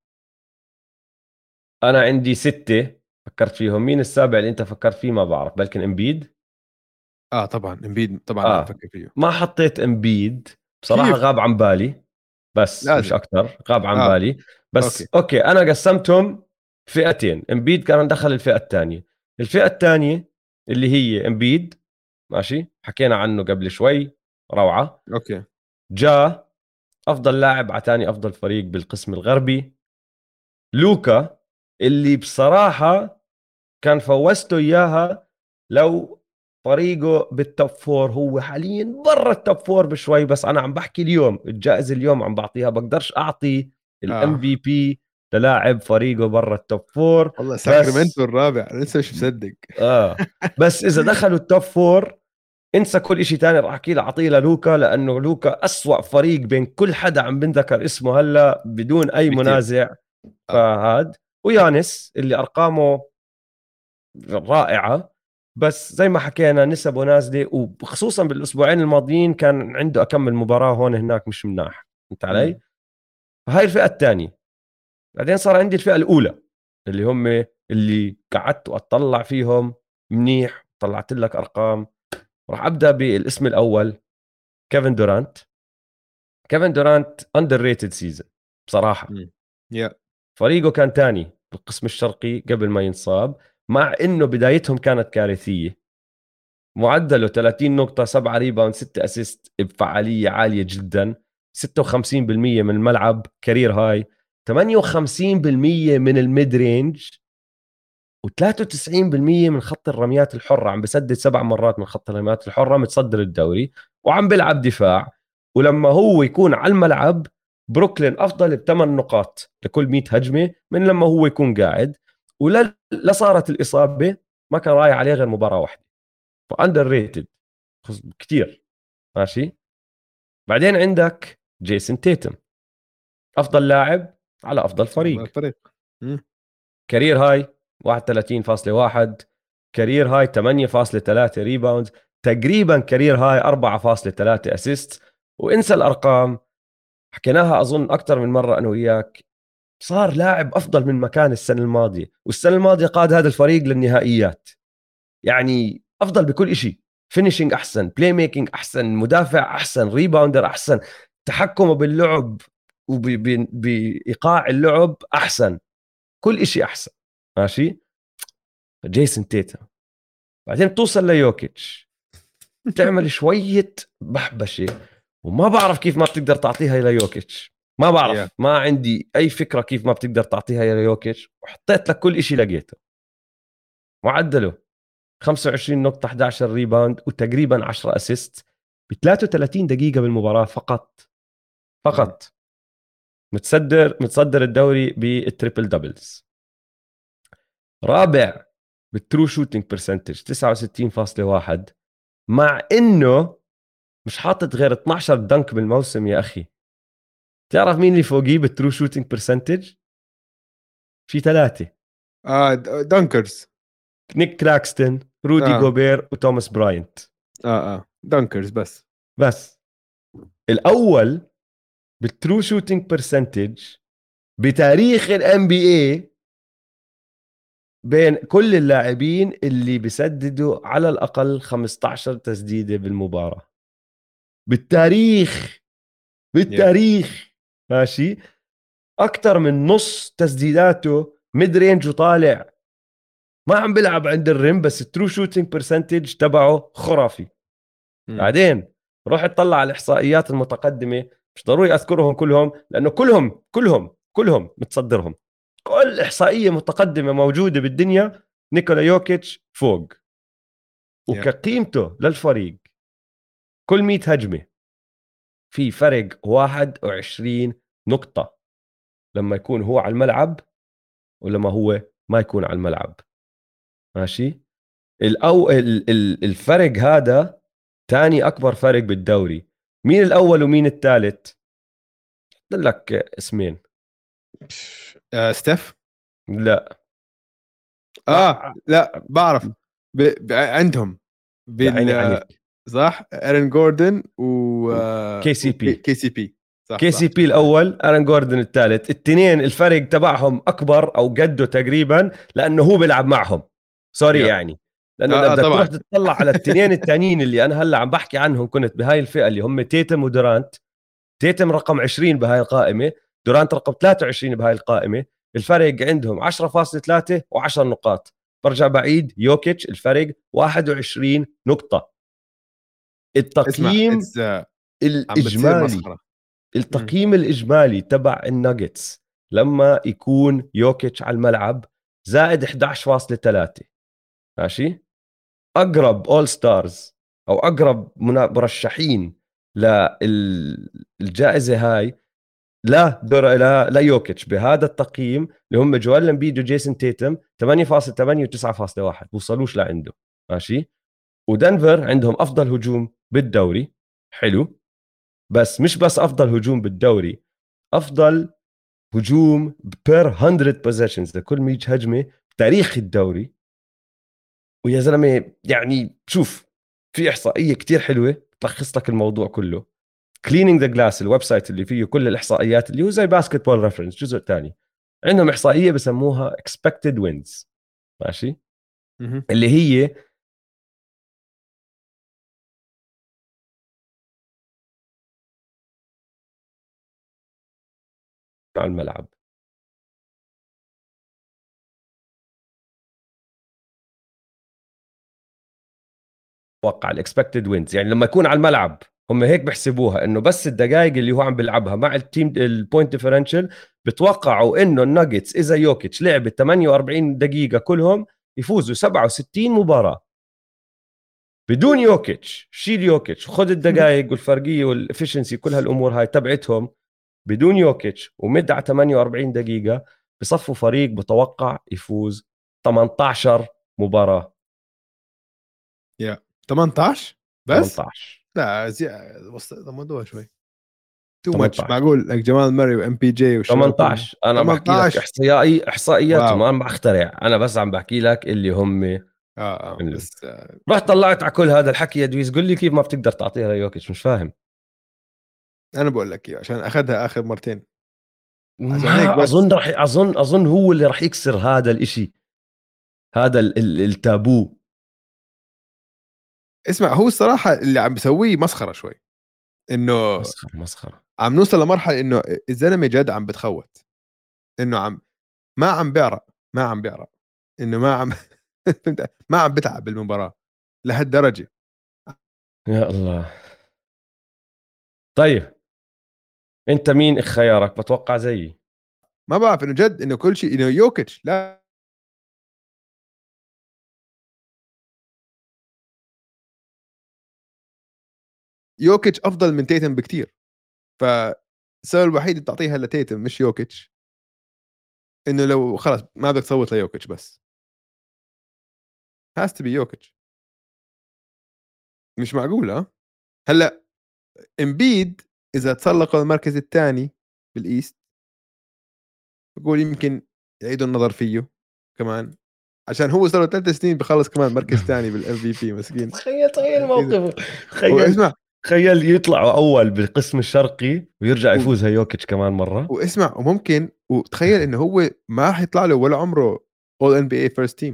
انا عندي ستة فكرت فيهم. مين السابع اللي انت فكرت فيه؟ ما بعرف، بلكن امبيد. اه طبعا امبيد طبعا عم اه فكر فيه. ما حطيت امبيد بصراحة، كيف؟ غاب عن بالي بس مش لازم. اكتر، غاب عن اه بالي. اوكي. بس اوكي انا قسمتهم فئتين. امبيد كان دخل الفئة الثانية. الفئة الثانية اللي هي امبيد، ماشي، حكينا عنه قبل شوي، روعة. اوكي. جا افضل لاعب على ثاني افضل فريق بالقسم الغربي. لوكا اللي بصراحة كان فوزته اياها لو فريقه بالتوب فور. هو حاليا برا التوب فور بشوي، بس انا عم بحكي اليوم الجائزة اليوم عم بعطيها، بقدرش اعطي الام اه في بي للاعب فريقه برا التوب فور. والله بس ساكرامنتو الرابع أنا لسه مش مصدق. اه بس اذا دخلوا التوب فور انسى كل شيء تاني راح احكي له، اعطيه لوكا، لانه لوكا أسوأ فريق بين كل حدا عم بنذكر اسمه هلا بدون اي بكتير. منازع. اه فهاد ويانس اللي ارقامه رائعه، بس زي ما حكينا نسبه نازله، وخصوصا بالاسبوعين الماضيين كان عنده اكمل مباراه هون هناك مش مناح، فهمت علي؟ امم فهاي الفئه الثانيه. بعدين صار عندي الفئه الاولى اللي هم اللي قعدت واطلع فيهم منيح، طلعت لك ارقام. راح ابدا بالاسم الاول، كيفن دورانت. كيفن دورانت اندر ريتد سيزون بصراحه. امم يا فريقه كان تاني بالقسم الشرقي قبل ما ينصاب، مع انه بدايتهم كانت كارثيه. معدله ثلاثين نقطة، سبعة ريباوند، ستة اسيست بفعالية عالية جدا. ستة وخمسين بالمية من الملعب كارير هاي. ثمانية وخمسين بالمية من الميد رينج، و93% من خط الرميات الحرة. عم بسدد سبع مرات من خط الرميات الحرة، متصدر الدوري وعم بيلعب دفاع. ولما هو يكون على الملعب بروكلين أفضل بثمان نقاط لكل مية هجمة من لما هو يكون قاعد. ولا صارت الإصابة ما كان رايح عليه غير مباراة واحدة. فأندر ريتد كتير، ماشي. بعدين عندك جيسون تيتم، أفضل لاعب على أفضل والله فريق. فريق. امم كارير هاي واحد وثلاثين فاصلة واحد، كارير هاي ثمانية فاصلة ثلاثة ريباوند، تقريبا كارير هاي أربعة فاصلة ثلاثة اسيست. وانسى الارقام، حكيناها اظن اكثر من مره انا وياك. صار لاعب افضل من مكان السنه الماضيه، والسنه الماضيه قاد هذا الفريق للنهائيات. يعني افضل بكل شيء، فينيشينج احسن، بلاي ميكينج احسن، مدافع احسن، ريباوندر احسن، تحكمه باللعب وبايقاع اللعب احسن، كل شيء احسن. ماشي. جيسون تيتا بعدين بتوصل ليوكيتش تعمل شويه بحبشه، وما بعرف كيف ما بتقدر تعطيها ليوكيتش. ما yeah. بعرف، ما عندي اي فكره كيف ما بتقدر تعطيها ليوكيتش. وحطيت لك كل شيء لقيته. معدله خمسة وعشرين نقطة، إحدى عشر ريباوند، وتقريبا عشرة اسيست ب ثلاثة وثلاثين دقيقة بالمباراة فقط. فقط. mm. متصدر متصدر الدوري بالتريبل دبلز. رابع بالترو شوتينج برسنتج تسعة وستين فاصلة واحد، مع انه مش حاطط غير اثناشر دنك بالموسم يا اخي. تعرف مين اللي فوقيه بالترو شوتينج برسنتج؟ في ثلاثة. اه دانكرز. نيك كلاكستن، رودي آه. جوبير، وتوماس براينت. اه اه دانكرز بس. بس الاول بالترو شوتينج برسنتج بتاريخ الام بي اي بين كل اللاعبين اللي بيسددوا على الاقل خمسة عشر تسديده بالمباراه بالتاريخ. بالتاريخ. yeah. ماشي. اكثر من نص تسديداته ميد رينج وطالع، ما عم بيلعب عند الريم، بس الترو شوتينج برسنتج تبعه خرافي. م. بعدين روح اطلع على الاحصائيات المتقدمه، مش ضروري اذكرهم كلهم لانه كلهم كلهم كلهم متصدرهم. كل احصائيه متقدمه موجوده بالدنيا نيكولا يوكيتش فوق. وكقيمته للفريق كل مية هجمه في فرق واحد وعشرين نقطه لما يكون هو على الملعب ولما هو ما يكون على الملعب. ماشي. الأو... الفرق هذا تاني أكبر فرق بالدوري. مين الأول ومين الثالث؟ قلت لك اسمين. آه ستيف. لا. اه لا بعرف. ب... ب... عندهم بال صح ايرن جوردن و كي سي بي. كي سي بي صح. كي سي بي الاول، ايرن جوردن الثالث. الاثنين الفرق تبعهم اكبر او قده تقريبا لانه هو بيلعب معهم. سوري yeah. يعني لانه آه اذا بدك آه تروح تطلع على الاثنين الثانيين اللي انا هلا عم بحكي عنهم كنت بهاي الفئه اللي هم تيتم ودورانت. تيتم رقم عشرين بهاي القائمه، دورانت رقم ثلاثة وعشرين بهاي القائمه. الفرق عندهم عشرة فاصلة ثلاثة وعشر نقاط. برجع بعيد، يوكيتش الفرق واحد وعشرين نقطه. التقييم اسمع الاجمالي التقييم الاجمالي تبع الناجتس لما يكون يوكيتش على الملعب زائد إحدى عشر فاصلة ثلاثة. ماشي. اقرب اول ستارز او اقرب مرشحين للجائزه هاي لا دور لا لا يوكيتش بهذا التقييم اللي هم جوال امبيد وجيسون تيتم ثمانية فاصلة ثمانية و9 فاصلة واحد بوصلوش لعنده. ماشي. ودنفر عندهم افضل هجوم بالدوري. حلو. بس مش بس افضل هجوم بالدوري، افضل هجوم بير مية بوزيشنز لكل مية هجمه بتاريخ الدوري. ويا زلمه يعني شوف، في احصائيه كتير حلوه تلخص لك الموضوع كله. كلينينج ذا جلاس الويب سايت اللي فيه كل الاحصائيات اللي هو زي باسكت بول ريفرنس جزء ثاني، عندهم احصائيه بسموها expected wins. ماشي. م- اللي هي على الملعب. توقع الاكسبكتد وينز يعني لما يكون على الملعب هم هيك بيحسبوها انه بس الدقائق اللي هو عم بيلعبها مع التيم البوينت ديفرنشال بتوقعوا انه الناجتس اذا يوكيتش لعب ثمانية وأربعين دقيقه كلهم يفوزوا سبعة وستين مباراه. بدون يوكيتش شيل يوكيتش وخذ الدقائق والفرقيه والافشنسي كل هالامور هاي تبعتهم. بدون يوكيتش ومد على ثمانية وأربعين دقيقه بصفوا فريق بتوقع يفوز ثمانية عشر مباراه. يا yeah. ثمانية عشر بس ثمانية عشر. لا زي وسط الموضوع شوي تو ماتش. معقول لك جمال ماري وام بي جي والشباب ثمانية عشر. انا بحكي لك احصائي احصائيات ما عم بخترع، انا بس عم بحكي لك اللي هم اه اه بس آه. رحت طلعت على كل هذا الحكي يا دويس، قل لي كيف ما بتقدر تعطيها ليوكيتش؟ مش فاهم. انا بقول لك عشان اخذها اخر مرتين. عشان هيك ما بس اظن راح اظن اظن هو اللي راح يكسر هذا الاشي، هذا ال- ال- التابو. اسمع، هو الصراحه اللي عم بيسويه مسخره شوي، انه مسخره مسخره. عم نوصل لمرحله انه الزلمه جد عم بتخوت، انه عم ما عم بيعرق، ما عم بيعرق، انه ما عم فهمت؟ ما عم بتعب بالمباراه لهالدرجه. يا الله. طيب انت مين خيارك؟ بتوقع زيي. ما بعرف انه جد انه كل شيء انه يوكيتش لا، يوكيتش افضل من تيتم بكتير. فالسبب الوحيد اللي بتعطيها لتيتم مش يوكيتش، انه لو خلص ما بدك تصوت ليوكيتش بس هاز تو بي يوكيتش. مش معقول ها. هلا امبيد اذا تسلقوا المركز الثاني بالايست بقول يمكن يعيدوا النظر فيه كمان، عشان هو صار له ثلاث سنين بخلص كمان مركز ثاني بالام في بي مسكين. تخيل تخيل إذا- موقف. تخيل واسمع تخيل يطلعوا اول بالقسم الشرقي ويرجع و... يفوز هيوكيتش كمان مره. واسمع وممكن وتخيل انه هو ما راح يطلع له ولا عمره اول ان بي اي فيرست تيم.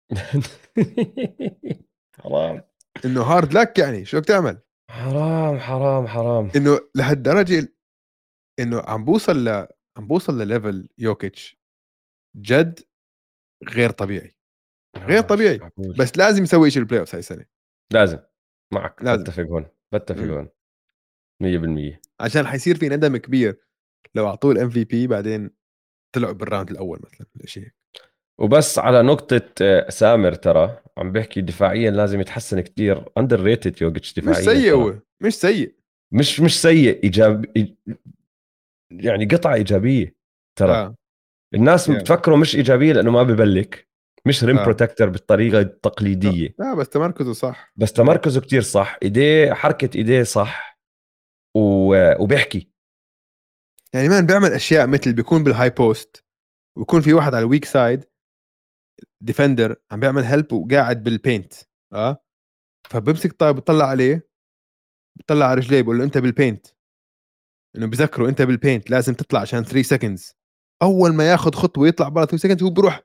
حرام انه هارد لك، يعني شو بدك تعمل؟ حرام حرام حرام. انه لهالدرجه انه عم بوصل ل عم بوصل لليفل يوكيتش جد غير طبيعي، غير آه، مش طبيعي. معقول. بس لازم يسوي شيء بالبلاي اوف هاي السنه، لازم. معك لازم. بتفق هون بتفق مم. هون مية بالمية. عشان حيصير في ندم كبير لو اعطوه الام في بي بعدين طلعوا بالراوند الاول مثلا شيء هيك. وبس على نقطة آه، سامر ترى عم بحكي دفاعيا لازم يتحسن كتير. اندر ريتد يوكيتش مش دفاعيا سيء، ترى. هو مش سيء. مش مش سيء، ايجابي يعني، قطعة ايجابية ترى. اه الناس yeah. بتفكره مش ايجابية لانه ما ببلك، مش ريم اه بروتكتر بالطريقة التقليدية. لا بس تمركزه صح بس يعني. تمركزه كتير صح، ايديه حركة ايديه صح، و- وبيحكي. يعني مان بيعمل اشياء مثل بيكون بالهاي بوست ويكون في واحد على الويك سايد ديفندر عم بيعمل هيلب وقاعد بالبينت، اه فبمسك طيب بطلع عليه، بطلع على رجليه بقول له انت بالبينت، انه بذكره انت بالبينت لازم تطلع عشان ثلاثة سكندز. اول ما ياخذ خطوه يطلع برا ثلاثة سكندز هو بروح،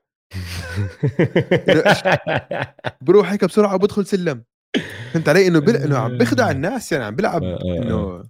انه إيش- بروح هيك بسرعه وبدخل سلم. فهمت علي؟ انه بل... انه عم بخدع الناس، يعني عم بلعب آه، آه، آه. انه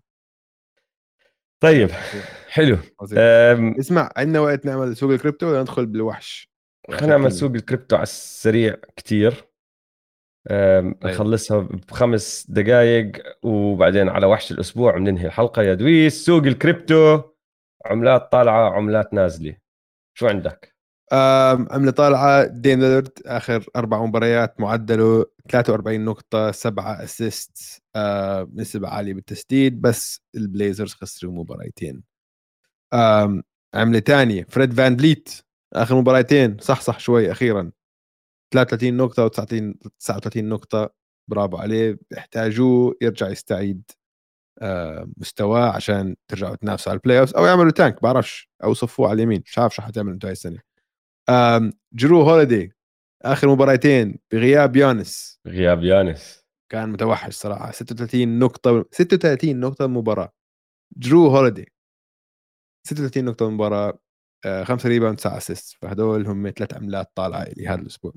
طيب حلو. عظيم. أم، اسمع، عندنا وقت نعمل سوق الكريبتو ولا ندخل بالوحش؟ خلينا اخر نعمل كلمه. سوق الكريبتو على السريع كتير. أم، طيب نخلصها بخمس دقائق وبعدين على وحش الأسبوع بننهي الحلقة يا دويس. سوق الكريبتو، عملات طالعة عملات نازلة، شو عندك؟ آم، عملة طالعة ديم ليلرد آخر أربع مباريات معدله ثلاثة وأربعين نقطة، سبعة أسيست، آه، نسبة عالية بالتسديد، بس البليزرز خسروا مباريتين. آم، عملة تانية فريد فان فليت آخر مباريتين صح صح شوي أخيرا، ثلاثة وثلاثين نقطة و39 تسعة وثلاثين نقطة. برافو عليه، بيحتاجوه يرجع يستعيد آه، مستواه عشان ترجعوا تنافسوا على البلاي اوف او يعملوا تانك، بعرفش، او صفوه على اليمين، مش عارف شو حتعمل انتوا هاي السنه. آم، جرو هوليدي اخر مباراتين بغياب يانس غياب يانس. كان متوحش صراحه، ستة وثلاثين نقطه، ستة وثلاثين نقطه مباراه. جرو هوليدي ستة وثلاثين نقطه مباراه، آه، خمسة ريباوند تسعة اسيست، فهدول هم ثلاث عملات طالعه لي هذا الاسبوع.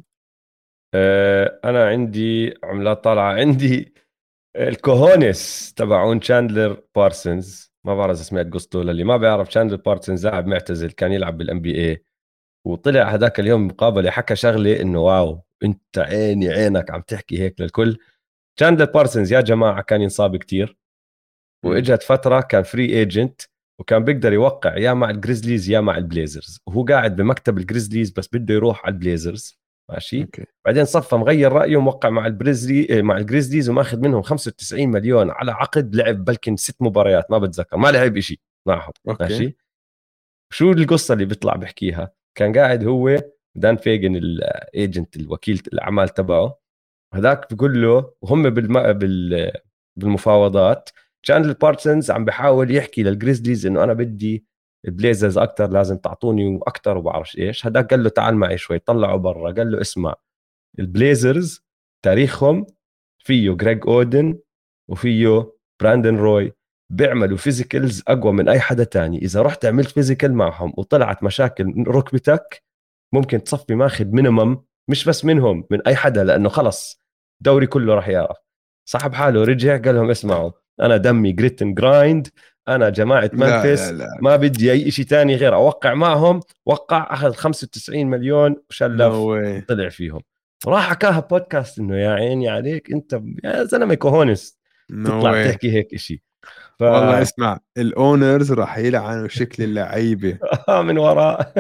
أه، أنا عندي عملات طالعة. عندي الكوهونس تبعون شاندلر بارسنز. ما بعرف اذا سمعت قصته. للي ما بيعرف، شاندلر بارسنز لاعب معتزل كان يلعب بالان بي اي، وطلع هذاك اليوم مقابله حكى شغله انه واو انت عيني عينك عم تحكي هيك للكل. شاندلر بارسنز يا جماعه كان ينصاب كتير، مم. واجت فتره كان فري ايجنت، وكان بيقدر يوقع يا مع الجريزليز يا مع البليزرز، وهو قاعد بمكتب الجريزليز بس بده يروح على البليزرز. ماشي. اوكي بعدين صفى مغير رايه وموقع مع البريزلي مع الجريزليز وماخذ منهم خمسة وتسعين مليون على عقد. لعب بلكن ست مباريات ما بتذكر، ما لعب إشي معهم. اوكي ماشي. شو القصه اللي بيطلع بحكيها؟ كان قاعد هو دان فيجن الايجنت الوكيل الاعمال تبعه، هذاك بيقول له وهم بالم... بال... بالمفاوضات، شاندل بارسنز عم بحاول يحكي للجريزليز انه انا بدي بليزرز اكثر، لازم تعطوني اكثر وبعرفش ايش. هذاك قال له تعال معي شوي، طلعه برا قال له اسمع، البليزرز تاريخهم فيه جريج اودن وفيه براندن روي، بيعملوا فيزيكلز اقوى من اي حدا تاني. اذا رحت عملت فيزيكال معهم وطلعت مشاكل ركبتك ممكن تصفي ماخذ مينيمم، مش بس منهم، من اي حدا، لانه خلص دوري كله راح يعرف. صاحب حاله رجع قال لهم اسمعوا انا دمي جريت اند جرايند، انا جماعه لا لا منفس لا ما بدي اي شيء تاني غير اوقع معهم. وقع، اخذ خمسة وتسعين مليون نو وشلف واي وطلع فيهم. راح حكاها بودكاست انه يا عيني عليك انت يا زلمه كوهونس نو تطلع واي. تحكي هيك شيء. ف والله اسمع، الاونرز راح يلعنوا شكل اللعيبه من وراء.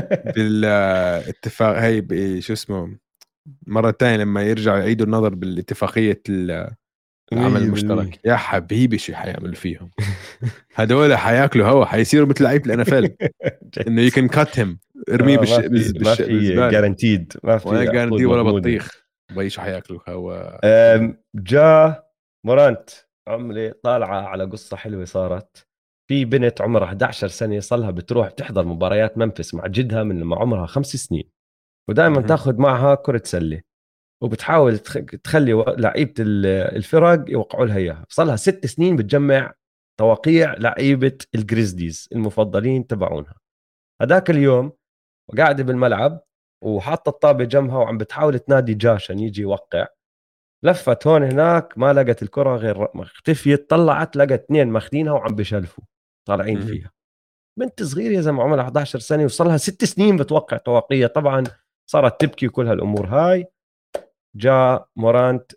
بالاتفاق هي ب- شو اسمه، مرة تانية لما يرجعوا يعيدوا النظر بالاتفاقية ال- العمل مية بالمية. المشترك. يا حبيبي شو حيعملوا فيهم هدول؟ حياكلوا هوا، حيصيروا مثل لعيبة الانفل، جد. انه يو كان كات هيم، ارميه آه بالش... ما في بالز... ما بالش... في بالزبالة. جارانتيد، ما ولا في عقود جاردي ولا مضمونه. بطيخ. بي شو حياكلوا هوا. أم، جا مورانت عملي طالعه على قصه حلوه صارت. في بنت عمرها إحدى عشرة سنه صلها بتروح بتحضر مباريات منفس مع جدها من لما عمرها خمس سنين، ودائما مهم. تاخذ معها كره سله، وبتحاول تخ- تخلي و- لعيبه ال- الفرق يوقعوا لها اياها. صار لها ست سنين بتجمع تواقيع لعيبه الجريزليز المفضلين تبعونها. هذاك اليوم وقاعده بالملعب وحاطه الطابه جنبها وعم بتحاول تنادي جاشن يجي يوقع. لفت هون هناك ما لقت الكره غير اختفيت، طلعت لقت اثنين ماخذينها وعم بشلفوا طالعين مهم. فيها. بنت صغيره يا زلمه عمرها إحدى عشرة سنه وصار لها ست سنين بتوقع طواقيه. طبعا صارت تبكي وكل هالامور هاي. جاء مورانت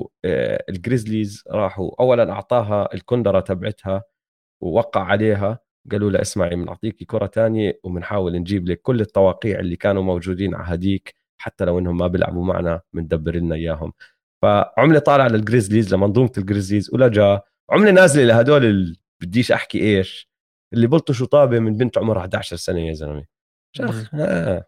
والجريزليز راحوا اولا اعطاها الكندره تبعتها ووقع عليها، قالوا له اسمعي بنعطيكي كره تانية وبنحاول نجيب لك كل التواقيع اللي كانوا موجودين على هديك، حتى لو انهم ما بيلعبوا معنا بندبر لنا اياهم. فعمله طالعه للجريزليز لمنظومه الجريزليز، ولا جاء عمله نازله لهدول اللي بديش احكي ايش اللي بلطشوا طابه من بنت عمرها إحدى عشرة سنه يا زلمه مهم. شرخ. آه.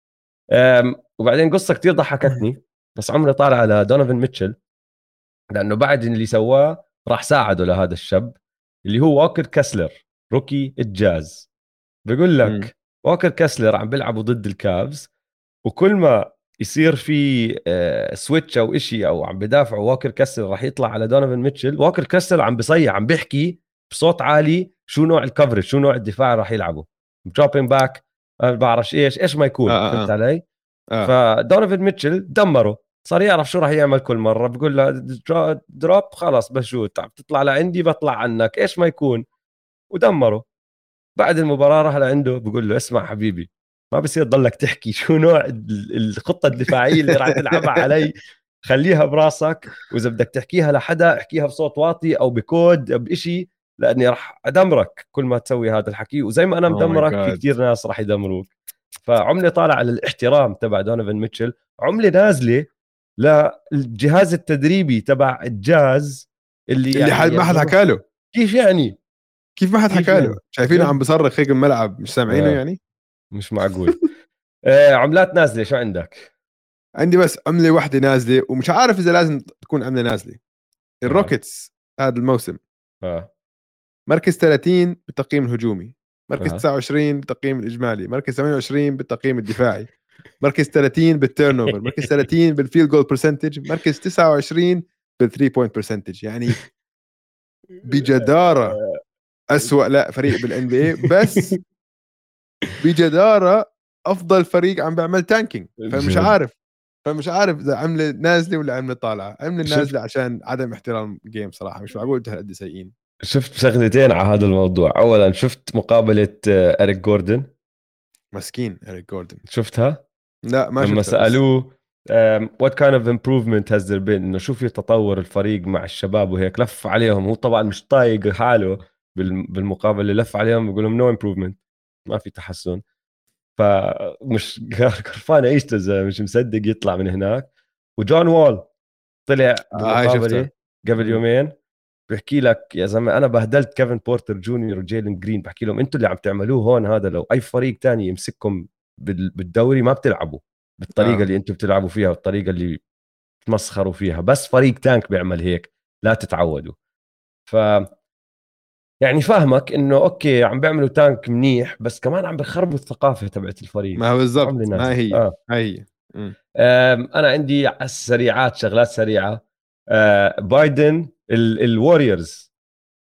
أم، وبعدين قصه كتير ضحكتني، بس عمره طالع على دونيفن ميتشل لانه بعد اللي سواه راح ساعده لهذا الشاب اللي هو واكر كاسلر روكي الجاز. بيقول مهم. لك واكر كاسلر عم بيلعبوا ضد الكافز، وكل ما يصير في آه، سويتش او إشي او عم بدافعوا واكر كاسلر راح يطلع على دونيفن ميتشل. واكر كاسلر عم بصيح عم بيحكي بصوت عالي شو نوع الكفرج شو نوع الدفاع راح يلعبوا، دروبين باك ما بعرف ايش ايش ما اه يكون، اه فهمت اه, علي؟ آه. فدونيفن ميتشل دمره، صار يعرف شو راح يعمل كل مره. بقول له درا- دروب خلاص بشوت عم تطلع لعندي بطلع عنك ايش ما يكون، ودمره. بعد المباراه راح لعنده بقول له اسمع حبيبي ما بصير تضلك تحكي شو نوع ال- الخطه الدفاعيه اللي راح تلعبها علي، خليها براسك، واذا بدك تحكيها لحدا احكيها بصوت واطي او بكود بإشي، لاني راح ادمرك كل ما تسوي هذا الحكي، وزي ما انا اوه ماي مدمرك في جاد. كتير ناس راح يدمروك. فعمله طالع على الاحترام تبع دونيفن ميتشل، عمله نازله للجهاز التدريبي تبع الجاز اللي اللي حد يعني ما يا حد زلمه حكى له. كيف يعني كيف ما حد كيف حكى له؟ يعني شايفينه عم جد بصرخ هيك بالملعب، مش سامعينه آه. يعني. مش معقول. آه عملات نازله شو عندك؟ عندي بس عملة واحدة نازلة، ومش عارف إذا لازم تكون عملة نازلة. اه الروكيتس هذا الموسم اه مركز ثلاثين بالتقييم الهجومي، مركز اه تسعة وعشرين بالتقييم الإجمالي، مركز ثمانية وعشرين بالتقييم الدفاعي، مركز ثلاثين بالتيرن اوفر، مركز ثلاثين بالفيلد جول برسنتج، مركز تسعة وعشرين بالثري بوينت برسنتج. يعني بجدارة أسوأ لا فريق بالان بي اي، بس بجدارة أفضل فريق عم بيعمل تانكينج. فمش جد. عارف فمش عارف اذا عمله نازله ولا عمله طالعه. عمله شفت نازله عشان عدم احترام جيم صراحه. مش معقول هالقد سيئين. شفت شغلتين على هذا الموضوع. اولا شفت مقابله آه، اريك جوردن، مسكين اريك جوردن. شفتها لا ما لما شفتها بس. سالوه um, what kind of improvement has there been، انه شو في تطور الفريق مع الشباب وهيك، لف عليهم هو طبعا مش طايق حاله بال- بالمقابله، لف عليهم بيقول لهم no improvement ما في تحسن. فمش قرفان عيشته زي مش مصدق يطلع من هناك. وجون وول طلع آه هاي شفتها. بمقابله قبل مم. يومين بحكي لك يا زلمه انا بهدلت كيفن بورتر جونيور وجيلن جرين، بحكي لهم انتوا اللي عم تعملوه هون هذا لو اي فريق تاني يمسككم بال- بالدوري ما بتلعبوا بالطريقه اه اللي انتوا بتلعبوا فيها والطريقه اللي تمسخروا فيها، بس فريق تانك بيعمل هيك لا تتعودوا. ف يعني فاهمك انه اوكي عم بيعملوا تانك منيح بس كمان عم بخربوا الثقافه تبعت الفريق. ما هو عملي بالضبط، ما نازل هي اه. هاي هي. مم. أم، انا عندي على السريعات شغلات سريعه. أه بايدن الوريورز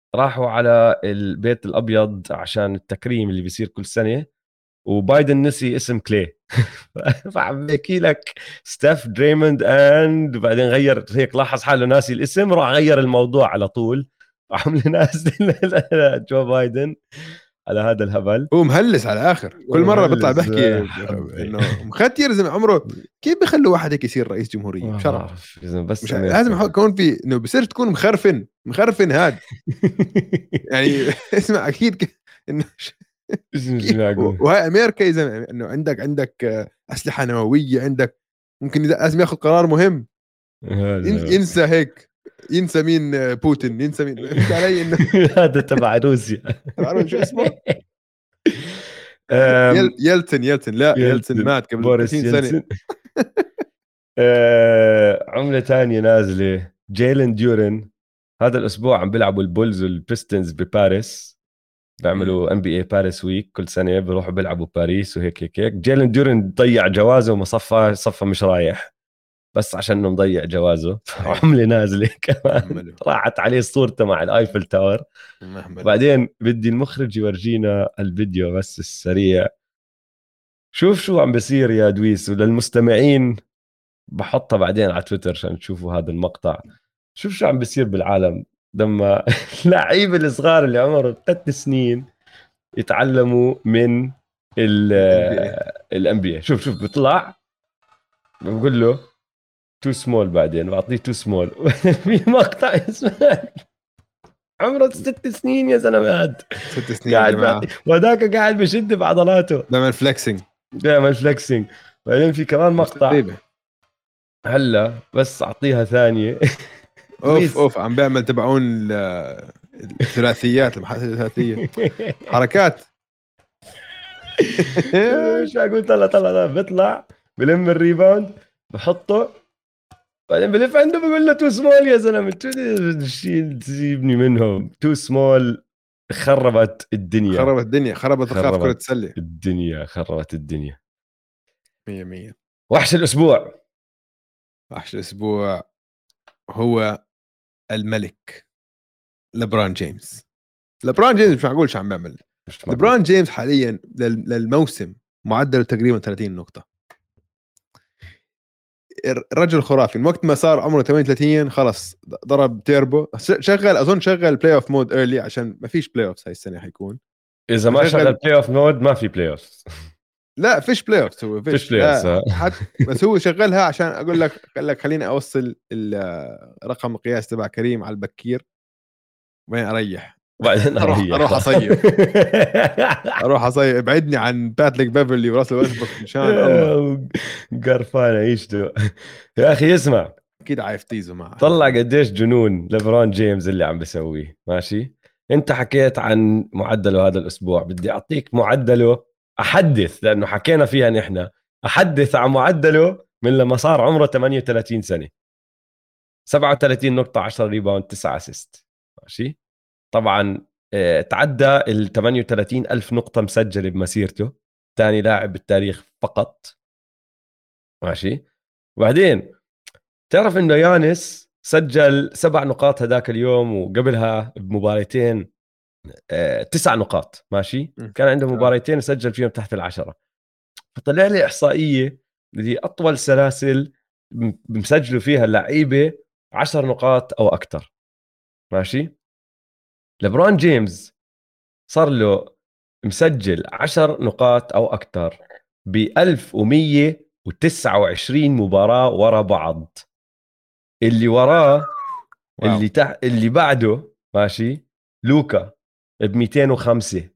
راحوا على البيت الابيض عشان التكريم اللي بيصير كل سنه، وبايدن نسي اسم كلي. فعم بحكي لك ستيف دريموند اند، وبعدين غير هيك، لاحظ حاله ناسي الاسم، راح غير الموضوع على طول وعم نازل جو بايدن على هذا الهبل. هو مهلس على الاخر، كل مره بيطلع بحكي انه مختير زي عمره. كيف بيخلوا واحد هيك يصير رئيس جمهوريه؟ ما بشرف. بعرف إذا بس مش لازم يكون في انه بصير تكون مخرفن مخرفن هاد يعني اسمع اكيد ك... انه وهي امريكا يا زلمه، انه عندك عندك اسلحه نوويه، عندك ممكن لازم ياخذ قرار مهم. ينسى هيك، ينسى مين بوتين، ينسى مين فهمت علي انه هذا تبع روسيا. تعرف شو اسمه؟ يل... يلتن يلتن لا يلتن مات قبل ثلاثين سنه. آه، عملة تانية نازلة، جيلن ديورن. هذا الأسبوع عم بيلعبوا البولز والبيستنز بباريس، بيعملوا ام بي اي باريس ويك كل سنة، بيروحوا بيلعبوا باريس وهيك هيك هيك. جيلن ديورن ضيع جوازه وما صفى صفى مش رايح، بس عشان انه مضيع جوازه. عملة نازلة كمان، راحت عليه صورته مع الايفل تاور. بعدين بدي المخرج يورجينا الفيديو بس السريع. شوف شو عم بيصير يا دويس، وللمستمعين بحطها بعدين على تويتر عشان تشوفوا هذا المقطع. شوف شو عم بيصير بالعالم لما اللعيبه الصغار اللي عمرهم ثلاث سنين يتعلموا من الام بي اي. شوف شوف بيطلع بقول له تو سمول، بعدين بعطيه تو سمول. في مقطع اسمه عمره ست سنين يا زلمه، هاد ست سنين قاعد وذاك قاعد بشد بعضلاته، بيعمل فليكسينج بيعمل فليكسينج. بعدين في كمان مقطع هلا بس اعطيها ثانيه. اوف اوف عم بيعمل تبعون الثلاثيات، المحادثه الثلاثيه، حركات. مش اقول طلع طلع بيطلع بلم الريباوند بحطه، بعدين بلف عنده بقول له تو سمول يا زلمه، شيل تجيبني منهم. تو سمول خربت الدنيا، خربت الدنيا، خربت رخاف كرة السلة الدنيا، خربت الدنيا مية مية. وحش الأسبوع، وحش الأسبوع هو الملك لبران جيمس. لبران جيمس مش معقول شو عم بيعمل. لبران جيمس حاليا للموسم معدل تقريبا ثلاثين نقطة. الرجل خرافي. من وقت ما صار عمره ثمانية وثلاثين خلص ضرب تيربو، شغل اظن شغل بلاي اوف مود ايرلي عشان ما فيش بلاي اوف هاي السنه حيكون. اذا ما شغل بلاي اوف مود ما في بلاي اوف. لا فيش بلاي اوف، هو فيش, فيش بلاي اوف حت... بس هو شغلها عشان اقول لك قال لك خليني اوصل الرقم القياس تبع كريم على البكير وين اريح، بعدين اروح اروح اصيف اروح اصيف ابعدني عن باتريك بيفرلي وراسل ويستبروك ان شاء الله. قرفان عيشته يا اخي. اسمع اكيد عايف تيزو معه، طلع قديش جنون لبران جيمس اللي عم بيسويه. ماشي، انت حكيت عن معدله هذا الاسبوع، بدي اعطيك معدله، احدث لانه حكينا فيها نحن، احدث عن معدله من لما صار عمره ثمانية وثلاثين سنه. سبعة وثلاثين نقطه، عشرة ريباوند، تسعة اسيست. ماشي، طبعا اه تعدى ال ثمانية وثلاثين ألف نقطه مسجله بمسيرته، ثاني لاعب بالتاريخ فقط. ماشي، وبعدين تعرف انه يانس سجل سبع نقاط هذاك اليوم، وقبلها بمباراتين آه، تسع نقاط. ماشي، كان عنده مباراتين سجل فيهم تحت العشرة. فطلع لي إحصائية اللي أطول سلاسل بمسجلوا فيها اللعيبة عشر نقاط أو أكتر. ماشي، لبران جيمس صار له مسجل عشر نقاط أو أكتر ب ألف ومية وتسعة وعشرين مباراة ورا بعض. اللي وراه واو. اللي تحت اللي بعده ماشي لوكا ب مئتين وخمسة.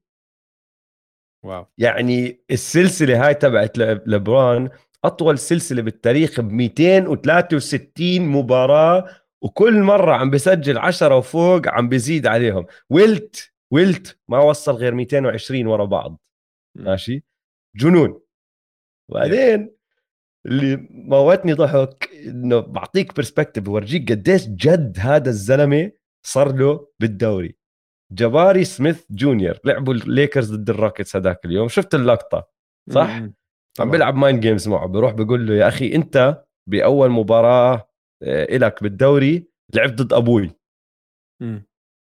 واو، يعني السلسله هاي تبعت لبران اطول سلسله بالتاريخ ب مئتين وثلاثة وستين مباراه، وكل مره عم بسجل عشرة وفوق، عم بيزيد عليهم. ويلت ويلت ما وصل غير مئتين وعشرين ورا بعض. ماشي، جنون. وبعدين اللي موتني ضحك انه بعطيك برسبكتيف، بورجيك قديش جد هذا الزلمه صار له بالدوري. جباري سميث جونيور لعبوا الليكرز ضد الروكيتس هذاك اليوم، شفت اللقطه صح؟ عم بيلعب ماين جيمز معه، بيروح بيقول له يا اخي انت باول مباراه إلك بالدوري لعبت ضد ابوي. مم.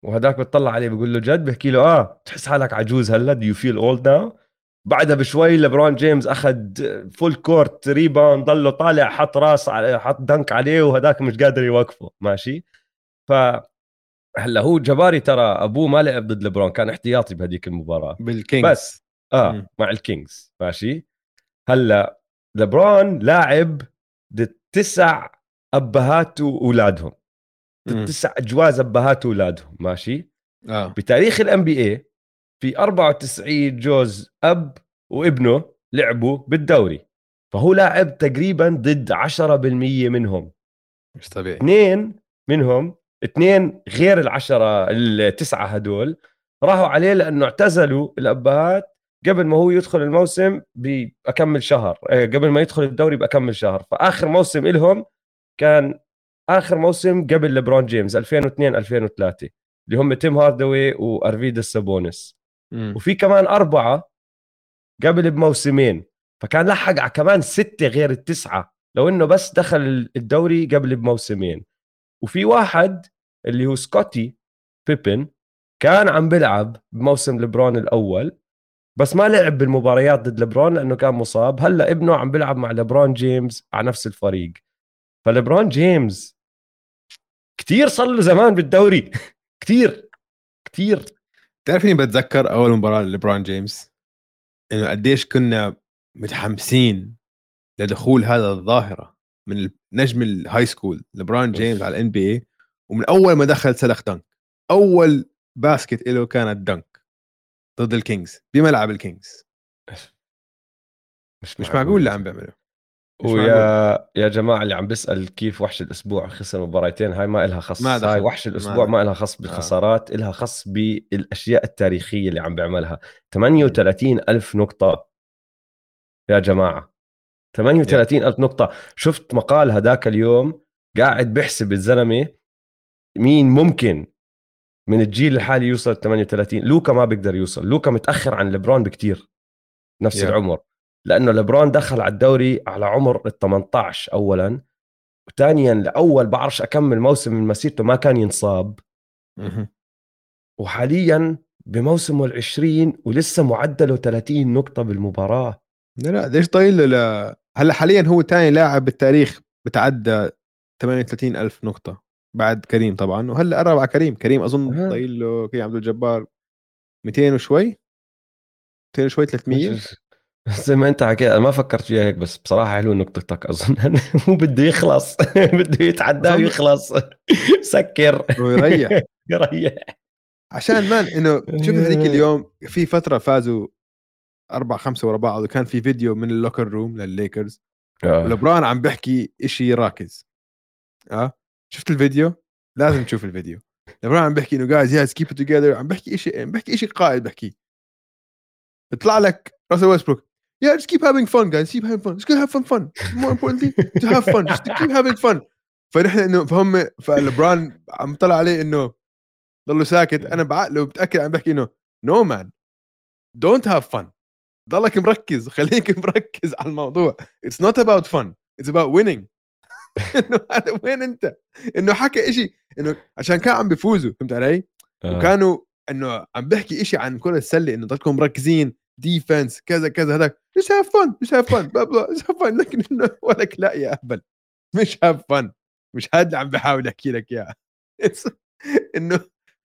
وهداك بتطلع عليه بيقول له جد، بحكي له اه تحس حالك عجوز هلا، do you feel old now. بعدها بشوي لبرون جيمس اخذ فول كورت ريباوند، ضله طالع حط راس على حط دنك عليه وهداك مش قادر يوقفه ماشي. ف هلا هو جباري ترى، ابوه ما لعب ضد لبرون، كان احتياطي بهديك المباراه بالكينجز. بس اه مع الكينجز ماشي. هلا لبرون لاعب ضد تسع ابهات واولادهم، ضد امم تسع اجواز ابهات واولادهم ماشي. اه بتاريخ الام بي اي في أربعة وتسعين جوز اب وابنه لعبوا بالدوري، فهو لاعب تقريبا ضد عشرة بالمية منهم. مش طبيعي. اثنين منهم، اثنين غير العشرة التسعة هدول راحوا عليه لأنه اعتزلوا الأبهات قبل ما هو يدخل الموسم بأكمل شهر، آه، قبل ما يدخل الدوري بأكمل شهر. فآخر موسم إلهم كان آخر موسم قبل لبرون جيمس ألفين واثنين ألفين وثلاثة، اللي هم تيم هاردوي وأرفيدس سابونس. امم وفي كمان أربعة قبل بموسمين، فكان لحق على كمان ستة غير التسعة لو إنه بس دخل الدوري قبل بموسمين. وفي واحد اللي هو سكوتي بيبن كان عم بيلعب بموسم لبرون الأول، بس ما لعب بالمباريات ضد لبرون لأنه كان مصاب. هلأ ابنه عم بيلعب مع لبرون جيمس على نفس الفريق. فلبرون جيمس كتير صار له زمان بالدوري كتير كتير. تعرف اني بتذكر اول مباراه لبرون جيمس انه قديش كنا متحمسين لدخول هذا الظاهره من نجم الهاي سكول لبرون جيمس أوف. على الان بي اي. ومن اول ما دخل سلخ دنك، اول باسكت له كانت دنك ضد الكينجز بملعب الكينجز. مش مش معقول معقول اللي يا عم زلمة. بيعمله، مش ويا معقول. يا جماعة اللي عم بيسأل كيف وحش الأسبوع خسر مباراتين، هاي ما إلها ما خص، هاي دخل وحش ما الأسبوع دخل ما إلها خص اه بالخسارات، إلها خص بالأشياء التاريخية اللي عم بيعملها. ثمانية وثلاثين ألف نقطة يا جماعة، يا ثمانية وثلاثين ألف نقطة. شفت مقال هداك اليوم قاعد بحسب الزلمة مين ممكن من الجيل الحالي يوصل ثمانية وثلاثين. لوكا ما بيقدر يوصل، لوكا متأخر عن لبرون بكتير نفس يا العمر، لأنه لبرون دخل على الدوري على عمر ال ثمانية عشر أولا، وثانيا لأول بعرفش أكمل موسم من مسيرته ما كان ينصاب، مهم. وحاليا بموسمه العشرين ولسه معدله ثلاثين نقطة بالمباراة. لا لا ليش طايل له ل... هلا حاليا هو تاني لاعب بالتاريخ بتعدى ثمانية وثلاثين ألف نقطة بعد كريم طبعا، وهلا قرب على كريم. كريم أظن أه. طايل له كريم عبد الجبار مئتين وشوي، مئتين وشوي ثلاثمية. زي ما انت حكيت انا ما فكرت فيها هيك، بس بصراحه حلو نقطتك. اظن هو بده يخلص بده يتعدى أظن ويخلص سكر ويريح. يريح. عشان مان انه شفت هذيك اليوم في فترة فازوا أربع خمسة ورا بعض، وكان في فيديو من اللوكر روم للليكرز اه ولبران عم بيحكي إشي راكز. اه شفت الفيديو؟ لازم تشوف الفيديو. لبران عم بيحكي انه جايز ياز كيب ات توجذر، عم بيحكي شيء، عم بيحكي شيء قائد بحكي. بيطلع لك راسل ويستبروك yeah just keep having fun guys keep having fun just keep have fun fun more importantly to have fun just to keep having fun. فنحن انه فهم فلبران عم طلع عليه انه ضله ساكت. انا بعقله بتاكد عم بحكي انه no man don't have fun، ضلك مركز، خليك مركز على الموضوع. it's not about fun it's about winning. انه هذا وين انت؟ انه حكى إشي انه عشان كان عم بيفوزوا، فهمت علي؟ اه وكانوا انه عم بحكي إشي عن كرة السلة انه ضلكم مركزين ديفنس كذا كذا هذاك just have fun just have fun بلا بلا just have fun. لكن انه ولك لا يا اهبل مش have fun، مش هذا اللي عم بحاول احكي لك اياه. انه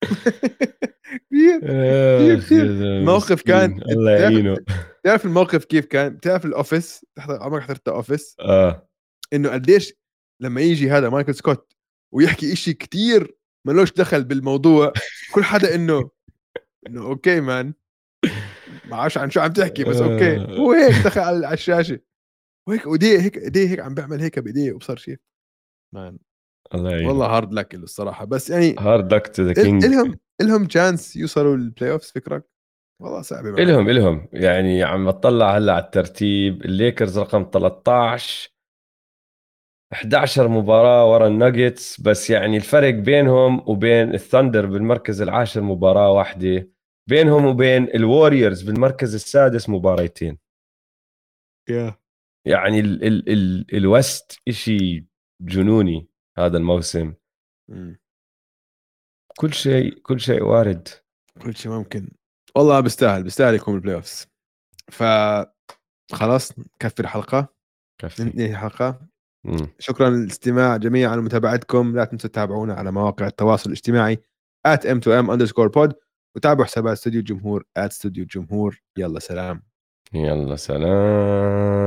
كثير كثير اخ يا كثير زلمة الموقف كان. مسكين الله بتعرف يعينه. بتعرف الموقف كيف كان؟ بتعرف الاوفيس؟ تحضر عمرك حضرت اوفيس؟ اه انه قديش لما يجي هذا مايكل سكوت ويحكي إشي كتير ملوش دخل بالموضوع، كل حدا انه انه اوكي مان ما عارفش عن شو عم تحكي بس اوكي. آه. هو هيك دخل على على الشاشه وهيك وديه هيك ايديه هيك عم بيعمل هيك بايديه وبصر شيء مان. الله يعينه. والله هارد لك له الصراحه، بس يعني هارد لك تو ذا ال- كينج. الهم الهم تشانس يوصلوا البلاي اوفس فكرك؟ والله صعبه معهم. الهم الهم يعني عم بطلع هلا على الترتيب، الليكرز رقم ثلاثة عشر، إحدى عشرة مباراة ورا الناجتس، بس يعني الفرق بينهم وبين الثندر بالمركز العاشر مباراة واحدة، بينهم وبين الواريورز بالمركز السادس مباراتين. يا يعني ال ال ال الوست إشي جنوني هذا الموسم. مم. كل شيء كل شيء وارد. كل شيء ممكن. والله بيستاهل بيستاهل يكون البلاي اوفز. ف خلاص نكفي الحلقه، كفي. ننهي الحلقه. مم. شكرا للاستماع جميعا ومتابعتكم. لا تنسوا تتابعونا على مواقع التواصل الاجتماعي at m two m underscore pod، وتابعوا حسابات استوديو الجمهور at استوديو الجمهور. يلا سلام. يلا سلام.